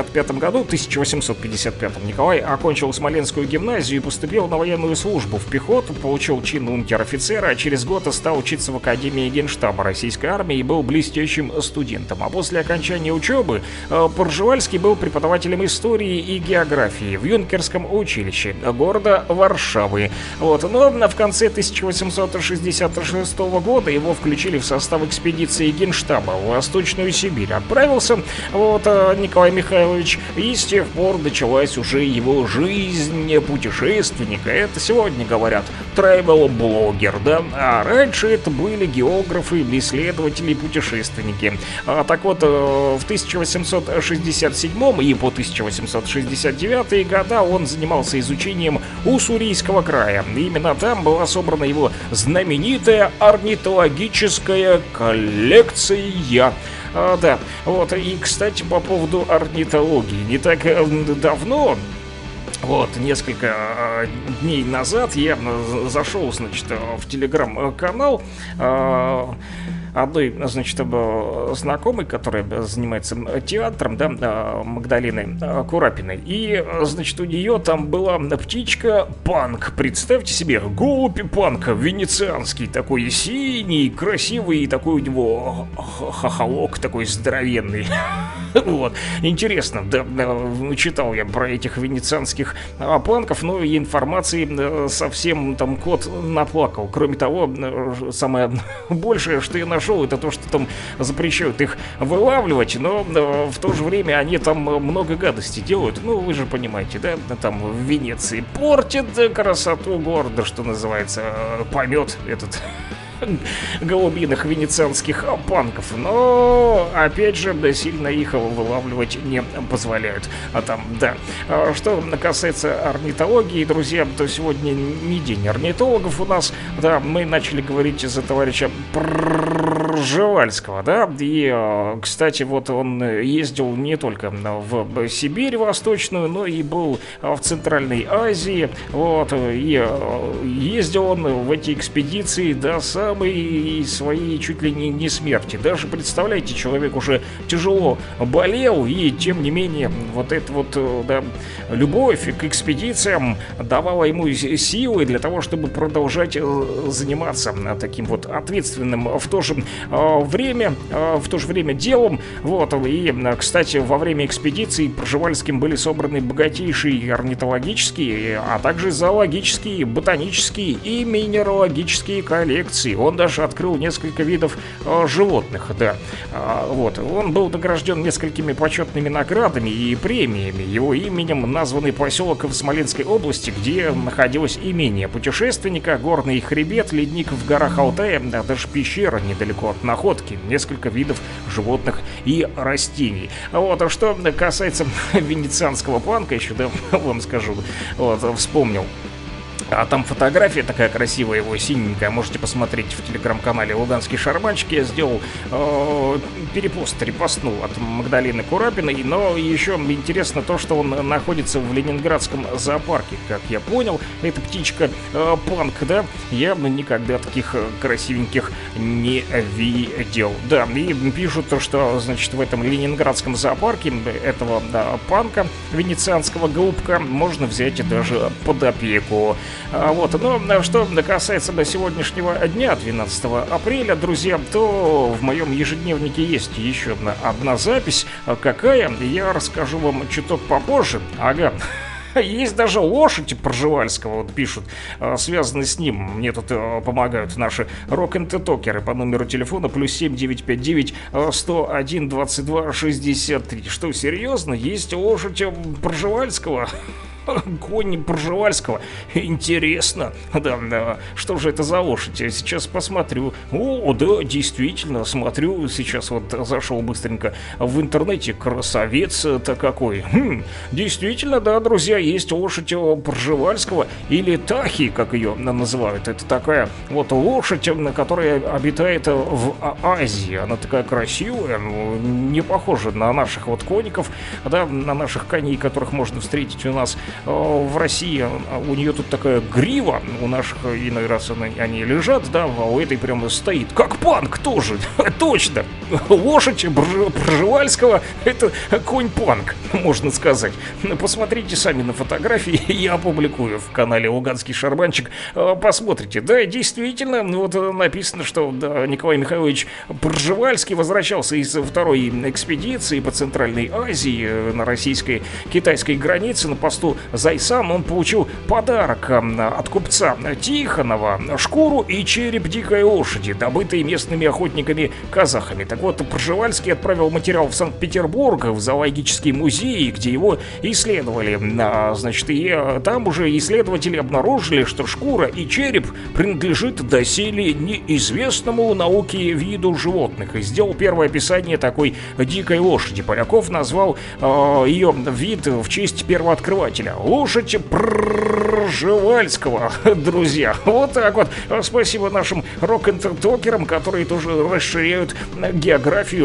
1855 Николай окончил Смоленскую гимназию и поступил на военную службу в пехоту, получил чин унтер-офицера, а через год стал учиться в Академии Генштаба Российской армии и был блестящим студентом. А после окончания учебы Пржевальский был преподавателем истории и географии в юнкерском училище города Варшавы. Вот. Но в конце 1866 года его включили в состав экспедиции Генштаба в Восточную Сибирь. Отправился вот Николай Михайлович, и с тех пор началась уже его жизнь путешественника. Это сегодня говорят travel-блогер, да? А раньше это были географы, исследователи, путешественники. Так вот, в 1867 и по 1869 года он занимался изучением Уссурийского края. Именно там была собрана его знаменитая орнитологическая коллекция. Да, вот, и, кстати, по поводу орнитологии. Не так давно, вот, несколько дней назад я зашел, значит, в телеграм-канал одной, значит, знакомой, которая занимается театром, да, Магдалины Курапиной. И, значит, у нее там была птичка Панк. Представьте себе, голубь Панк, венецианский, такой синий, красивый, такой у него хохолок такой здоровенный. Вот, интересно, да, читал я про этих венецианских панков, но и информации совсем там кот наплакал. Кроме того, самое большее, что я нашел, это то, что там запрещают их вылавливать, но в то же время они там много гадостей делают. Ну, вы же понимаете, да, там в Венеции портят красоту города, что называется, помет этот голубиных венецианских панков. Но, опять же, сильно их вылавливать не позволяют. А там, да. Что касается орнитологии, друзья, то сегодня не день орнитологов у нас. Да, мы начали говорить за товарища Пржевальского, да, и, кстати, вот он ездил не только в Сибирь Восточную, но и был в Центральной Азии, вот, и ездил он в эти экспедиции до самой своей чуть ли не смерти. Даже, представляете, человек уже тяжело болел, и тем не менее вот эта вот, да, любовь к экспедициям давала ему силы для того, чтобы продолжать заниматься таким вот ответственным в то же время делом. Вот, и, кстати, во время экспедиции Пржевальским были собраны богатейшие орнитологические, а также зоологические, ботанические и минералогические коллекции. Он даже открыл несколько видов животных, да. Вот, он был награжден несколькими почетными наградами и премиями. Его именем названный поселок в Смоленской области, где находилось имение путешественника, горный хребет, ледник в горах Алтая, даже пещера недалеко от находки, несколько видов животных и растений. Вот, а что касается венецианского панка, еще, да, вам скажу, вот, вспомнил. А там фотография такая красивая его, синенькая. Можете посмотреть в телеграм-канале «Луганский шарманщик». Я сделал репостнул от Магдалины Курапиной. Но еще интересно то, что он находится в Ленинградском зоопарке. Как я понял, это птичка панк, да? Я никогда таких красивеньких не видел. Да, и пишут, что, значит, в этом Ленинградском зоопарке этого, да, панка, венецианского голубка, можно взять и даже под опеку. Вот, но что касается до сегодняшнего дня, 12 апреля, друзья, то в моем ежедневнике есть еще одна запись. Какая? Я расскажу вам чуток попозже. Ага. Есть даже лошадь Пржевальского, вот пишут, связаны с ним. Мне тут помогают наши рок-н-токеры по номеру телефона +7 959 101 22 63. Что, серьезно? Есть лошадь Пржевальского? Конь Пржевальского. Интересно. Да, что же это за лошадь? Я сейчас посмотрю. О, да, действительно, смотрю. Сейчас вот зашел быстренько в интернете. Красавец-то какой. Действительно, да, друзья, есть лошадь Пржевальского, или Тахи, как ее называют. Это такая вот лошадь, которая обитает в Азии. Она такая красивая, не похожа на наших вот конников, да, на наших коней, которых можно встретить у нас в России. У нее тут такая грива, у наших иной раз они лежат, да, а у этой прямо стоит, как панк тоже. Точно, лошадь Пржевальского — это конь-панк, можно сказать. Посмотрите сами на фотографии, я опубликую в канале «Луганский шарманщик». Посмотрите, да, действительно, вот написано, что, да, Николай Михайлович Пржевальский возвращался из второй экспедиции по Центральной Азии на российско-китайской границе. На посту Зайсан он получил подарок от купца Тихонова: шкуру и череп дикой лошади, добытые местными охотниками-казахами. Так вот, Пржевальский отправил материал в Санкт-Петербург, в зоологический музей, где его исследовали. Значит, и там уже исследователи обнаружили, что шкура и череп принадлежит доселе неизвестному науке виду животных. И сделал первое описание такой дикой лошади. Поляков назвал ее вид в честь первооткрывателя. Лошадь Пржевальского, друзья. Вот так вот. Спасибо нашим рок-н-токерам, которые тоже расширяют географию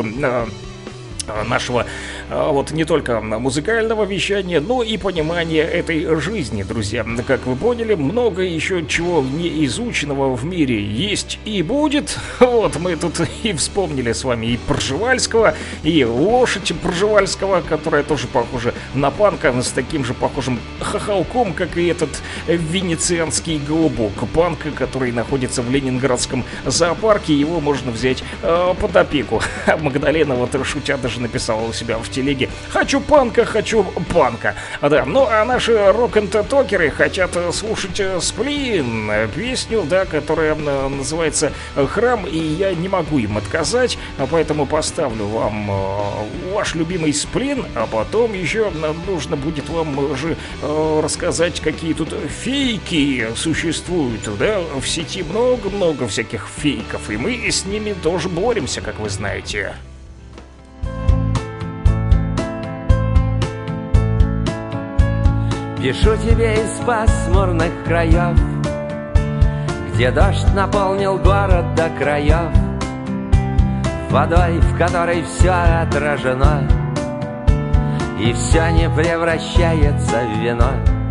нашего вот не только музыкального вещания, но и понимания этой жизни, друзья. Как вы поняли, много еще чего не изученного в мире есть и будет. Вот мы тут и вспомнили с вами и Пржевальского, и лошадь Пржевальского, которая тоже похожа на панка, с таким же похожим хохолком, как и этот венецианский голубок. Панк, который находится в Ленинградском зоопарке, его можно взять под опеку. Магдалена вот шутя даже написала у себя в телеге: хочу панка, хочу панка. Да, ну а наши рок-н-токеры хотят слушать Сплин, песню, да, которая называется «Храм», и я не могу им отказать, поэтому поставлю вам ваш любимый Сплин, а потом еще нужно будет вам же рассказать, какие тут фейки существуют, да, в сети много-много всяких фейков, и мы с ними тоже боремся, как вы знаете.
Пишу тебе из пасмурных краев, где дождь наполнил город до краев. водой, в которой все отражено, и все не превращается в вино.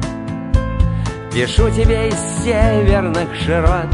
Пишу тебе из северных широт,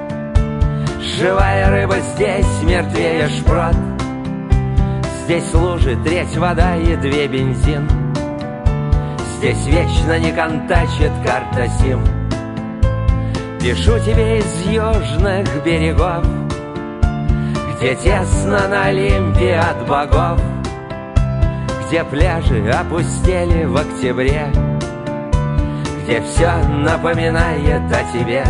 живая рыба здесь мертвее шпрот. Здесь лужи, треть вода и 2 бензин. Здесь вечно не контачит карта Сим. Пишу тебе из южных берегов, где тесно на Олимпе от богов, где пляжи опустели в октябре, где все напоминает о тебе.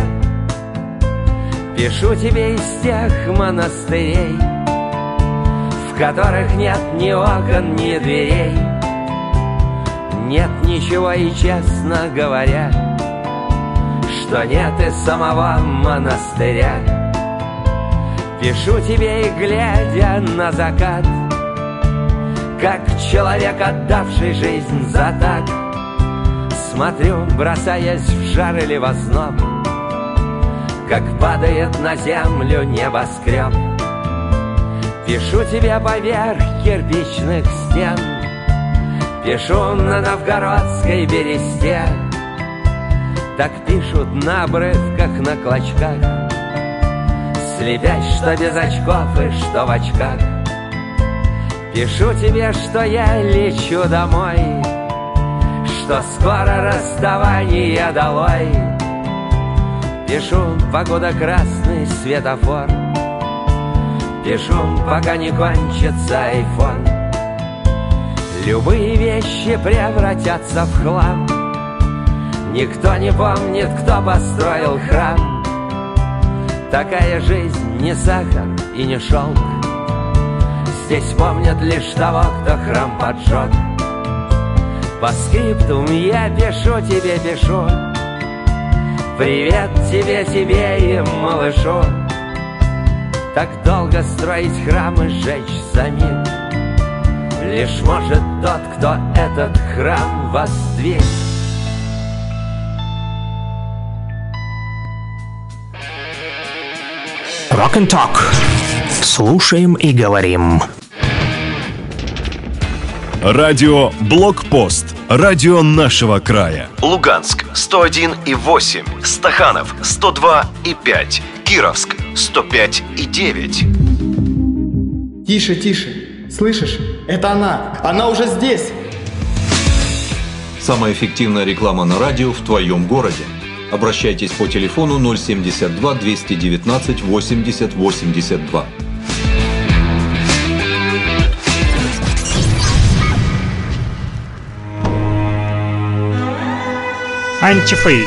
Пишу тебе из тех монастырей, в которых нет ни окон, ни дверей, нет ничего и, честно говоря, что нет и самого монастыря. Пишу тебе и глядя на закат, как человек, отдавший жизнь за так, смотрю, бросаясь в жар или в озноб, как падает на землю небоскреб. Пишу тебе поверх кирпичных стен, пишу на новгородской бересте. Так пишут на обрывках, на клочках, слепясь, что без очков и что в очках. Пишу тебе, что я лечу домой, что скоро расставание долой. Пишу, покуда красный светофор, пишу, пока не кончится айфон. Любые вещи превратятся в хлам, никто не помнит, кто построил храм. Такая жизнь не сахар и не шелк, здесь помнят лишь того, кто храм поджег. По скриптум я пишу тебе, пишу: привет тебе, тебе и малышу. Так долго строить храм и сжечь самим лишь может тот, кто этот храм воздвиг.
Rock and Talk. Слушаем и говорим.
Радио Блокпост. Радио нашего края.
Луганск 101,8, Стаханов 102,5, Кировск 105,9.
Тише, тише. Слышишь? Это она. Она уже здесь.
Самая эффективная реклама на радио в твоем городе. Обращайтесь по телефону 072 219 80 82.
Антифейк.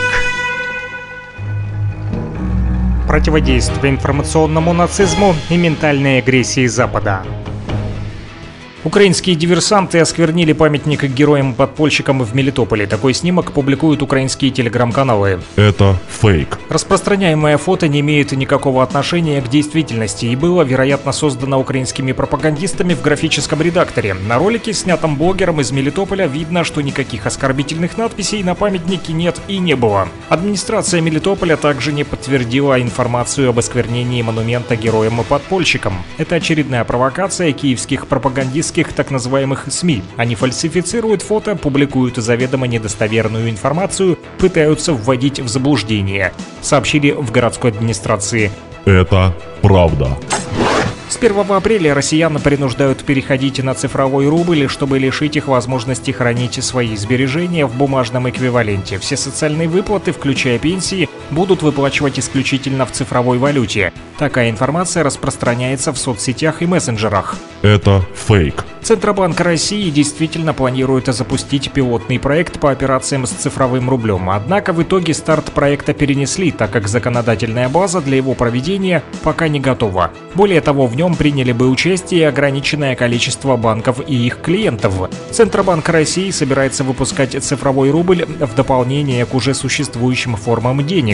Противодействие информационному нацизму и ментальной агрессии Запада. Украинские диверсанты осквернили памятник героям-подпольщикам в Мелитополе. Такой снимок публикуют украинские телеграм-каналы.
Это фейк.
Распространяемое фото не имеет никакого отношения к действительности и было, вероятно, создано украинскими пропагандистами в графическом редакторе. На ролике, снятом блогером из Мелитополя, видно, что никаких оскорбительных надписей на памятнике нет и не было. Администрация Мелитополя также не подтвердила информацию об осквернении монумента героям-подпольщикам. Это очередная провокация киевских пропагандистских так называемых СМИ. Они фальсифицируют фото, публикуют заведомо недостоверную информацию, пытаются вводить в заблуждение, сообщили в городской администрации.
Это правда.
С 1 апреля россиян принуждают переходить на цифровой рубль, чтобы лишить их возможности хранить свои сбережения в бумажном эквиваленте. Все социальные выплаты, включая пенсии, будут выплачивать исключительно в цифровой валюте. Такая информация распространяется в соцсетях и мессенджерах.
Это фейк.
Центробанк России действительно планирует запустить пилотный проект по операциям с цифровым рублем. Однако в итоге старт проекта перенесли, так как законодательная база для его проведения пока не готова. Более того, в нем приняли бы участие ограниченное количество банков и их клиентов. Центробанк России собирается выпускать цифровой рубль в дополнение к уже существующим формам денег.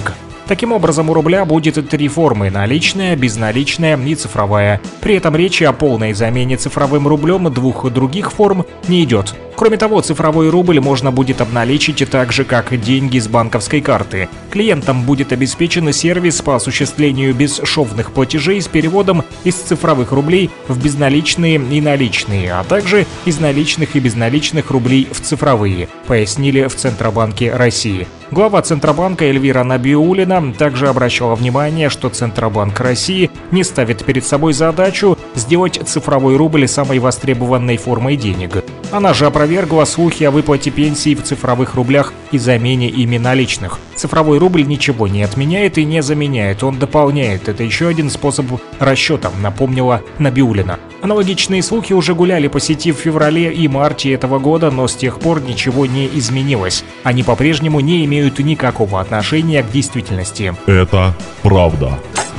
Таким образом, у рубля будет три формы – наличная, безналичная и цифровая. При этом речи о полной замене цифровым рублем двух других форм не идет. Кроме того, цифровой рубль можно будет обналичить так же, как деньги с банковской карты. Клиентам будет обеспечен сервис по осуществлению бесшовных платежей с переводом из цифровых рублей в безналичные и наличные, а также из наличных и безналичных рублей в цифровые, пояснили в Центробанке России. Глава Центробанка Эльвира Набиуллина также обращала внимание, что Центробанк России не ставит перед собой задачу сделать цифровой рубль самой востребованной формой денег. Она же опровергла слухи о выплате пенсий в цифровых рублях и замене ими наличных. Цифровой рубль ничего не отменяет и не заменяет, он дополняет. Это еще один способ расчета, напомнила Набиуллина. Аналогичные слухи уже гуляли по сети в феврале и марте этого года, но с тех пор ничего не изменилось. Они по-прежнему не имеют никакого отношения к действительности.
Это правда.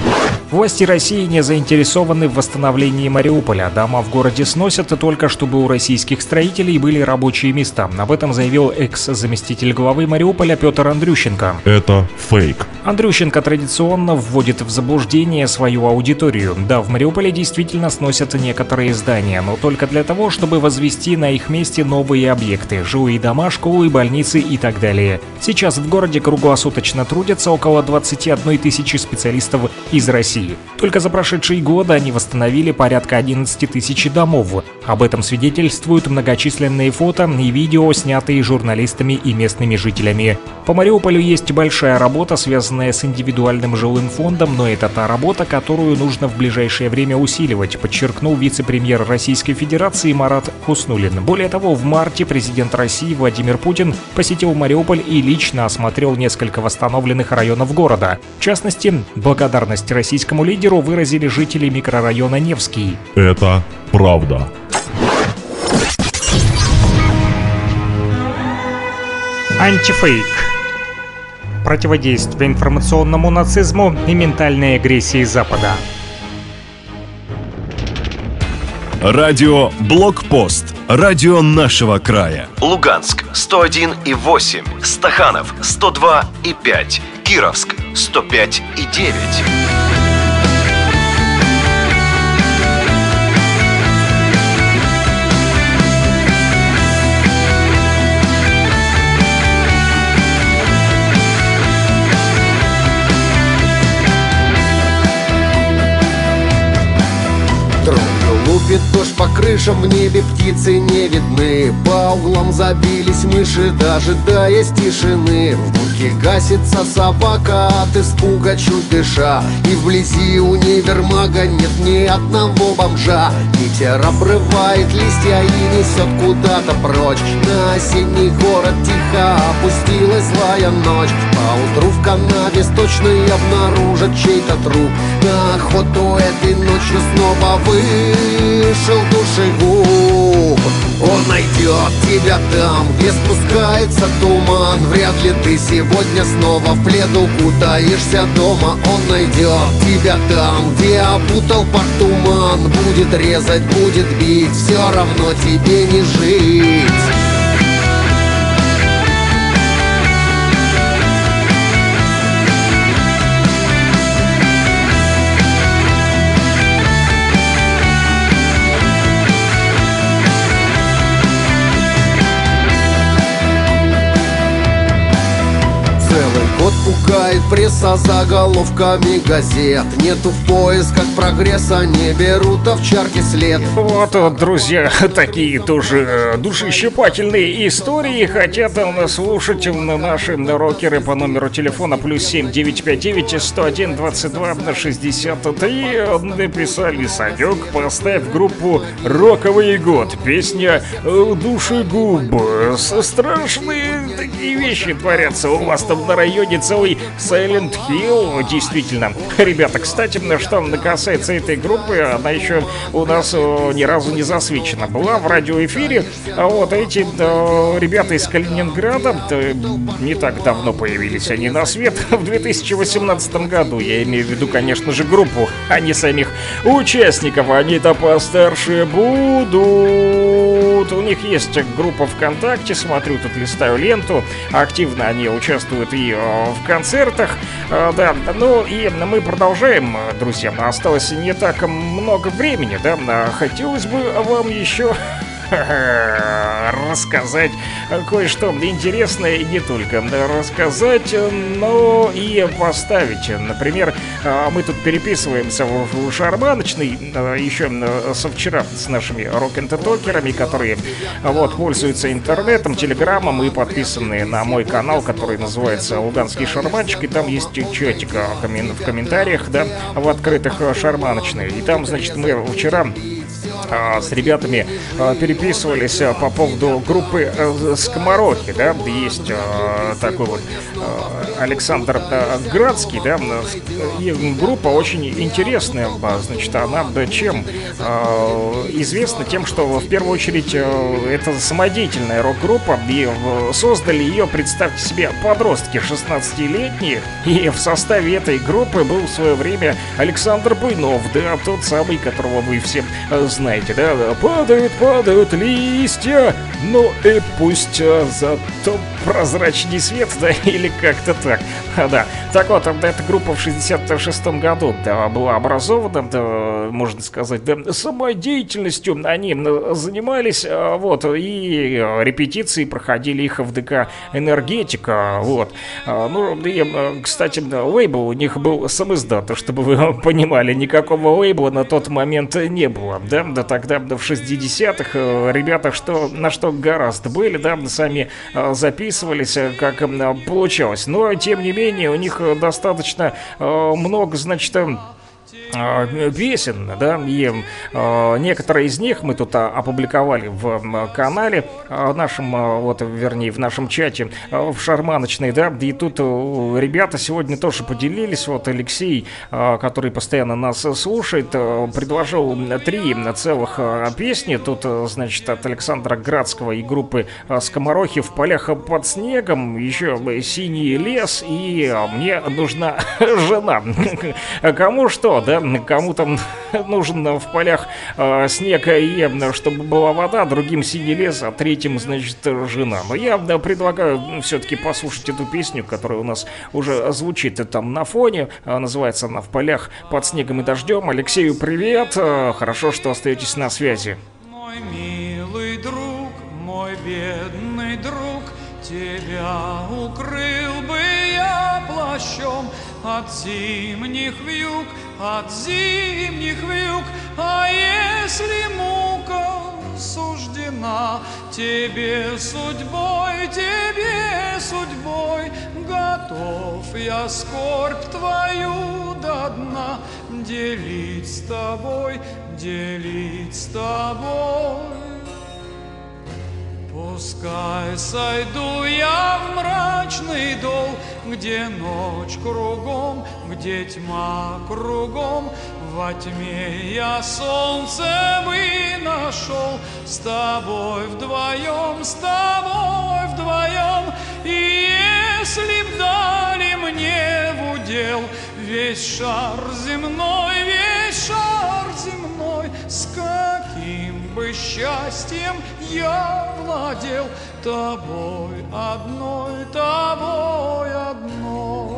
Власти России не заинтересованы в восстановлении Мариуполя. Дома в городе сносят только чтобы у российских строителей были рабочие места. Об этом заявил экс-заместитель главы Мариуполя Петр Андрющенко.
Это фейк.
Андрющенко традиционно вводит в заблуждение свою аудиторию. Да, в Мариуполе действительно сносят некоторые здания, но только для того, чтобы возвести на их месте новые объекты – жилые дома, школы, больницы и так далее. Сейчас в городе круглосуточно трудятся около 21 тысячи специалистов из России. Только за прошедшие годы они восстановили порядка 11 тысяч домов. Об этом свидетельствуют многочисленные фото и видео, снятые журналистами и местными жителями. По Мариуполю есть большая работа, связанная с индивидуальным жилым фондом, но это та работа, которую нужно в ближайшее время усиливать, подчеркнул вице-премьер Российской Федерации Марат Хуснуллин. Более того, в марте президент России Владимир Путин посетил Мариуполь и лично осмотрел несколько восстановленных районов города. В частности, благодарность российскому лидеру выразили жители микрорайона Невский.
Это правда.
Антифейк. Противодействие информационному нацизму и ментальной агрессии Запада.
Радио Блокпост. Радио нашего края.
Луганск 101,8, Стаханов 102,5, Кировск 105,9.
Лупит дождь по крышам, в небе птицы не видны. По углам забились мыши, дожидаясь тишины. В будке гасится собака от испуга, чуть дыша. И вблизи универмага нет ни одного бомжа. Ветер обрывает листья и несет куда-то прочь. На осенний город тихо опустилась злая ночь. Поутру в канаве сточной обнаружат чей-то труп. На охоту этой ночью снова вышел душегуб. Он найдет тебя там, где спускается туман. Вряд ли ты сегодня снова в плед укутаешься дома. Он найдет тебя там, где опутал под туман. Будет резать, будет бить, все равно тебе не жить. Вот пугает пресса заголовками газет. Нету в поисках прогресса, не берут овчарки след.
Вот, друзья, такие тоже душещипательные истории хотят слушать наши рокеры по номеру телефона +7 959 101 22 63. Написали: Санек, поставь группу «Роковый год». Песня «Душегуб». Страшные такие вещи творятся у вас там на районе. Целый Silent Hill, действительно. Ребята, кстати, что касается этой группы, она еще у нас ни разу не засвечена. Была в радиоэфире, а вот эти ребята из Калининграда не так давно появились они на свет, в 2018 году. Я имею в виду, конечно же, группу, а не самих участников. Они-то постарше будут. У них есть группа ВКонтакте, смотрю, тут листаю ленту. Активно они участвуют и в концертах. Да, ну и мы продолжаем, друзья. Осталось не так много времени, да. Хотелось бы вам еще рассказать кое-что интересное, и не только рассказать, но и поставить. Например, мы тут переписываемся в шарманочный еще со вчера с нашими рок-н-токерами, которые вот пользуются интернетом, телеграммом и подписаны на мой канал, который называется «Луганский шарманчик», и там есть чатик в комментариях, да, в открытых шарманочные. И там, значит, мы вчера с ребятами переписывались по поводу группы «Скоморохи», да, есть такой вот Александр Градский, да, и группа очень интересная, значит, она чем известна? Тем, что в первую очередь это самодеятельная рок-группа, и создали ее, представьте себе, подростки 16-летние, и в составе этой группы был в свое время Александр Буйнов, да, тот самый, которого вы все знаете, да, падают листья, ну и пусть зато прозрачней свет, да, или как-то так, да. Так вот, эта группа в 66-м году, да, была образована, да, можно сказать, да, самодеятельностью они занимались, вот, и репетиции проходили их в ДК «Энергетика», вот. Ну, и, кстати, лейбл у них был самиздат, чтобы вы понимали, никакого лейбла на тот момент не было, да, тогда в 60-х ребята на что гораздо были, да, сами записывались, как получалось, но тем не менее у них достаточно много, значит, песен, да, и некоторые из них мы тут опубликовали в канале нашем, вот, вернее, в нашем чате в шарманочной, да, и тут ребята сегодня тоже поделились, вот Алексей, который постоянно нас слушает, предложил 3 целых песни, тут, значит, от Александра Градского и группы «Скоморохи» «В полях под снегом», еще «Синий лес» и «Мне нужна жена». Кому что, да? Кому-то нужен в полях снег и чтобы была вода, другим синий лес, а третьим, значит, жена. Но я предлагаю все-таки послушать эту песню, которая у нас уже звучит там на фоне. Называется она «В полях под снегом и дождем». Алексею привет, хорошо, что остаетесь на связи.
Мой милый друг, мой бедный друг, тебя укрыл бы я плащом от зимних вьюг, от зимних вьюг. А если мука суждена тебе судьбой, готов я скорбь твою до дна делить с тобой, делить с тобой. Пускай сойду я в мрачный дол, где ночь кругом, где тьма кругом, во тьме я солнце бы нашел, с тобой вдвоем, с тобой вдвоем. И если б дали мне в удел весь шар земной, весь шар земной, с каким бы счастьем я владел тобой одной, тобой одной.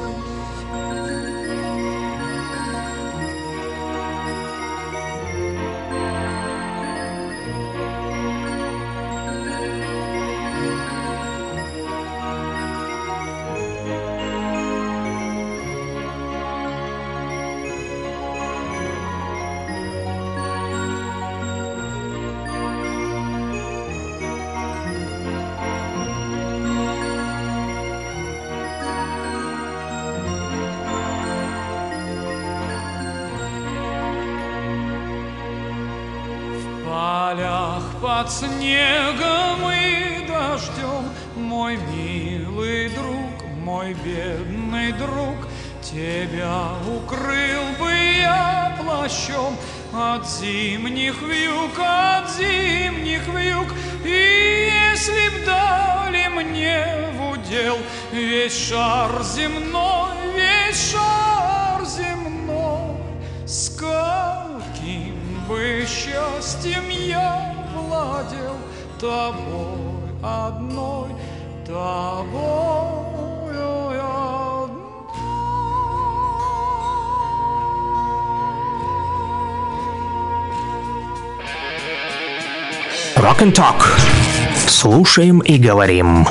Под снегом и дождем, мой милый друг, мой бедный друг, тебя укрыл бы я плащом от зимних вьюг, от зимних вьюг. И если б дали мне в удел весь шар земной, весь шар земной, с каким бы счастьем я владел тобой одной, тобой одной.
Rock and Talk. Слушаем и говорим.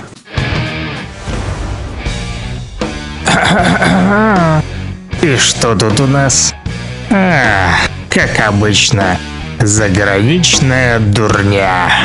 И что тут у нас? Как обычно, заграничная дурня.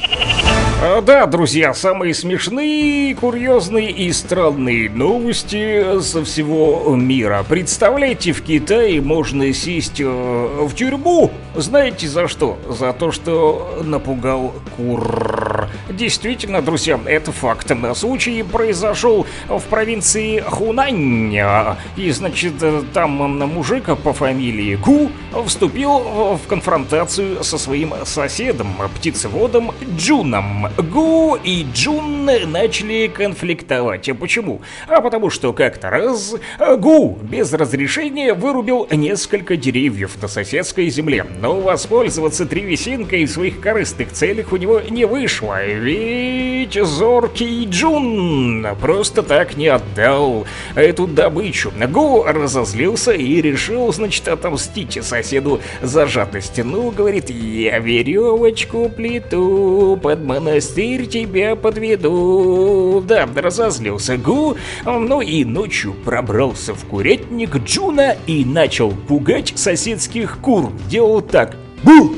Да, друзья, самые смешные, курьезные и странные новости со всего мира. Представляете, в Китае можно сесть в тюрьму. Знаете за что? За то, что напугал кур. Действительно, друзья, это факт. Случай произошел в провинции Хунань. И, значит, там мужик по фамилии Гу вступил в конфронтацию со своим соседом, птицеводом Джуном. Гу и Джун начали конфликтовать. Почему? Потому что как-то раз Гу без разрешения вырубил несколько деревьев на соседской земле. Но воспользоваться древесинкой в своих корыстных целях у него не вышло. Ведь зоркий Джун просто так не отдал эту добычу. Гу разозлился и решил, значит, отомстить соседу за жадность. Ну, говорит, я веревочку плету, под монастырь тебя подведу. Да, разозлился Гу, ну и ночью пробрался в курятник Джуна и начал пугать соседских кур. Делал так. Бу!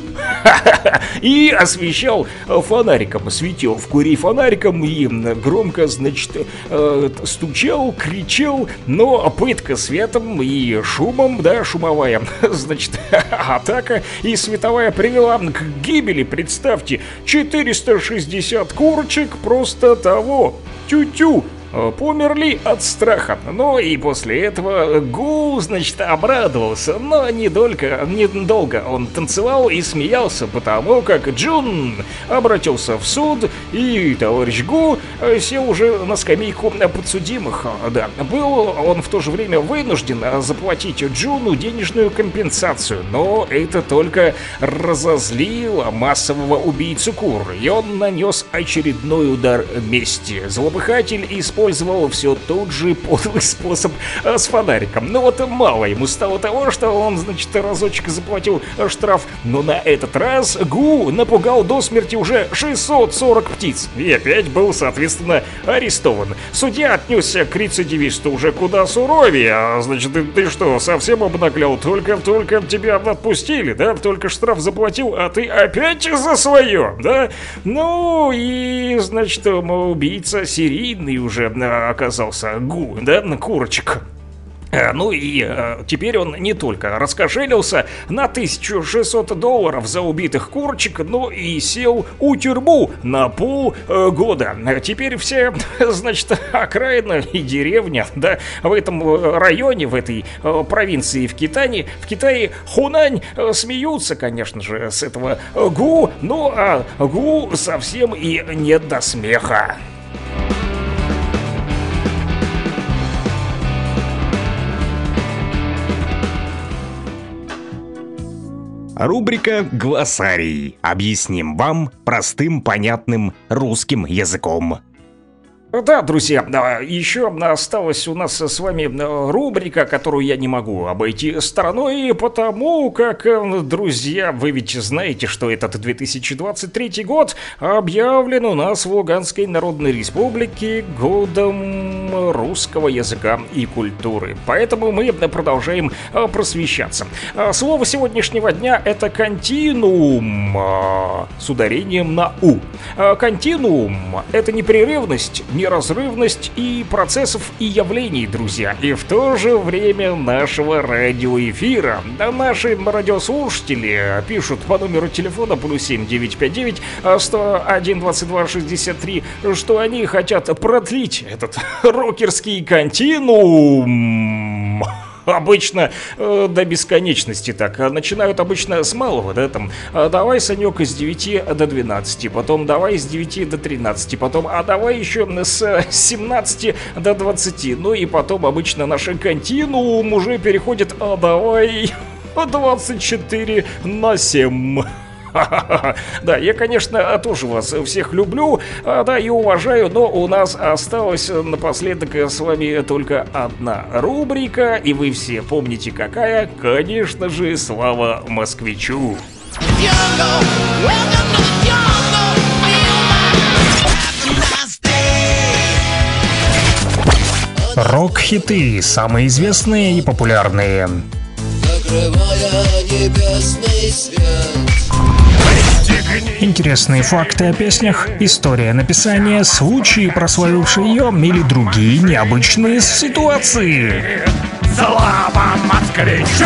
И освещал фонариком, светил в курей фонариком и громко, значит, стучал, кричал, но пытка светом и шумом, да, шумовая, значит, атака и световая привела к гибели, представьте, 460 курочек просто того, тю-тю, померли от страха. Ну и после этого Гу, значит, обрадовался, но недолго он танцевал и смеялся, потому как Джун обратился в суд, и товарищ Гу сел уже на скамейку подсудимых. Да, был он в то же время вынужден заплатить Джуну денежную компенсацию, но это только разозлило массового убийцу кур, и он нанес очередной удар мести. Злопыхатель использовал все тот же подлый способ с фонариком. Но вот мало ему стало того, что он, значит, разочек заплатил штраф, но на этот раз Гу напугал до смерти уже 640 птиц и опять был, соответственно, арестован. Судья отнесся к рецидивисту уже куда суровее. А, значит, ты что, совсем обнаглял? Только тебя отпустили, да? Только штраф заплатил, а ты опять за свое, да? Ну и, значит, убийца серийный уже оказался Гу, да, курочек. Ну и теперь он не только раскошелился на $1600 за убитых курочек, но и сел у тюрьму на полгода. Теперь все, значит, окраина и деревня, да, в этом районе, в этой провинции в Китае Хунань смеются, конечно же, с этого Гу, ну а Гу совсем и не до смеха.
Рубрика «Глоссарий». Объясним вам простым, понятным русским языком.
Да, друзья, еще осталась у нас с вами рубрика, которую я не могу обойти стороной, потому как, друзья, вы ведь знаете, что этот 2023 год объявлен у нас в Луганской Народной Республике годом русского языка и культуры. Поэтому мы продолжаем просвещаться. Слово сегодняшнего дня — это «континуум» с ударением на «у». Континуум — это непрерывность, неразрывность и процессов и явлений, друзья, и в то же время нашего радиоэфира. Наши радиослушатели пишут по номеру телефона +7 959 101 22 63, что они хотят продлить этот рокерский континуум. Обычно до бесконечности так. Начинают обычно с малого, да, там, давай, Санек, с 9 до 12, потом давай с 9 до 13, потом, давай еще с 17 до 20, ну и потом обычно наш континуум уже переходит, давай 24/7. Да, я, конечно, тоже вас всех люблю, да, и уважаю, но у нас осталась напоследок с вами только одна рубрика, и вы все помните какая, конечно же, слава москвичу.
Welcome to the jungle.
Рок-хиты, самые известные и популярные.
Закрывая небесный свет.
Интересные факты о песнях, история написания, случаи, прославившие ее, или другие необычные ситуации.
Слава москвичу!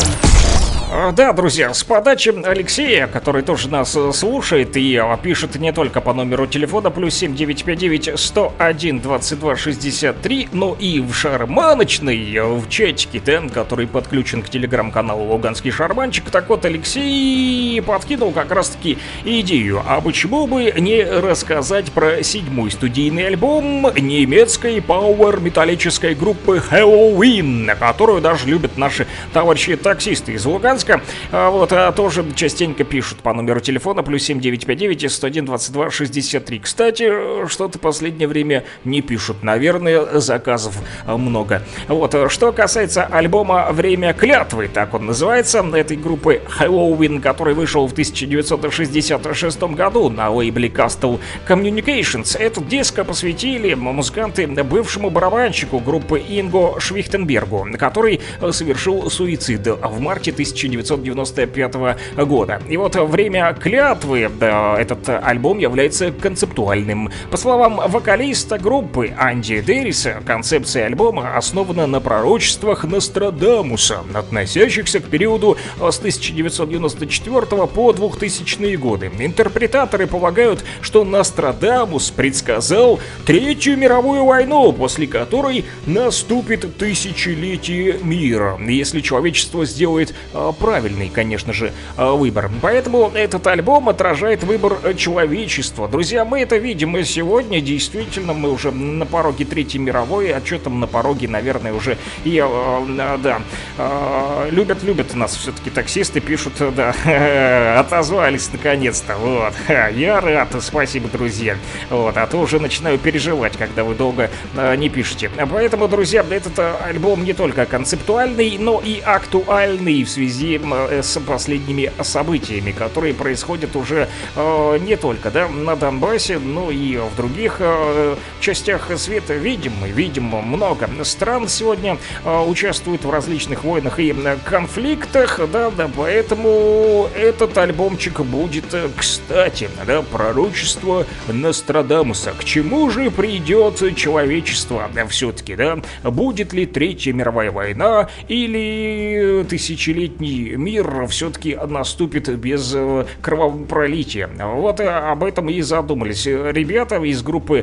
Да, друзья, с подачи Алексея, который тоже нас слушает и пишет не только по номеру телефона +7 959 101 22 63, но и в шарманочный, в чатике, да, который подключен к телеграм-каналу «Луганский шарманчик». Так вот, Алексей подкинул как раз-таки идею, а почему бы не рассказать про 7-й студийный альбом немецкой пауэр-металлической группы Helloween, которую даже любят наши товарищи-таксисты из Луганска. Вот, тоже частенько пишут по номеру телефона +7 959 101 22 63. Кстати, что-то последнее время не пишут. Наверное, заказов много. Вот, что касается альбома «Время клятвы», так он называется, этой группы Helloween, который вышел в 1966 году на лейбле Castle Communications. Этот диск посвятили музыканты бывшему барабанщику группы Инго Швихтенбергу, который совершил суицид в марте 1995 года. И вот «Время клятвы», этот альбом является концептуальным. По словам вокалиста группы Анди Дэриса, концепция альбома основана на пророчествах Нострадамуса, относящихся к периоду с 1994 по 2000 годы. Интерпретаторы полагают, что Нострадамус предсказал Третью мировую войну, после которой наступит тысячелетие мира, если человечество сделает правильный, конечно же, выбор. Поэтому этот альбом отражает выбор человечества. Друзья, мы это видим и сегодня. Действительно, мы уже на пороге Третьей мировой, а что там на пороге, наверное, уже и, да, любят нас все-таки таксисты, пишут, да, отозвались наконец-то, вот. Я рад, спасибо, друзья. Вот, а то уже начинаю переживать, когда вы долго не пишете. Поэтому, друзья, этот альбом не только концептуальный, но и актуальный в связи с последними событиями, которые происходят уже не только, да, на Донбассе, но и в других частях света. Видим много стран сегодня участвуют в различных войнах и конфликтах, да, поэтому этот альбомчик будет, кстати, да, пророчество Нострадамуса. К чему же придет человечество все-таки, да? Будет ли Третья мировая война или тысячелетний мир все-таки наступит без кровопролития? Вот об этом и задумались ребята из группы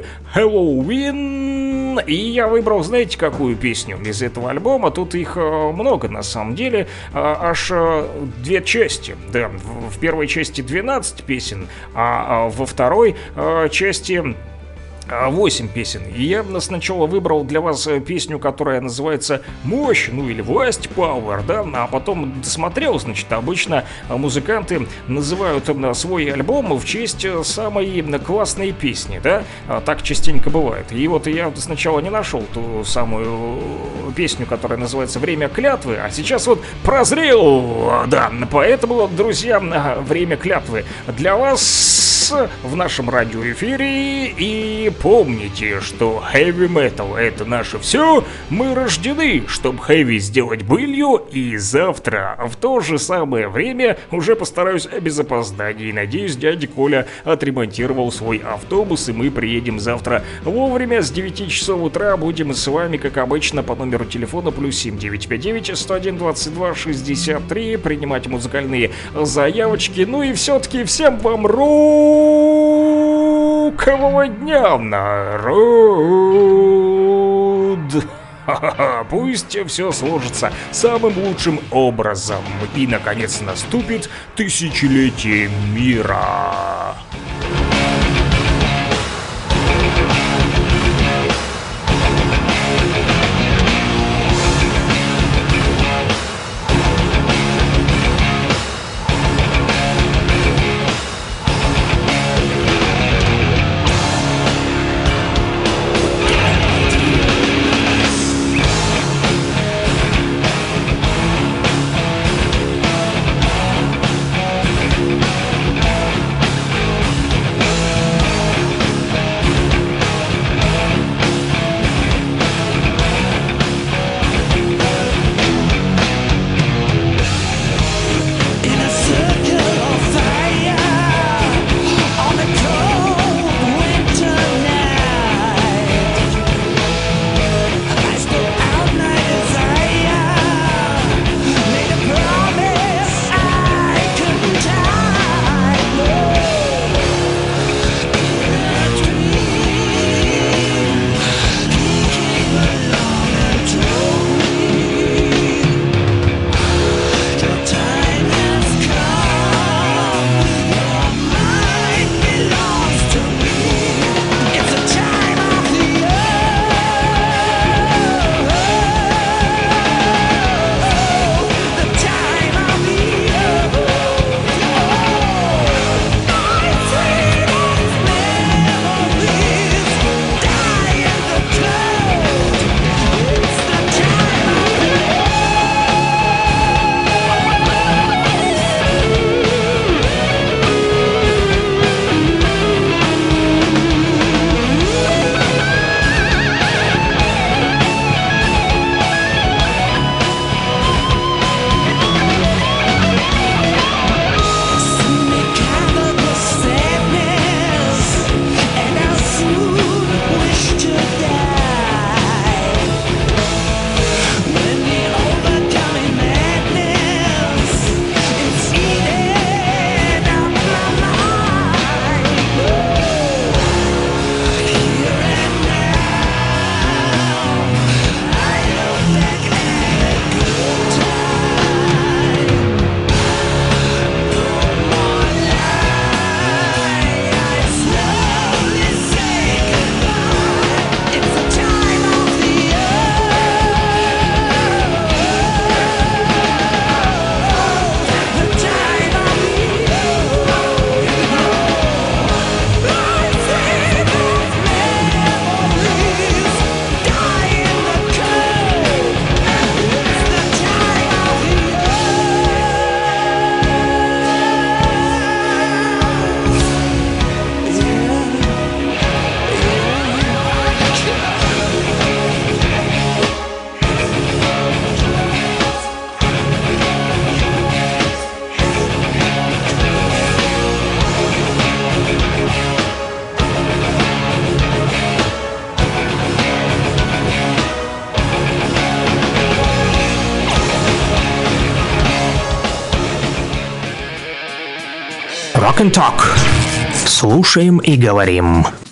Helloween. И я выбрал, знаете, какую песню из этого альбома? Тут их много, на самом деле, аж 2 части. Да, в первой части 12 песен, а во второй части 8 песен. И я сначала выбрал для вас песню, которая называется «Мощь», ну или «Власть», «Power», да, а потом досмотрел, значит, обычно музыканты называют свой альбом в честь самой классной песни, да, так частенько бывает. И вот я сначала не нашел ту самую песню, которая называется «Время клятвы», а сейчас вот прозрел, да, поэтому, друзья, «Время клятвы» для вас в нашем радиоэфире. И помните, что heavy metal — это наше все. Мы рождены, чтобы heavy сделать былью. И завтра в то же самое время уже постараюсь без опозданий. Надеюсь, дядя Коля отремонтировал свой автобус, и мы приедем завтра вовремя. С 9 часов утра будем с вами, как обычно, по номеру телефона +7 959 101 22 63 принимать музыкальные заявочки. Ну и все-таки всем вам рокового дня, народ! Пусть все сложится самым лучшим образом, и наконец наступит тысячелетие мира.
Rock and Talk. Слушаем и говорим.